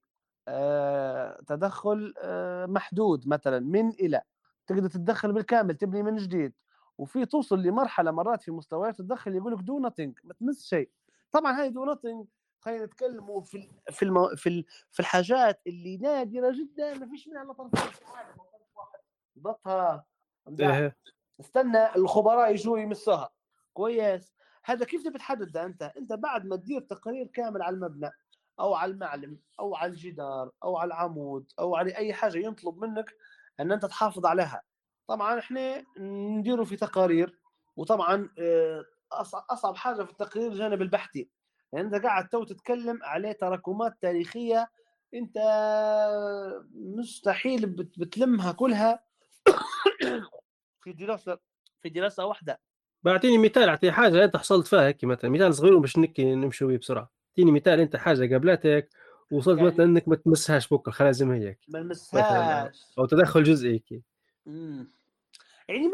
تدخل محدود مثلا من الى، تقدر تتدخل بالكامل تبني من جديد. وفي توصل لمرحله مرات في مستويات التدخل يقول لك دو نوتنج ما تمس شيء. طبعا هاي دو نوتنج خلينا نتكلموا في الحاجات اللي نادره جدا ما فيش منها الا طرفين في العالم او طرف واحد ضبطها مدعم. أها. استنى الخبراء يجوا يمسوها كويس. هذا كيف تبي تحدد ده؟ انت بعد ما تدير تقرير كامل على المبنى او على المعلم او على الجدار او على العمود او على اي حاجه ينطلب منك ان انت تحافظ عليها. طبعا احنا نديره في تقارير. وطبعا اصعب حاجه في التقرير الجانب البحثي، لان انت قاعد تو تتكلم عليه تراكمات تاريخيه. انت مستحيل بتلمها كلها في دراسه واحده. اعطيني مثال، اعطيني حاجة أنت حصلت فيها هيك مثلًا، مثال صغير باش نمشوا بيه بسرعة. اعطيني مثال أنت حاجة قابلتك ووصلت مثلًا يعني إنك ما تمسهاش بكرة خلاص زي ما هي هيك، ما مثلًا نمسهاش. أو تدخُّل جزئي هيك. إمم. يعني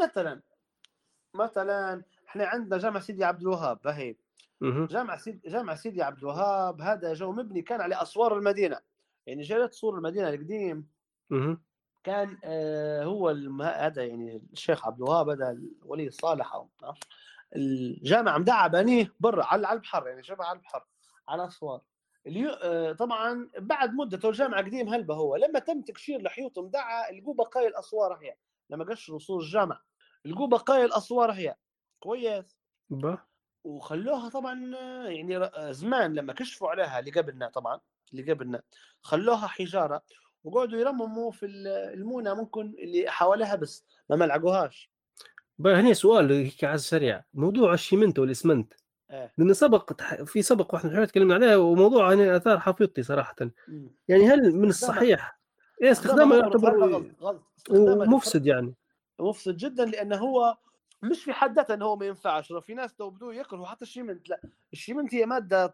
مثلًا إحنا عندنا جامع سيدي عبد الوهاب باهي. اهم. جامع سيدي عبد الوهاب هذا مبني كان على أسوار المدينة. يعني جريت سور المدينة القديم اهم. كان هو هذا يعني الشيخ عبد الوهاب هذا الولي الصالح أو ما أعرفش. الجامع مدعّى بانيه برّا على البحر، يعني شبه على البحر على أسوار. طبعًا بعد مدة تو الجامع قديم هلبة هو، لمّا تم تكشير لحيوط مدعّى لقوا بقايا الأسوار أحيا. لمّا قشروا سور الجامع لقوا بقايا الأسوار أحيا كويس. با وخلّوها طبعًا يعني زمان لمّا كشفوا عليها اللي قبلنا خلّوها حجارة. وقعدوا يرمموا في المونة ممكن اللي حواليها بس ما لعقوهاش. هنا سؤال هيك على السريع، موضوع الشيمنت والإسمنت، إيه. لأن في سبق واحنا شوية تكلمنا عليه، وموضوع يعني أثار حفيظتي صراحةً. إمم. يعني هل من استخدامها الصحيح استخدامها استخدامه مغرف يعتبر هلبا غلط. استخدامها ومفسد يعني؟ مفسد جدًا لأنه هو مش في حد ذاته إنه هو ما ينفعش. في ناس تو بدو يكرهوا حتى الشيمنت. لأ، الشيمنت هي مادة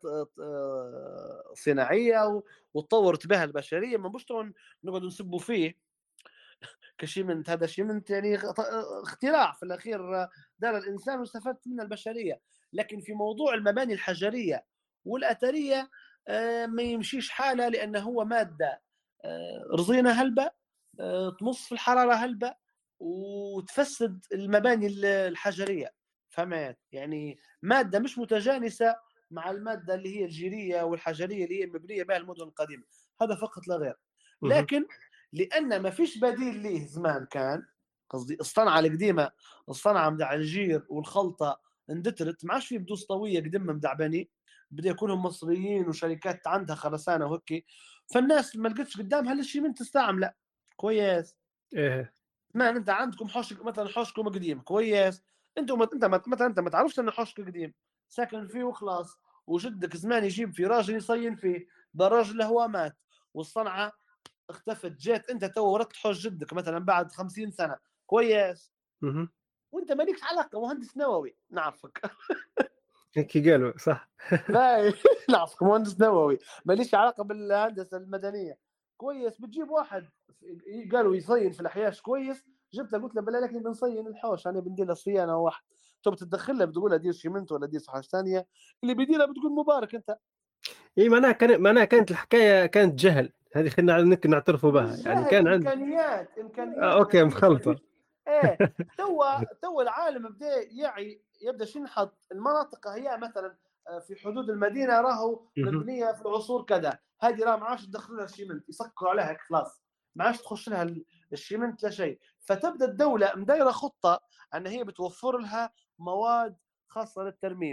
صناعية واتطورت بها البشرية. ما نبوش تو نقعدوا نسبوا فيه كشيمنت. هذا شيمنت يعني اختراع في الأخير دار الإنسان واستفادت منه البشرية. لكن في موضوع المباني الحجرية والأثرية ما يمشيش حاله لأنه هو مادة رزينة هلبة، تمص في الحرارة هلبة وتفسد المباني الحجرية. فهمت؟ يعني مادة مش متجانسة مع المادة اللي هي الجيرية والحجرية اللي هي مبنية بها المدن القديمة. هذا فقط لا غير. اهم. لكن لأن ما فيش بديل ليه زمان كان، قصدي الصنعة القديمة، الصنعة متاع الجير والخلطة اندثرت. ما عادش في بدوس طوية قدم مدعبني. بدا يكونوا مصريين وشركات عندها خرسانة وهيك. فالناس ما لقتش قدامها الا شيء من تستعمله كويس. إيه. ما انت عندكم حوشك مثلا حوشكم قديم كويس. انت ما تعرفش ان حوشك قديم ساكن فيه وخلاص. وجدك زمان يجيب في راجل يصين فيه. ده راجل هو مات والصنعه اختفت. جيت انت تو ورثت حوش جدك مثلا بعد 50 سنه كويس. اهم. وانت مالكش علاقه مهندس نووي نعرفك. هيك قالوا صح. باي نعرفك مهندس نووي ماليش علاقه بالهندسه المدنيه كويس. بتجيب واحد قالوا يصين في الاحياش كويس. جبته قلت له بالله لك بنصين الحوش انا بندير له صيانه واحد. تو بتتدخل له بتقول له دير شيمنت ولا دير حاجه ثانيه. اللي بيديرها بتقول مبارك انت. معناها كانت الحكاية كانت جهل، هذه خلينا نعترفوا بها، مش يعني جهل، كان امكانيات أوكي نفيسه مخلطة. فيش. ايه. توا العالم بدا يبدا ينحط المناطق هي مثلا في حدود المدينه راهو اهم. مبنيه في العصور كذا. هذه راه ما عادش تدخل لها الشيمنت يسكروا عليها خلاص. ما عادش تخش لها الشيمنت لا شيء. فتبدا الدوله مدايره خطه ان هي بتوفر لها مواد خاصه للترميم.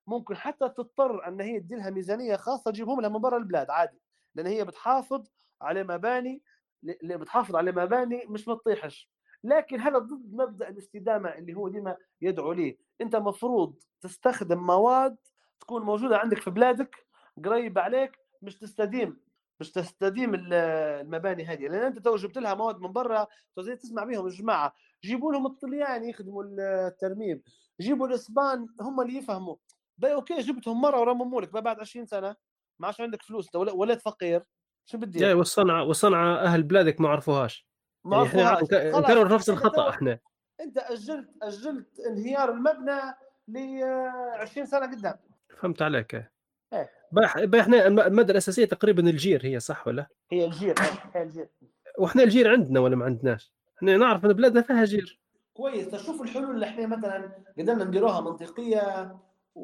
ممكن حتى تضطر أن هي تدير لها ميزانية خاصة تجيبهم لها من برا البلاد عادي، لأن هي بتحافظ على مباني بتحافظ على مباني مش ما تطيحش. لكن هذا ضد مبدأ الاستدامة اللي هو ديما يدعو ليه. أنت مفروض تستخدم مواد تكون موجودة عندك في بلادك قريبة عليك، مش تستديم المباني هذه، لأن أنت تو جبت لها مواد من برا زي تسمع بيهم الجماعة، جيبوا لهم الطليان يخدموا الترميم، جيبوا الإسبان هم اللي يفهموا. بقى أوكي جبتهم مرة ورمموا لك، بقى بعد 20 سنة ما عادش عندك فلوس، أنت وليت فقير، شو جاي بتدير؟ والصنعة أهل بلادك ما عرفوهاش. ما يعني إحنا عرفوهاش خلاص. نكرر نفس أنت الخطأ تو إحنا. أنت أجلت انهيار المبنى ل 20 سنة قدام. فهمت عليك. إيه إحنا المادة الأساسية تقريبا الجير، هي صح ولا؟ هي الجير، إيه هي الجير. وإحنا الجير عندنا ولا ما عندناش؟ إحنا نعرف إن بلادنا فيها جير. كويس، تشوف الحلول اللي احنا مثلا قدرنا نديروها منطقية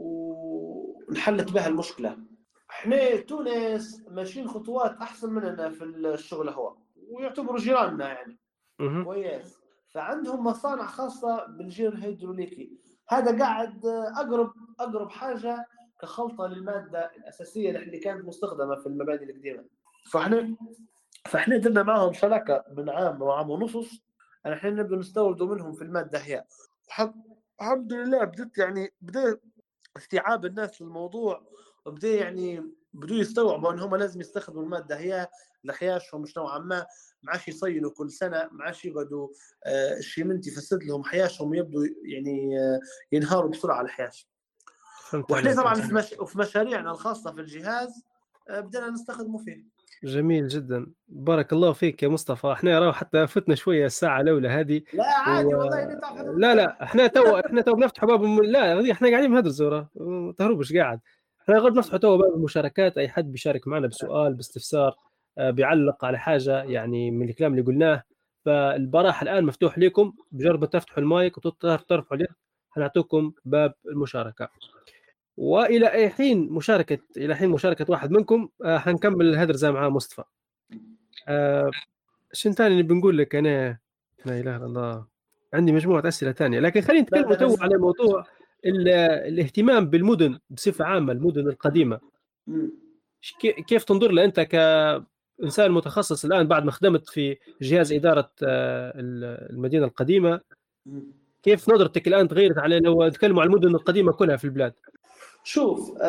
ونحلت بها المشكلة. احنا تونس ماشيين خطوات احسن مننا في الشغل هو، ويعتبروا جيراننا يعني. اهم. كويس. فعندهم مصانع خاصة بالجير الهيدروليكي، هذا قاعد اقرب حاجة كخلطة للمادة الأساسية اللي كانت مستخدمة في المباني القديمة. فاحنا فاحنا درنا معهم شراكة من عام وعام ونص، الحين نبدأ نستوردوا منهم في المادة هي. الحمد لله بدأ استيعاب الناس للموضوع، وبدأ بدو يستوعبوا ان هم لازم يستخدموا المادة هي لحياشهم، مش نوعا ما عادش يصينوا كل سنة، ما عادش يقعدوا الشيمنت يفسد لهم حياشهم ويبدوا ينهاروا بسرعة على الحياش. فهمت واحنا عليك. طبعا في مشاريعنا الخاصة في الجهاز بدأنا نستخدمه فيه. جميل جدًا، بارك الله فيك يا مصطفى. إحنا راهو حتى فتنا شوية الساعة الأولى هذه. لا و عادي والله، انت تعرف لا، لا، إحنا تو بنفتحوا باب لا هذه إحنا قاعدين بندرسوا ما تهربش قاعد. إحنا غير بنفتحوا تو باب المشاركات، أي حد بيشارك معنا بسؤال، باستفسار، بيعلّق على حاجة يعني من الكلام اللي قلناه. فالبراح الآن مفتوح ليكم، بمجرد ما تفتحوا المايك ترفعوا اليد حنعطيكم باب المشاركة. إلى حين مشاركة واحد منكم حنكمل الهدرزة مع مصطفى. آآ شنو تاني نبي نقول لك أنا؟ لا إله إلا الله، عندي مجموعة أسئلة تانية، لكن خلينا لا نتكلموا لا تو بس. على موضوع الاهتمام بالمدن بصفة عامة، المدن القديمة. مم. كيف تنظر لها أنت كإنسان متخصص الآن بعد ما خدمت في جهاز إدارة المدينة القديمة؟ مم. كيف نظرتك الآن تغيرت على لو نتكلموا على المدن القديمة كلها في البلاد؟ شوف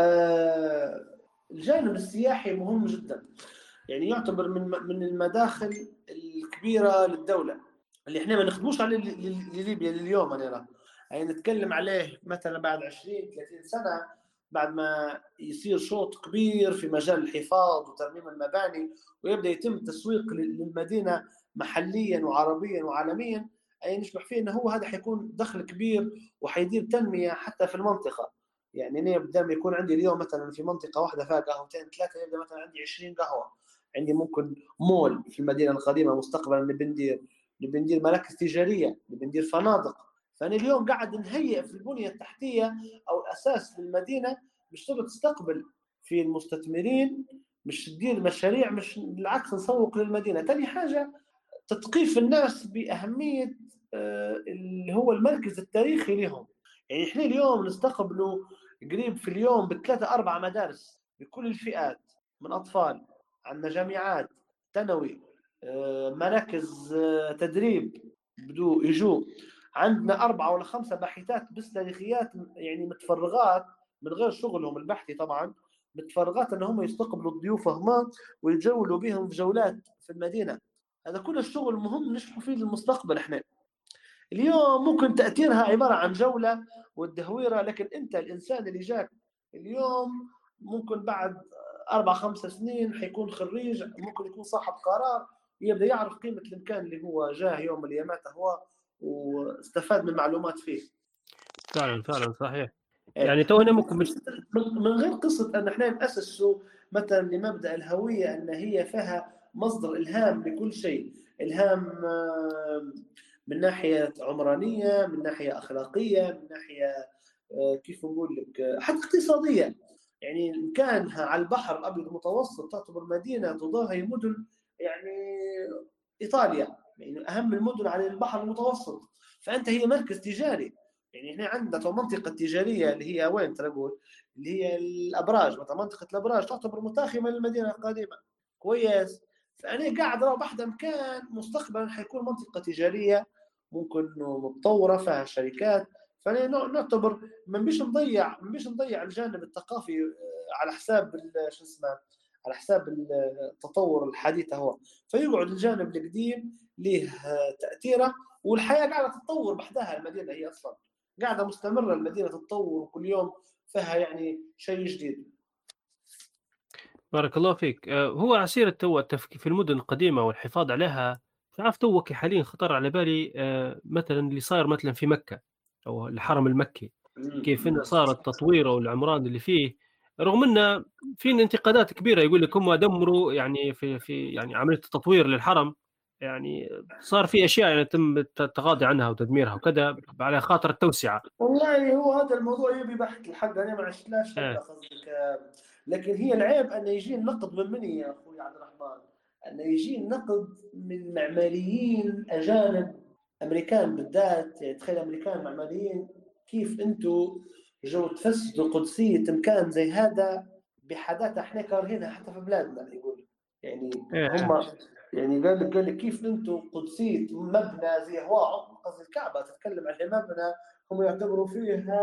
الجانب السياحي مهم جدا، يعني يعتبر من المداخل الكبيرة للدولة، اللي احنا ما نخدموش عليه لليبيا لليوم. انا راه يعني نتكلم عليه مثلا بعد 20 30 سنة، بعد ما يصير شوط كبير في مجال الحفاظ وترميم المباني، ويبدأ يتم التسويق للمدينة محليا وعربيا وعالميا، أي نشبح فيه أنه هو هذا حيكون دخل كبير وحيدير تنمية حتى في المنطقة. يعني أنا بدل ما يكون عندي اليوم مثلا في منطقة واحدة فيها قهوتين ثلاثة، يبدأ مثلا عندي 20 قهوة، عندي ممكن مول في المدينة القديمة مستقبلا نبي ندير مراكز تجارية، نبي ندير فنادق. فأنا اليوم قاعد نهيئ في البنية التحتية أو الأساس للمدينة، مش تبغى تستقبل في المستثمرين، مش تدير مشاريع، مش بالعكس نسوق للمدينة. تاني حاجة تثقيف الناس بأهمية اللي هو المركز التاريخي لهم. يعني احنا اليوم نستقبلوا قريب في اليوم بثلاثة أربعة مدارس بكل الفئات، من أطفال، عندنا جامعات، ثانوي، مراكز تدريب بدو يجوا، عندنا 4 ولا 5 باحثات بس تاريخيات يعني متفرغات من غير شغلهم البحثي طبعا، متفرغات ان هم يستقبلوا الضيوف هما ويتجولوا بهم في جولات في المدينه. هذا كل الشغل مهم نشوفه فيه للمستقبل. احنا اليوم ممكن تأثيرها عبارة عن جولة والدهويرة، لكن أنت الإنسان اللي جاك اليوم ممكن بعد 4 5 سنين حيكون خريج، ممكن يكون صاحب قرار، يبدأ يعرف قيمة المكان اللي هو جاه يوم من الأيامات هو واستفاد من معلومات فيه. فعلًا، فعلًا صحيح. إيه. يعني تو من أنا غير ممكن قصة من غير قصة أن احنا نأسسوا مثلا لمبدأ الهوية أن هي فيها مصدر إلهام لكل شيء، إلهام من ناحية عمرانية، من ناحية أخلاقية، من ناحية كيف نقول لك حتى اقتصادية. يعني إن كانها على البحر الأبيض المتوسط تعتبر مدينة تضاهي مدن يعني إيطاليا، يعني أهم المدن على البحر المتوسط، فأنت هي مركز تجاري. يعني إحنا عندنا منطقة تجارية اللي هي وين تنقول، اللي هي الأبراج، مثلًا منطقة الأبراج تعتبر متاخمة للمدينة القديمة، كويس؟ فأنا قاعد أرى بحث مكان مستقبلًا حيكون منطقة تجارية ممكن إنه متطورة فيها شركات، فأنا نعتبر ما نبيش نضيّع الجانب الثقافي على حساب شو اسمه، على حساب التطور الحديث أهو، فيقعد الجانب القديم ليه تأثيره، والحياة قاعدة تتطور بحدها المدينة هي أصلًا. قاعده مستمره المدينه تتطور وكل يوم فيها يعني شيء جديد. بارك الله فيك. هو على سيرة توا في المدن القديمة والحفاظ عليها، مش عارف توّكِ حاليًا خطر على بالي مثلًا اللي صاير مثلًا في مكة أو الحرم المكي، كيف إنه صار التطوير والعمران اللي فيه، رغم إنه في انتقادات كبيرة يقول لك هم دمروا يعني في يعني عملية التطوير للحرم، يعني صار في أشياء يعني تم التغاضي عنها وتدميرها وكذا على خاطر التوسعة. والله هو هذا الموضوع يبي بحث الحق، انا ما عشتلاش آه، هلبة قصدك لكن هي العيب ان يجي النقد من مني يا اخوي عبد الرحمن، ان يجي النقد من معماريين اجانب امريكان بالذات، يعني تخيل امريكان معماريين كيف انتم جو تفسدوا قدسيه مكان زي هذا بحداثه احنا كارهينها حتى في بلادنا يقول، يعني إيه، إيه. هم يعني قال لك كيف انتم قدسيه مبنى زي هو قصدي الكعبه تتكلم عن مبنى هم يعتبروا فيه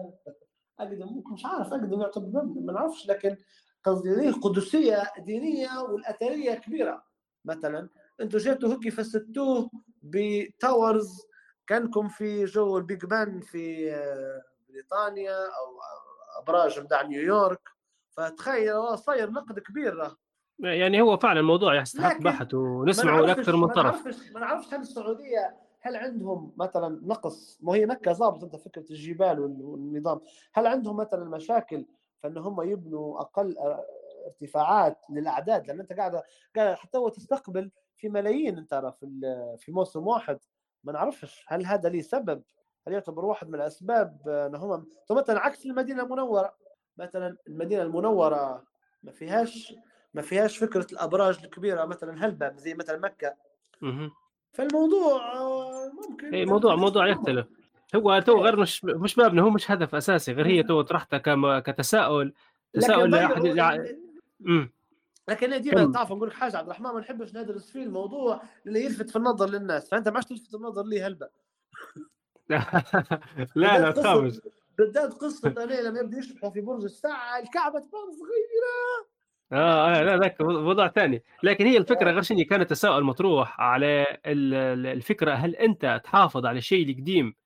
اقدم، ممكن مش عارف اقدم يعتبر مبنى ما نعرفش، لكن قصدي ليه قدسيه دينيه والاثريه كبيره. مثلا انتم جيتوا هيك فسدتوه بتاورز كانكم في جو البيج بان في بريطانيا او ابراج متاع نيويورك، فتخيل صاير نقد كبير له. يعني هو فعلًا الموضوع يستحق لكن بحث ما ونسمعه لأكثر نعرفش من ما طرف. نعرفش ما نعرفش هل السعوديه هل عندهم مثلا نقص، ما هي مكه ضابط انت فكره الجبال والنظام، هل عندهم مثلا مشاكل فان هم يبنوا اقل ارتفاعات للاعداد، لان انت قاعد حتى هو تستقبل في ملايين ترى في موسم واحد، ما نعرفش هل هذا ليه سبب، هل يعتبر واحد من الاسباب ان هم مثلا عكس المدينه المنوره، مثلا المدينه المنوره ما فيهاش ما فيهاش فكره الابراج الكبيره مثلا هلبة زي مثلا مكه، اهم. فالموضوع ممكن موضوع يختلف. هو تو غير ايه، مش مبني، هو مش هدف أساسي، غير هي تو طرحتها كتساؤل، لكن لأحد ضيعوا إمم. لكن أنا ديما كمّل. تعرف نقول لك حاجه عبد الرحمن، ما نحبش ندرس فيه الموضوع اللي يلفت في النظر للناس، فانت ما عادش تلفت النظر لي هلبة. لا، بالذات لا قصه تخافش. بالذات قصه انا لما يبدا يشبحوا في برج الساعه الكعبه تبان صغيره. لا ذاك موضوع ثاني، لكن هي الفكرة غير شنو كان التساؤل مطروح على الفكرة، هل أنت تحافظ على الشيء القديم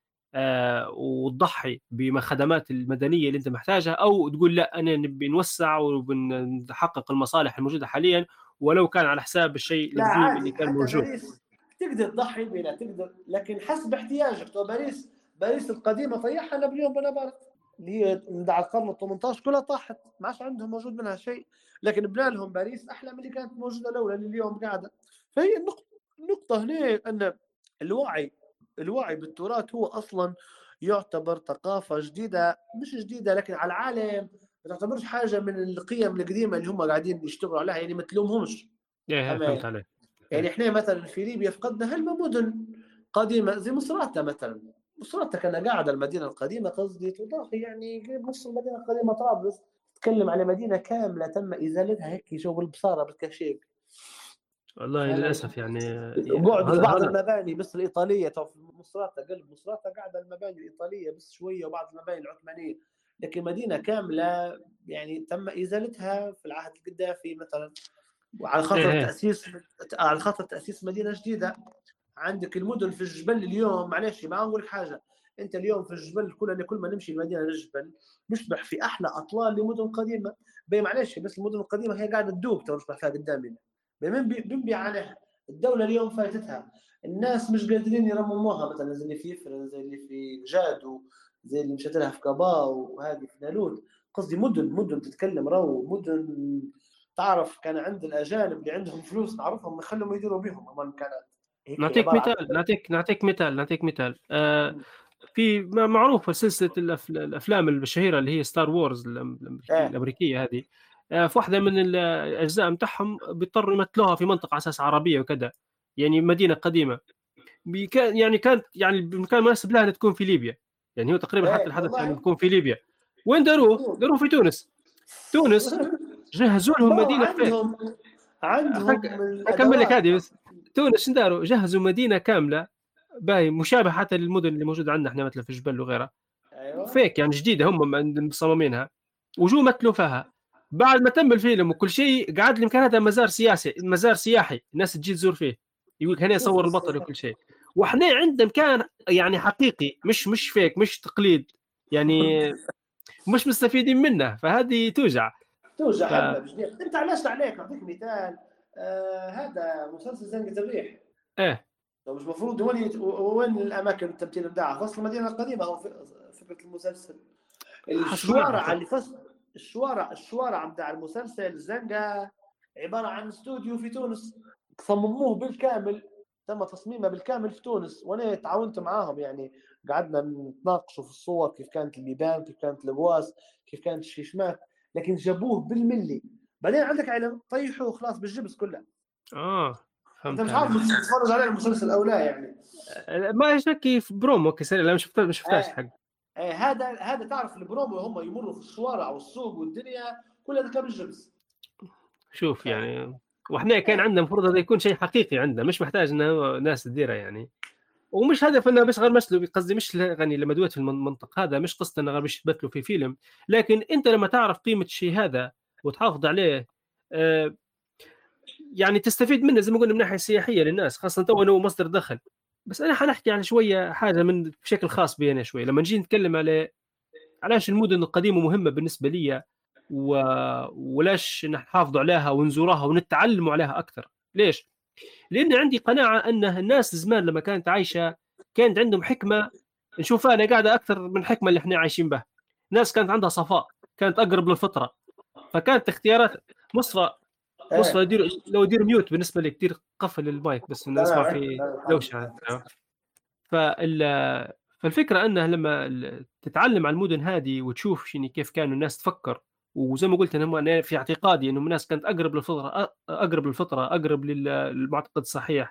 وتضحي بالخدمات المدنية اللي أنت محتاجها، أو تقول لأ أنا نبي نوسّع نحقق المصالح الموجودة حاليًا ولو كان على حساب الشيء لا القديم اللي عادي كان حتى موجود؟ باريس تقدر تضحي بلا تقدر، لكن حسب احتياجك. تو باريس القديمه طيحها نابليون بونابرت اللي هي من على القرن ال 18 كلها طاحت، ما عادش عندهم موجود منها شيء، لكن بنى لهم باريس احلى من اللي كانت موجوده الاولى اللي اليوم قاعده. فهي النقطه هنا ان الوعي الوعي بالتراث هو اصلا يعتبر ثقافه جديده، مش جديده لكن على العالم ما تعتبرش حاجه من القيم القديمه اللي هم قاعدين يشتغلوا عليها، يعني ما تلومهمش. إيه، إيه فما فهمت عليك. يعني إيه. احنا مثلا في ليبيا فقدنا مدن قديمه زي مصراتة مثلا، مصراتة كان قاعده المدينه القديمه قصدي تضاهي يعني قريب نص المدينه القديمه طرابلس، تتكلم على مدينه كامله تم ازالتها هيك شغل بصاره بالكاشيك. والله فما للأسف يعني قعدت بعض هذا المباني بس الايطاليه، تو في مصراتة قلب مصراتة قاعده المباني الايطاليه بس شويه وبعض المباني العثمانيه، لكن مدينه كامله يعني تم ازالتها في العهد القذافي مثلا، وعلى إيه، خاطر إيه. تاسيس على خاطر تاسيس مدينه جديده. عندك المدن في الجبل اليوم، معلش ما اقول لك حاجه، انت اليوم في الجبل كل ما نمشي المدينه للجبل نشبح في احلى اطلال لمدن قديمه، معلش بس المدن القديمه هي قاعده تدوب تو نشبح فيها قدامنا، من بيعانيها الدوله اليوم فايتتها، الناس مش قادرين يرمموها، مثلا زي اللي في يفرن زي اللي في جادو زي اللي مشيت لها في كابا وهذه في نالوت، قصدي مدن تتكلم مدن تعرف كان عند الاجانب اللي عندهم فلوس نعرفهم نخلهم يديروا بهم اما كانت هيك نعطيك عباره عن مثال، نعطيك مثال في معروفة سلسلة الأفلام الشهيرة اللي هي ستار وورز ايه الأمريكية هذه. في واحدة من الأجزاء متاعهم بيضطروا يمثلوها في منطقة على أساس عربية وكذا، يعني مدينة قديمة. يعني كانت يعني المكان المناسب لها أن تكون في ليبيا، يعني هو تقريبا حتى ايه الحدث يعني والله. بيكون في ليبيا. وين داروه؟ داروه في تونس. تونس جهزوا لهم ما هو مدينة فيك. عندهم أكمل لك الادوات. هذه بس. تونس شن داروا؟ جهزوا مدينة كاملة باهي مشابهة حتى للمدن اللي موجودة عندنا احنا مثلا في جبل وغيرها، ايوه. فيك يعني جديدة هم مصممينها، وجو مثلوا فيها. بعد ما تم الفيلم وكل شيء قعد الإمكان هذا مزار سياسي، مزار سياحي الناس تجي تزور فيه، يقول لك هنا شوف يصور البطل وكل شيء. واحنا عندنا مكان يعني حقيقي، مش فيك، مش تقليد يعني، مش مستفيدين منه، فهذه توجع. توجع ف حبه بجديد. انت علاش عليك اعطيك مثال. هذا مسلسل زنقة الريح، ايه لو مش مفروض وين الاماكن التمثيل بتاعها؟ فصل المدينه القديمه هو فكره المسلسل. حسب ما الشوارع أعرف. اللي فصل الشوارع بتاع المسلسل الزنقة عباره عن استوديو في تونس، صمموه بالكامل، تم تصميمه بالكامل في تونس، وانا تعاونت معاهم يعني، قعدنا نتناقشوا في الصور، كيف كانت البيبان، كيف كانت الابواس، كيف كانت الشيشمات، لكن جابوه بالملي. بعدين عندك علم طيحوه خلاص بالجبس كله. انت فهمت مش عارف عليك. تتفرج عليه المسلسل او لا يعني. ما شكي في برومو كسر، لا ما شفتهاش آه. حق. هذا تعرف البرومو هم يمروا في الشوارع والسوق والدنيا كلها ذكر بالجبس. شوف ف... يعني، واحنا كان ايه عندنا المفروض هذا يكون شيء حقيقي عندنا، مش محتاج انه ناس تديره يعني. ومش هدف انه بس غير مسلو، قصدي مش يعني لما دوت في المنطق هذا مش قصة انه غير باش تبثلوا في فيلم، لكن انت لما تعرف قيمة الشيء هذا وتحافظ عليه، آه يعني تستفيد منه زي ما قلنا من ناحية سياحية للناس، خاصة تو انه مصدر دخل. بس انا حنحكي عن شوية حاجة من بشكل خاص بي انا شوي، لما نجي نتكلم على علاش المدن القديمة مهمة بالنسبة لي، و... ولاش نحافظوا عليها ونزورها ونتعلموا عليها أكثر. ليش؟ لأن عندي قناعة أن الناس زمان لما كانت عايشة كانت عندهم حكمة نشوفها أنا قاعدة أكثر من الحكمة اللي احنا عايشين بها. ناس كانت عندها صفاء، كانت أقرب للفطرة، فكانت اختيارات. مصفى ايه لو دير ميوت بالنسبة لك، دير قفل المايك بس نسمع تمام. في تمام. دوشة. فال فالفكرة أنها لما تتعلم على المدن هذه وتشوف شنو كيف كانوا الناس تفكر، وزي ما قلت أنا في اعتقادي أنه الناس كانت أقرب للفطرة، أقرب للمعتقد الصحيح.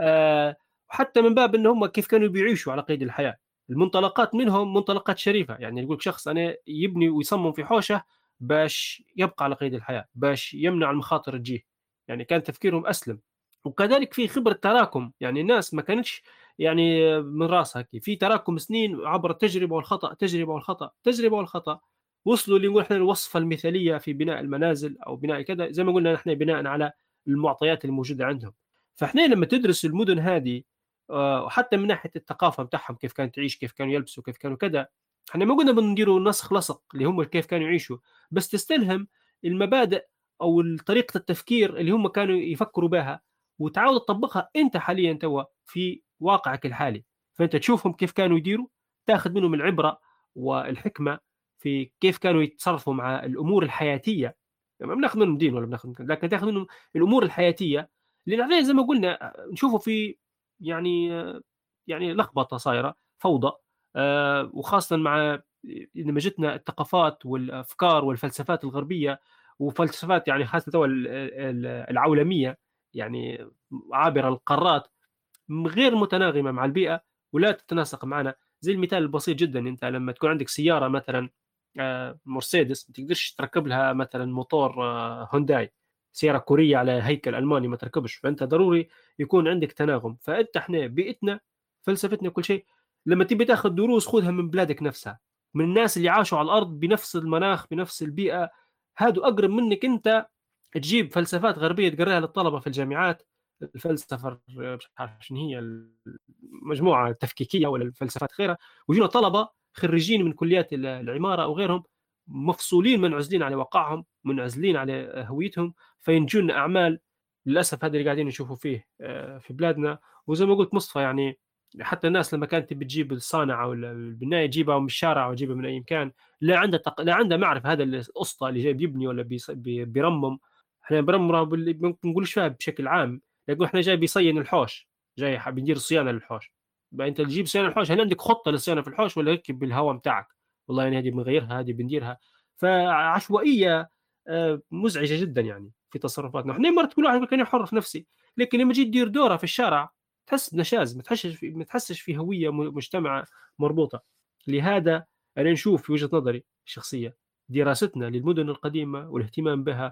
وحتى من باب أنه هم كيف كانوا بيعيشوا على قيد الحياة. المنطلقات منهم منطلقات شريفة، يعني يقول شخص أنا يبني ويصمم في حوشة باش يبقى على قيد الحياة، باش يمنع المخاطر تجيه. يعني كان تفكيرهم أسلم. وكذلك في خبرة تراكم، يعني الناس ما كانتش يعني من راسها كيف في تراكم سنين عبر التجربه والخطا، تجربه والخطا، تجربه والخطا، وصلوا اللي نقول احنا الوصفه المثاليه في بناء المنازل او بناء كذا، زي ما قلنا احنا بناء على المعطيات الموجوده عندهم. فاحنا لما تدرس المدن هذه، وحتى من ناحيه الثقافه بتاعهم كيف كانت تعيش، كيف كانوا يلبسوا، كيف كانوا كذا، احنا ما قلنا بنديروا نسخ لصق اللي هم كيف كانوا يعيشوا، بس تستلهم المبادئ او طريقه التفكير اللي هم كانوا يفكروا بها، وتعاود تطبقها انت حاليا توا في واقعك الحالي. فانت تشوفهم كيف كانوا يديروا، تاخذ منهم العبره والحكمه في كيف كانوا يتصرفوا مع الامور الحياتيه. يعني ما بناخذ منهم دين ولا بناخذ، لكن تاخذ منهم الامور الحياتيه، لان احنا زي ما قلنا نشوفوا في يعني يعني لخبطه صايره، فوضى. وخاصه مع اندمجتنا الثقافات والافكار والفلسفات الغربيه، وفلسفات يعني خاصه تو العولميه، يعني عابره القارات، غير متناغمه مع البيئه ولا تتناسق معنا. زي المثال البسيط جدا، انت لما تكون عندك سياره مثلا مرسيدس، ما تقدرش تركب لها مثلا موتور هونداي. سياره كوريه على هيكل الماني ما تركبش، فانت ضروري يكون عندك تناغم. فانت احنا بيئتنا، فلسفتنا، كل شيء لما تبي تاخذ دروس خذها من بلادك نفسها، من الناس اللي عاشوا على الارض بنفس المناخ بنفس البيئه. هادو اقرب منك انت تجيب فلسفات غربيه تقريها للطلبه في الجامعات. الفلسفه مش عارف شنو هي، المجموعه التفكيكيه ولا الفلسفات غيرها، ويجونا طلبه خريجين من كليات العماره او غيرهم، مفصولين، منعزلين على واقعهم، منعزلين على هويتهم، فينجون اعمال للاسف هذا اللي قاعدين نشوفه فيه في بلادنا. وزي ما قلت مصطفى يعني، حتى الناس لما كانت بتجيب الصانع او البنايه تجيبها من الشارع او تجيبها من اي مكان، لا عنده معرفه هذا الاسطى اللي جاي بيبني ولا بيرمم. احنا بنرمم ما بنقولش فيها بشكل عام، يقول احنا جاي بيصين الحوش، جاي حاب يدير صيانه للحوش. بقى انت تجيب صيانه الحوش، هل عندك خطه للصيانه في الحوش ولا هيك بالهواء بتاعك؟ والله يعني هذه بنغيرها، هذه بنديرها. فعشوائيه مزعجه جدا يعني في تصرفاتنا. احنا مرات كل واحد كان حر في نفسي، لكن لما تجي تدير دوره في الشارع تحس بنشاز، ما تحسش في هويه مجتمع مربوطه. لهذا أنا نشوف في وجهة نظري الشخصية دراستنا للمدن القديمة والاهتمام بها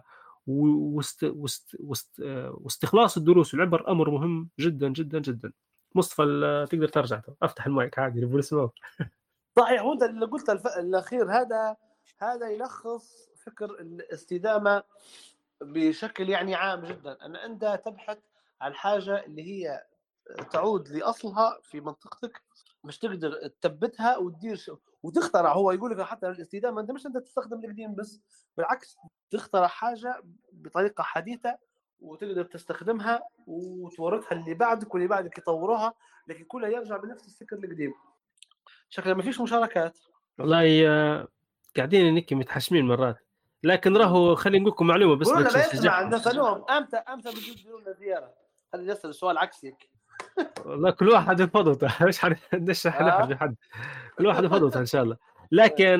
واستخلاص الدروس والعبر أمر مهم جدا جدا جدا. مصطفى تقدر ترجع أفتح المايك عادي اللي بنسمعه. صحيح، وانت اللي قلت الاخير هذا يلخص فكر الاستدامه بشكل يعني عام جدا، ان انت تبحث عن حاجه اللي هي تعود لاصلها في منطقتك، مش تقدر تثبتها وتدير وتخترع. هو يقول لك حتى الاستدامه انت مش تستخدم القديم بس، بالعكس تخترع حاجه بطريقه حديثه وتقدر تستخدمها وتورثها اللي بعدك واللي بعدك يطوروها، لكن كلها يرجع بنفس الفكر القديم. شكله ما فيش مشاركات. والله قاعدين نكي متحشمين مرات، لكن راهو خلينا نقول لكم معلومه بس قولوا لنا باش بيسمع نشجعكم. نسالوهم امتى بتجوا لنا زياره؟ خلي يسال سؤال عكسك. والله كل واحد بفضلته مش حنشرح نحرج حد، كل واحد بفضلته ان شاء الله. لكن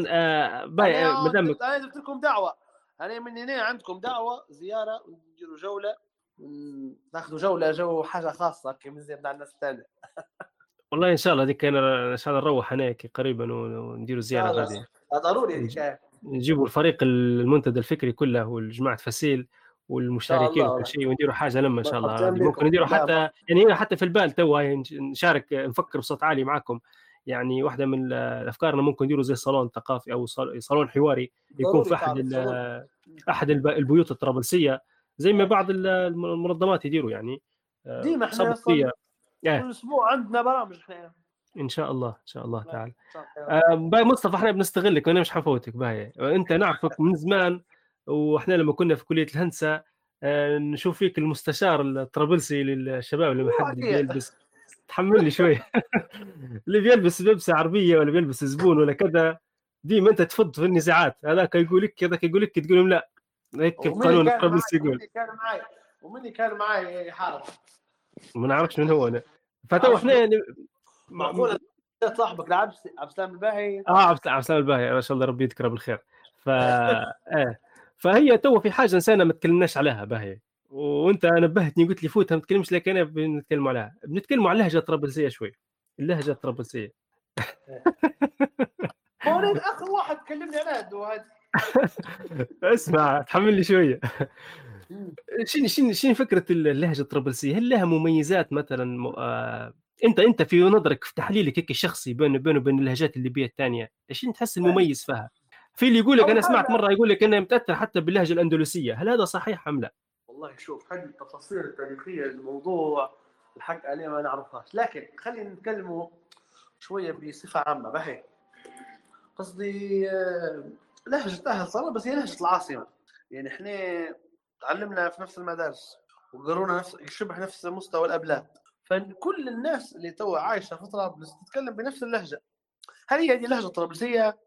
انا مدام جبت لكم دعوه، انا من هنا عندكم دعوه زياره ونديروا جوله، ناخذوا جوله جو حاجه خاصه كيف زي بتاع الناس الثانيه. والله ان شاء الله ديك انا ان شاء الله نروح هناك قريبا ونديروا زياره غاديه، ضروري هذيك. نجيبوا الفريق المنتدى الفري كله والجماعه فسيل والمشاركين وكل شيء ونديروا حاجه لما ان شاء الله. ممكن نديروا حتى يعني حتى في البال توا نشارك نفكر بصوت عالي معكم. يعني واحده من افكارنا ممكن نديروا زي صالون ثقافي او صالون حواري يكون في احد البيوت الطرابلسيه زي ما بعض المنظمات يديروا يعني ديما احنا كل كل اسبوع عندنا برامج احنا ان شاء الله تعالى. باي مصطفى احنا بنستغلك وانا مش حفوتك باي، انت نعرفك من زمان، واحنا لما كنا في كليه الهندسه نشوف فيك المستشار الطرابلسي للشباب اللي ما حد بيلبس، تحمل لي شوي اللي بيلبس لبسه عربيه ولا بيلبس زبون ولا كذا ديما انت تفض في النزاعات، هذاك يقول لك كذا يقول لك تقول لهم لا هيك القانون الطرابلسي يقول. ومن كان معي يحارب ما نعرفش من هو انا، فتو احنا معقول صاحبك عبد السلام الباهي. عبد السلام الباهي ما شاء الله ربي يذكره بالخير. فهي تو في حاجه نسينا ما تكلمناش عليها باهي، وانت نبهتني قلت لي فوتها ما تكلمش، لكن انا بنتكلم عليها، بنتكلم على اللهجه الطرابلسيه شوي. اللهجه الطرابلسيه هو اخر واحد كلمني انا هذا اسمع تحمل لي شويه. شنو فكره اللهجه الطرابلسيه؟ هل لها مميزات مثلا انت في نظرك في تحليلك هيك الشخصي بين وبين اللهجات الليبيه الثانيه ايش تحس المميز فيها؟ في اللي يقول لك انا سمعت مره يقول لك انها متاثر حتى باللهجه الاندلسيه، هل هذا صحيح ام لا؟ والله شوف هذه التفاصيل التاريخيه للموضوع الحق عليه ما نعرفهاش، لكن خلينا نتكلموا شويه بصفه عامه. بحي قصدي لهجه اهل صار بس هي لهجه العاصمه، يعني احنا تعلمنا في نفس المدارس وقرونا شبه نفس مستوى الابلاد، فكل الناس اللي تو عايشه في طرابلس تتكلم بنفس اللهجه. هل هي هذه اللهجه الطرابلسيه؟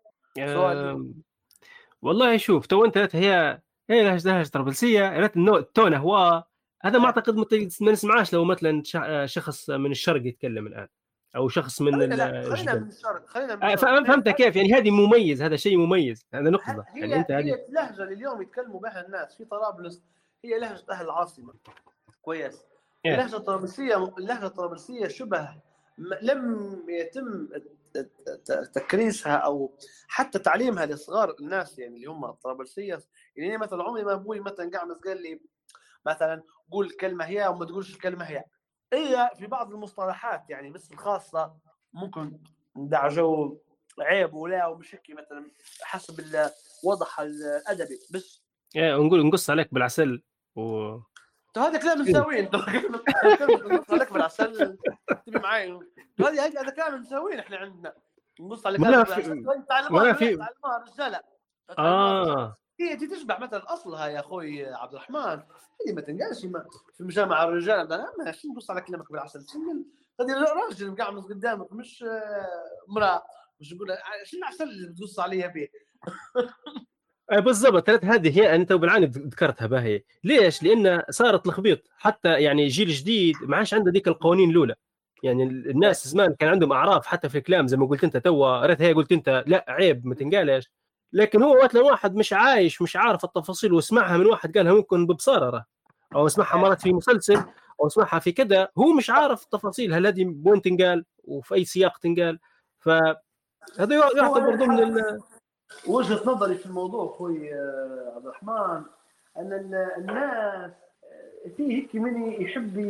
والله شوف تو انت هي لهجه طرابلسيه التون هو هذا ما اعتقد ما نسمعاش لو مثلا شخص من الشرق يتكلم الان او شخص من خلينا من الشرق فهمت كيف يعني هذه مميز، هذا شيء مميز، هذا نقطه يعني انت هي اللهجه اللي اليوم يتكلموا بها الناس في طرابلس هي لهجه اهل العاصمه كويس. اللهجه الطرابلسيه شبه لم يتم تكريسها او حتى تعليمها لصغار الناس يعني اللي هم الطرابلسيه. يعني مثلا عمري ما ابوي مثلا قاعد قال لي مثلا قول الكلمه هي وما تقولش الكلمه هي في بعض المصطلحات يعني بس الخاصه ممكن ندع جو عيب ولا ومش هيك مثلا حسب الوضع الادبي بس ونقول نقص عليك بالعسل هذا كلام نسويه انت نقص عليك بالعسل تبي معي هذا كلام نسويه احنا عندنا نقص عليك تعلمها رجاله هي دي تشبع مثلا اصلها يا اخوي عبد الرحمن، هي ما تنقاش في مجامع الرجال انا ماشي نقص على كلامك بالعسل هذه راجل قاعد قدامك مش امراه مش نقول شنو العسل اللي بتقص عليها به بالضبط. هذه هي انت وبالعاني ذكرتها باهي ليش؟ لان صارت لخبيط حتى يعني جيل جديد ما عادش عنده ذيك القوانين الاولى. يعني الناس زمان كان عندهم اعراف حتى في الكلام زي ما قلت انت توا ريت هي قلت انت لا عيب ما تنقالش، لكن هو وقت واحد مش عايش مش عارف التفاصيل واسمعها من واحد قالها ممكن ببصاره او اسمعها مرات في مسلسل او اسمعها في كذا هو مش عارف التفاصيل هل هذه بوين تنقال وفي اي سياق تنقال. هذا هو يعتبر ضمن وجهة نظري في الموضوع اخوي عبد الرحمن، ان الناس في هيك من يحب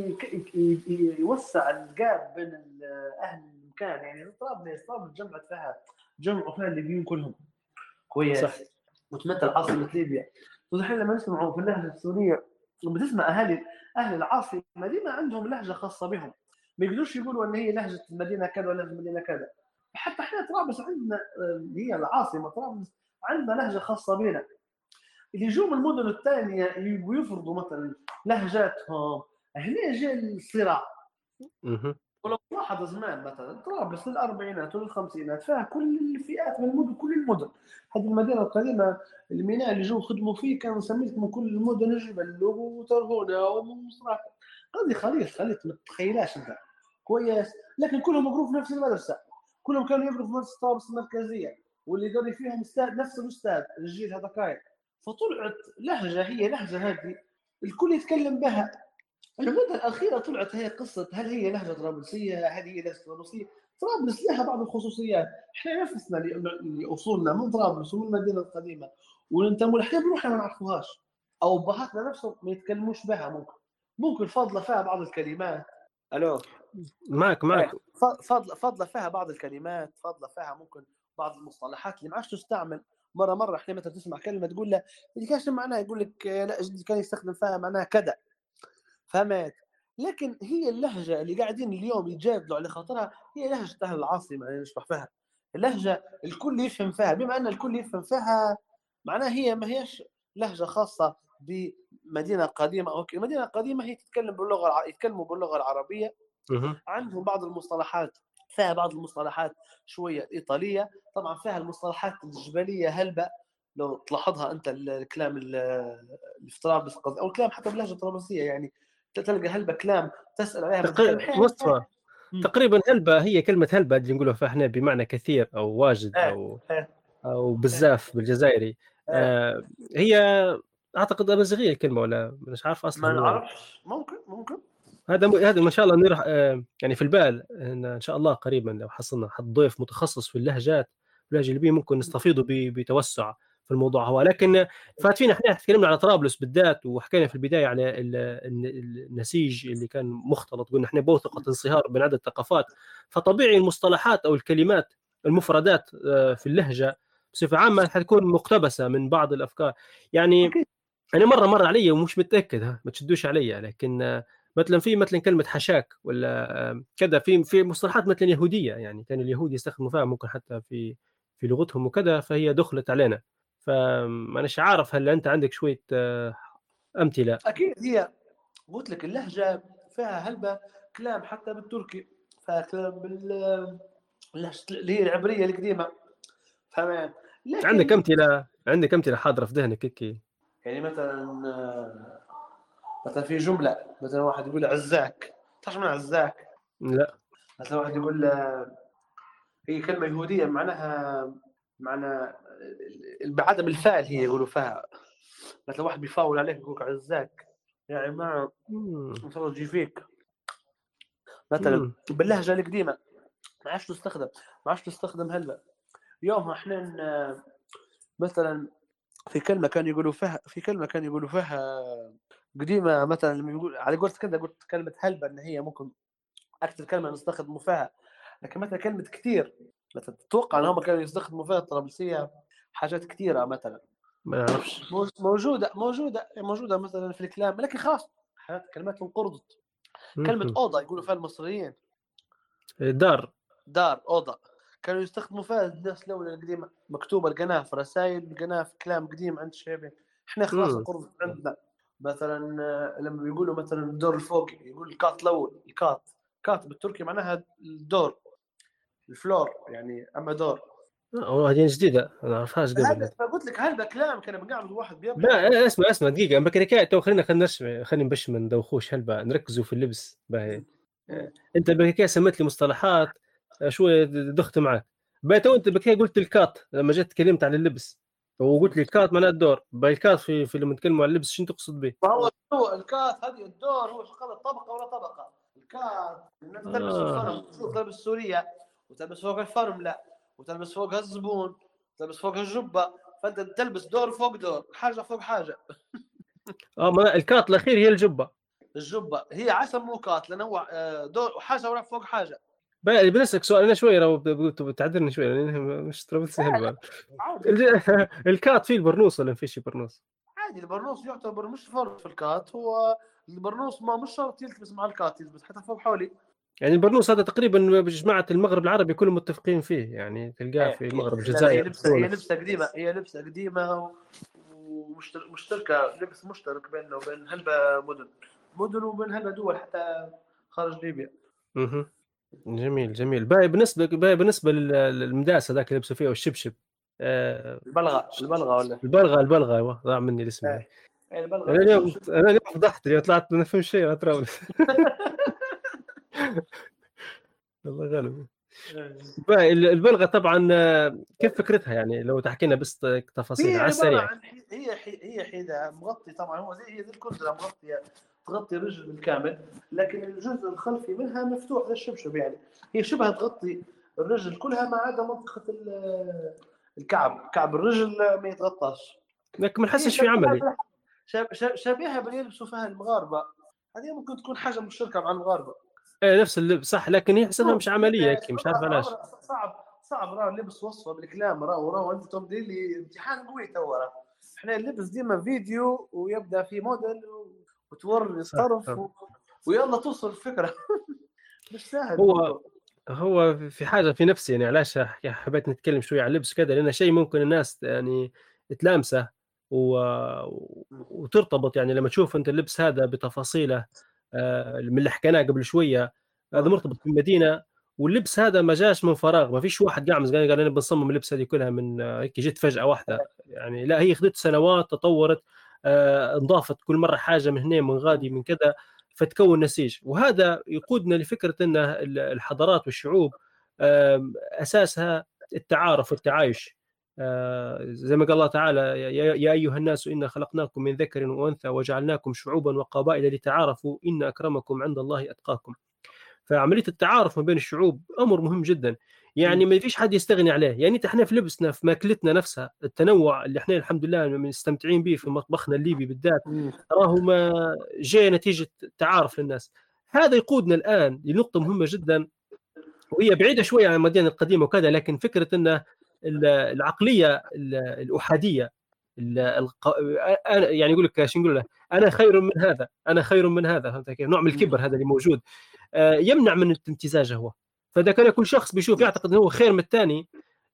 يوسع الجاب بين اهل المكان. يعني طرابلس جمعت فيها، جمعوا فيها الليبيين كلهم صح. كويس، وتمثل عاصمة ليبيا. والحين لما يسمعوا في اللهجة السورية، بتسمع اهل العاصمة ديما عندهم لهجة خاصة بهم، ما يقدروش يقولوا ان هي لهجة المدينة كذا ولا المدينة كذا. حتى احنا طرابلس عندنا هي العاصمة طرابلس عندنا لهجة خاصة بنا. اللي يجوا من المدن الثانية يفرضوا مثلا لهجاتهم، هنا جاء الصراع. ولو لاحظ زمان مثلا طرابلس للأربعينات وللخمسينات فيها كل الفئات من المدن، كل المدن. هذه المدينة القديمة الميناء اللي جو خدموا فيه كانوا سميت من كل المدن الجبل وترهونة ومصراف. قضي خليط ما تتخيلاش انت كويس. لكن كلهم يقروا في نفس المدرسة، كلهم كانوا يقروا في نفس طرابلس المركزية، واللي قري فيهم استاذ نفس الأستاذ الجيل هذا كاين. فطلعت لهجة، هي لهجة هذه الكل يتكلم بها. المدة الأخيرة طلعت هي قصة هل هي لهجة طرابلسية، هل هي لهجة طرابلسية. طرابلس لها بعض الخصوصيات، احنا نفسنا لأصولنا من طرابلس ومن المدينة القديمة وننتموا لها بروحنا ما نعرفوهاش، أو أبهاتنا نفسهم ما يتكلموش بها. ممكن فاضلة فيها بعض الكلمات. ألو معك فاضلة فيها بعض الكلمات، فاضلة فيها ممكن بعض المصطلحات اللي ما عادش تستعمل. مرة احنا متى تسمع كلمة تقول له اللي كاش معناها، يقول لك لا جدي كان يستخدم فيها معناها كذا، فهمت؟ لكن هي اللهجة اللي قاعدين اليوم يتجادلوا على خاطرها هي لهجة أهل العاصمة اللي نشرح فيها. اللهجة الكل يفهم فيها، بما أن الكل يفهم فيها معناها هي ما هيش لهجة خاصة بمدينة قديمة. أو المدينة القديمة هي يتكلموا باللغة العربية. عندهم بعض المصطلحات، فيها بعض المصطلحات شوية إيطالية. طبعا فيها المصطلحات الجبلية هلبة، لو تلاحظها أنت الكلام اللي في طرابلس أو الكلام حتى باللهجة الطرابلسية، يعني تلقى هلبة كلام تسأل عليها مصطفى. تقريبا هلبة هي كلمة هلبة اللي نقولها فاحنا بمعنى كثير أو واجد أو بزاف بالجزائري. هي أعتقد أمازيغية الكلمة، ولا مش عارف أصلا. ما نعرفش، ممكن هذا ما شاء الله نروح يعني في البال إن شاء الله قريبا لو حصلنا حد ضيف متخصص في اللهجات واللهجة الليبية ممكن نستفيضوا بتوسع في الموضوع هو. لكن فات فينا احنا تكلمنا على طرابلس بالذات، وحكينا في البداية على النسيج اللي كان مختلط، قلنا احنا بوثقة انصهار بين عدة ثقافات. فطبيعي المصطلحات أو الكلمات المفردات في اللهجة بصفة عامة حتكون مقتبسة من بعض الأفكار. يعني أنا مرة علي ومش متأكد، ما تشدوش علي، لكن مثلا في مثلا كلمة حشاك ولا كذا، في مصطلحات مثلا يهودية، يعني كان اليهود يستخدموا فيها ممكن حتى في لغتهم وكذا، فهي دخلت علينا. فمانيش عارف هل أنت عندك شوية أمثلة؟ أكيد. هي قلت لك اللهجة فيها هلبة كلام حتى بالتركي، فيها كلام اللي هي العبرية القديمة، فهمت؟ عندك لكن أمثلة حاضرة في ذهنك كيكي؟ يعني مثلا في جملة، مثلا واحد يقول عزاك، تعرف من عزاك؟ لا. مثلا واحد يقول هي كلمة يهودية معنى بعدم الفاعل، هي يقولوا فيها. مثلا واحد بيفاول عليك يقولك عزاك، يعني ما مثلا يجي فيك. مثلا باللهجة القديمة ما عادش تستخدم هلا. يوم احنا مثلا في كلمة كانوا يقولوا فيها قديمة، مثلا لما يقول على قلت كذا، قلت كلمة هلبة ان هي ممكن اكثر كلمة نستخدموا فيها. لكن مثلا كلمة كثير، مثلا تتوقع ان هم كانوا يستخدموا فيها الطرابلسية حاجات كثيرة مثلا ما أعرفش. موجودة مثلا في الكلام، لكن خلاص كلمات انقرضت. كلمة أوضة يقولوا فيها المصريين دار أوضة، كانوا يستخدموا فيها الناس الأولى القديمة، مكتوبة القناة في رسائل، القناة في كلام قديم عند الشعبين. احنا خلاص انقرضت عندنا. مثلا لما بيقولوا مثلا الدور الفوقي يقول الكات الأول. كات بالتركي معناها الدور، الفلور يعني، أما دور. هذه جديدة ما نعرفهاش قبل. هذا فقلت لك هذا كلام كان بنقعد واحد بيبحث. لا اسمع دقيقة بكريكاء تو، خلينا نبش ما ندوخوش هلبا، نركزوا في اللبس باهي. انت بكريكاء سميت لي مصطلحات شوية دخت معك. تو انت بكريكاء قلت الكات لما جيت تكلمت عن اللبس، وقلت لي الكات معناه الدور. الكات في لما نتكلموا عن اللبس شنو تقصد به؟ ما هو الكات هذه الدور، هو قال طبقة ولا طبقة. الكات انك تلبس الفرم، تلبس سوريا وتلبس فوق الفرم، لا وتلبس فوقها الزبون، تلبس فوقها الجبه، فانت تلبس دور فوق دور، حاجه فوق حاجه. ما الكات الاخير هي الجبه. الجبه هي عسل موكات لنوع دور وحاجه وراء فوق حاجه. بقى بنسألك سؤال انا شوي لو بتعذرني شوي لان مش تربط سهل. الكات فيه البرنوس ولا ما فيش برنوس؟ عادي البرنوس يعتبر مش فرض في الكات، هو البرنوس ما مش شرط يلتبس مع الكات، يلبس حتى فوق حولي. يعني البرنوس هذا تقريبا جماعة المغرب العربي كلهم متفقين فيه، يعني تلقاه في المغرب لا هي الجزائر لبسه تونس. قديمه، هي لبسه قديمه ومشتركه، لبس مشترك بيننا وبين هلبة مدن وبين هلبة دول حتى خارج ليبيا. جميل جميل. باقي بالنسبة للمداس هذاك اللي لبسوا فيه والشبشب البلغه ولا البلغة ايوه ضاع مني الاسم. البلغه انا اليوم فضحت اليوم طلعت ما فهمت شيء اتراوي. الله غالب. البلغة طبعا كيف فكرتها يعني لو تحكينا بس تفاصيل هي على عباره السريع. عن هي حذاء مغطي، طبعا هو زي الكندره مغطيه، تغطي الرجل بالكامل، لكن الجزء الخلفي منها مفتوح زي الشبشب، يعني هي شبه تغطي الرجل كلها ما عدا منطقه الكعب، كعب الرجل ما يتغطاش. لكن ما هي نحسش في عملي. شبيهه باللي يلبسوا فيها المغاربه، هذه ممكن تكون حاجه مشتركه مع المغاربه. ايه نفس اللبس صح، لكن هي حسيتها مش عمليه هيك، مش عارف علاش. صعب راه اللبس وصفه بالكلام، راه انت تمضي لي امتحان قوي تو. احنا اللبس ديما فيديو ويبدا في موديل وتوري الطرف ويلا توصل الفكره. مش سهل الموضوع. هو في حاجه في نفسي يعني علاش حبيت نتكلم شويه عن اللبس كذا، لانه شيء ممكن الناس يعني تلامسه وترتبط. يعني لما تشوف انت اللبس هذا بتفاصيله من اللي حكيناه قبل شويه، هذا مرتبط بالمدينه. واللبس هذا ما جاش من فراغ، ما فيش واحد قاعد قال انا بنصمم اللبس هذه كلها من هيك جت فجاه واحده يعني، لا هي خذت سنوات تطورت، انضافت كل مره حاجه من هنا من غادي من كذا فتكون نسيج. وهذا يقودنا لفكره ان الحضارات والشعوب اساسها التعارف والتعايش. زي ما قال الله تعالى يا ايها الناس انا خلقناكم من ذكر وانثى وجعلناكم شعوبا وقبائل لتعارفوا ان اكرمكم عند الله اتقاكم. فعمليه التعارف ما بين الشعوب امر مهم جدا، يعني ما فيش حد يستغني عليه. يعني احنا في لبسنا في ماكلتنا نفسها التنوع اللي احنا الحمد لله مستمتعين به في مطبخنا الليبي بالذات، راهو ما جاي نتيجه تعارف للناس. هذا يقودنا الان لنقطه مهمه جدا، وهي بعيده شويه عن المدينه القديمه وكذا، لكن فكره ان العقليه الاحاديه يعني يقول لك شو نقول له، انا خير من هذا، انا خير من هذا، فهمت كيف؟ نوع من الكبر هذا اللي موجود يمنع من امتزاجه هو. فاذا كان كل شخص بيشوف يعتقد انه هو خير من الثاني،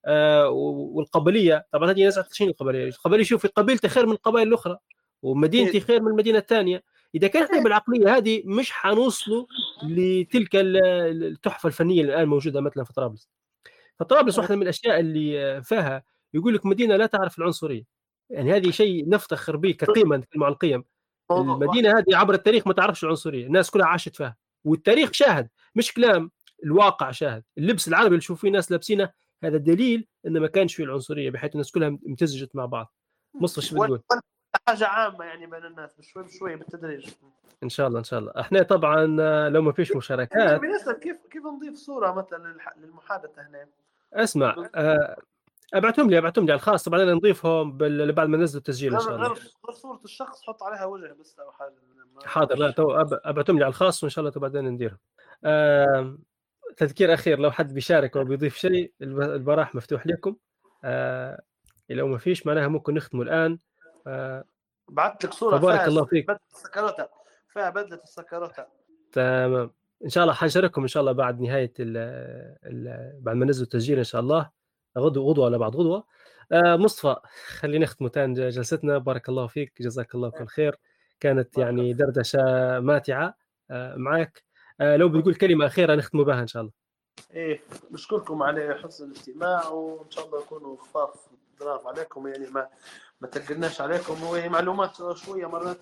والقبليه طبعا هذه نزعه شنو القبليه؟ القبليه يشوف قبيلتي خير من القبائل الاخرى ومدينتي خير من المدينه الثانيه. اذا كان احنا بالعقليه هذه مش حنوصلوا لتلك التحفه الفنيه اللي الان موجوده مثلا في طرابلس. فطرابلس واحده من الاشياء اللي فيها يقول لك مدينه لا تعرف العنصريه، يعني هذه شيء نفتخر به كقيمه نتكلم عن القيم. المدينه هذه عبر التاريخ ما تعرفش العنصريه، الناس كلها عاشت فيها والتاريخ شاهد مش كلام، الواقع شاهد. اللبس العربي اللي تشوف فيه ناس لابسينه هذا دليل انه ما كانش فيه العنصريه، بحيث الناس كلها امتزجت مع بعض. مصطفى شو بتقول؟ حاجه عامه يعني بين الناس بشوي بشوي بالتدريج ان شاء الله ان شاء الله. احنا طبعا لو ما فيش مشاركات كيف نضيف صوره مثلا للمحادثه هنا؟ اسمع ابعتهم لي على الخاص طبعا، انا نضيفهم بعد ما ننزل التسجيل ان شاء الله. غير صوره الشخص حط عليها وجه بس او حاجه. حاضر، لا تو ابعتهم لي على الخاص وان شاء الله بعدين نديرهم. تذكير اخير، لو حد بيشارك او بيضيف شيء البراح مفتوح لكم. لو ما فيش معناها ممكن نختموا الان. بعت لك صوره فبارك الله فيك. فيها بدله السكروتا. تمام ان شاء الله حنشارككم ان شاء الله بعد نهايه بعد ما ننزل التسجيل ان شاء الله، غدوه ولا بعد غدوه. مصطفى خلينا نختم تاني جلستنا. بارك الله فيك، جزاك الله كل خير، كانت يعني دردشه ماتعه معك. لو بتقول كلمه اخيره نختم بها ان شاء الله. ايه بشكركم على حسن الاستماع، وان شاء الله يكونوا خفاف ظراف عليكم، يعني ما تقلناش عليكم. هو معلومات شويه مرات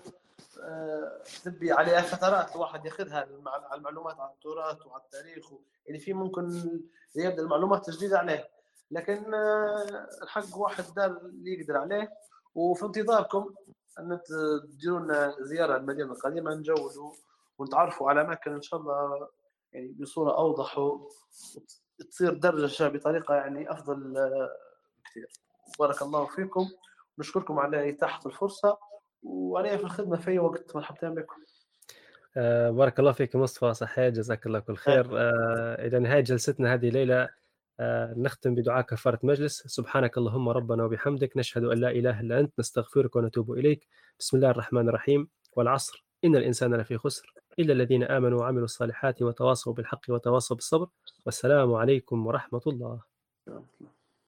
تبي عليها فترات الواحد ياخذها على المعلومات على التراث وعلى التاريخ، يعني في ممكن يبدا المعلومات جديده عليه، لكن الحق واحد دار اللي يقدر عليه. وفي انتظاركم ان تديروا لنا زياره المدينه القديمه، نجولوا ونتعرفوا على اماكن ان شاء الله يعني بصوره اوضح تصير دردشة بطريقة يعني أفضل كثير. بارك الله فيكم، نشكركم على إتاحة الفرصة، وأنا في الخدمة في أي وقت، مرحبتين بكم. بارك الله فيك مصطفى صحيح، جزاك الله كل خير. إلى نهاية جلستنا هذه الليلة نختم بدعاء كفارة مجلس. سبحانك اللهم ربنا وبحمدك، نشهد أن لا إله إلا أنت، نستغفرك ونتوب إليك. بسم الله الرحمن الرحيم. والعصر إن الإنسان لفي خسر إلا الذين آمنوا وعملوا الصالحات وتواصوا بالحق وتواصوا بالصبر. والسلام عليكم ورحمة الله.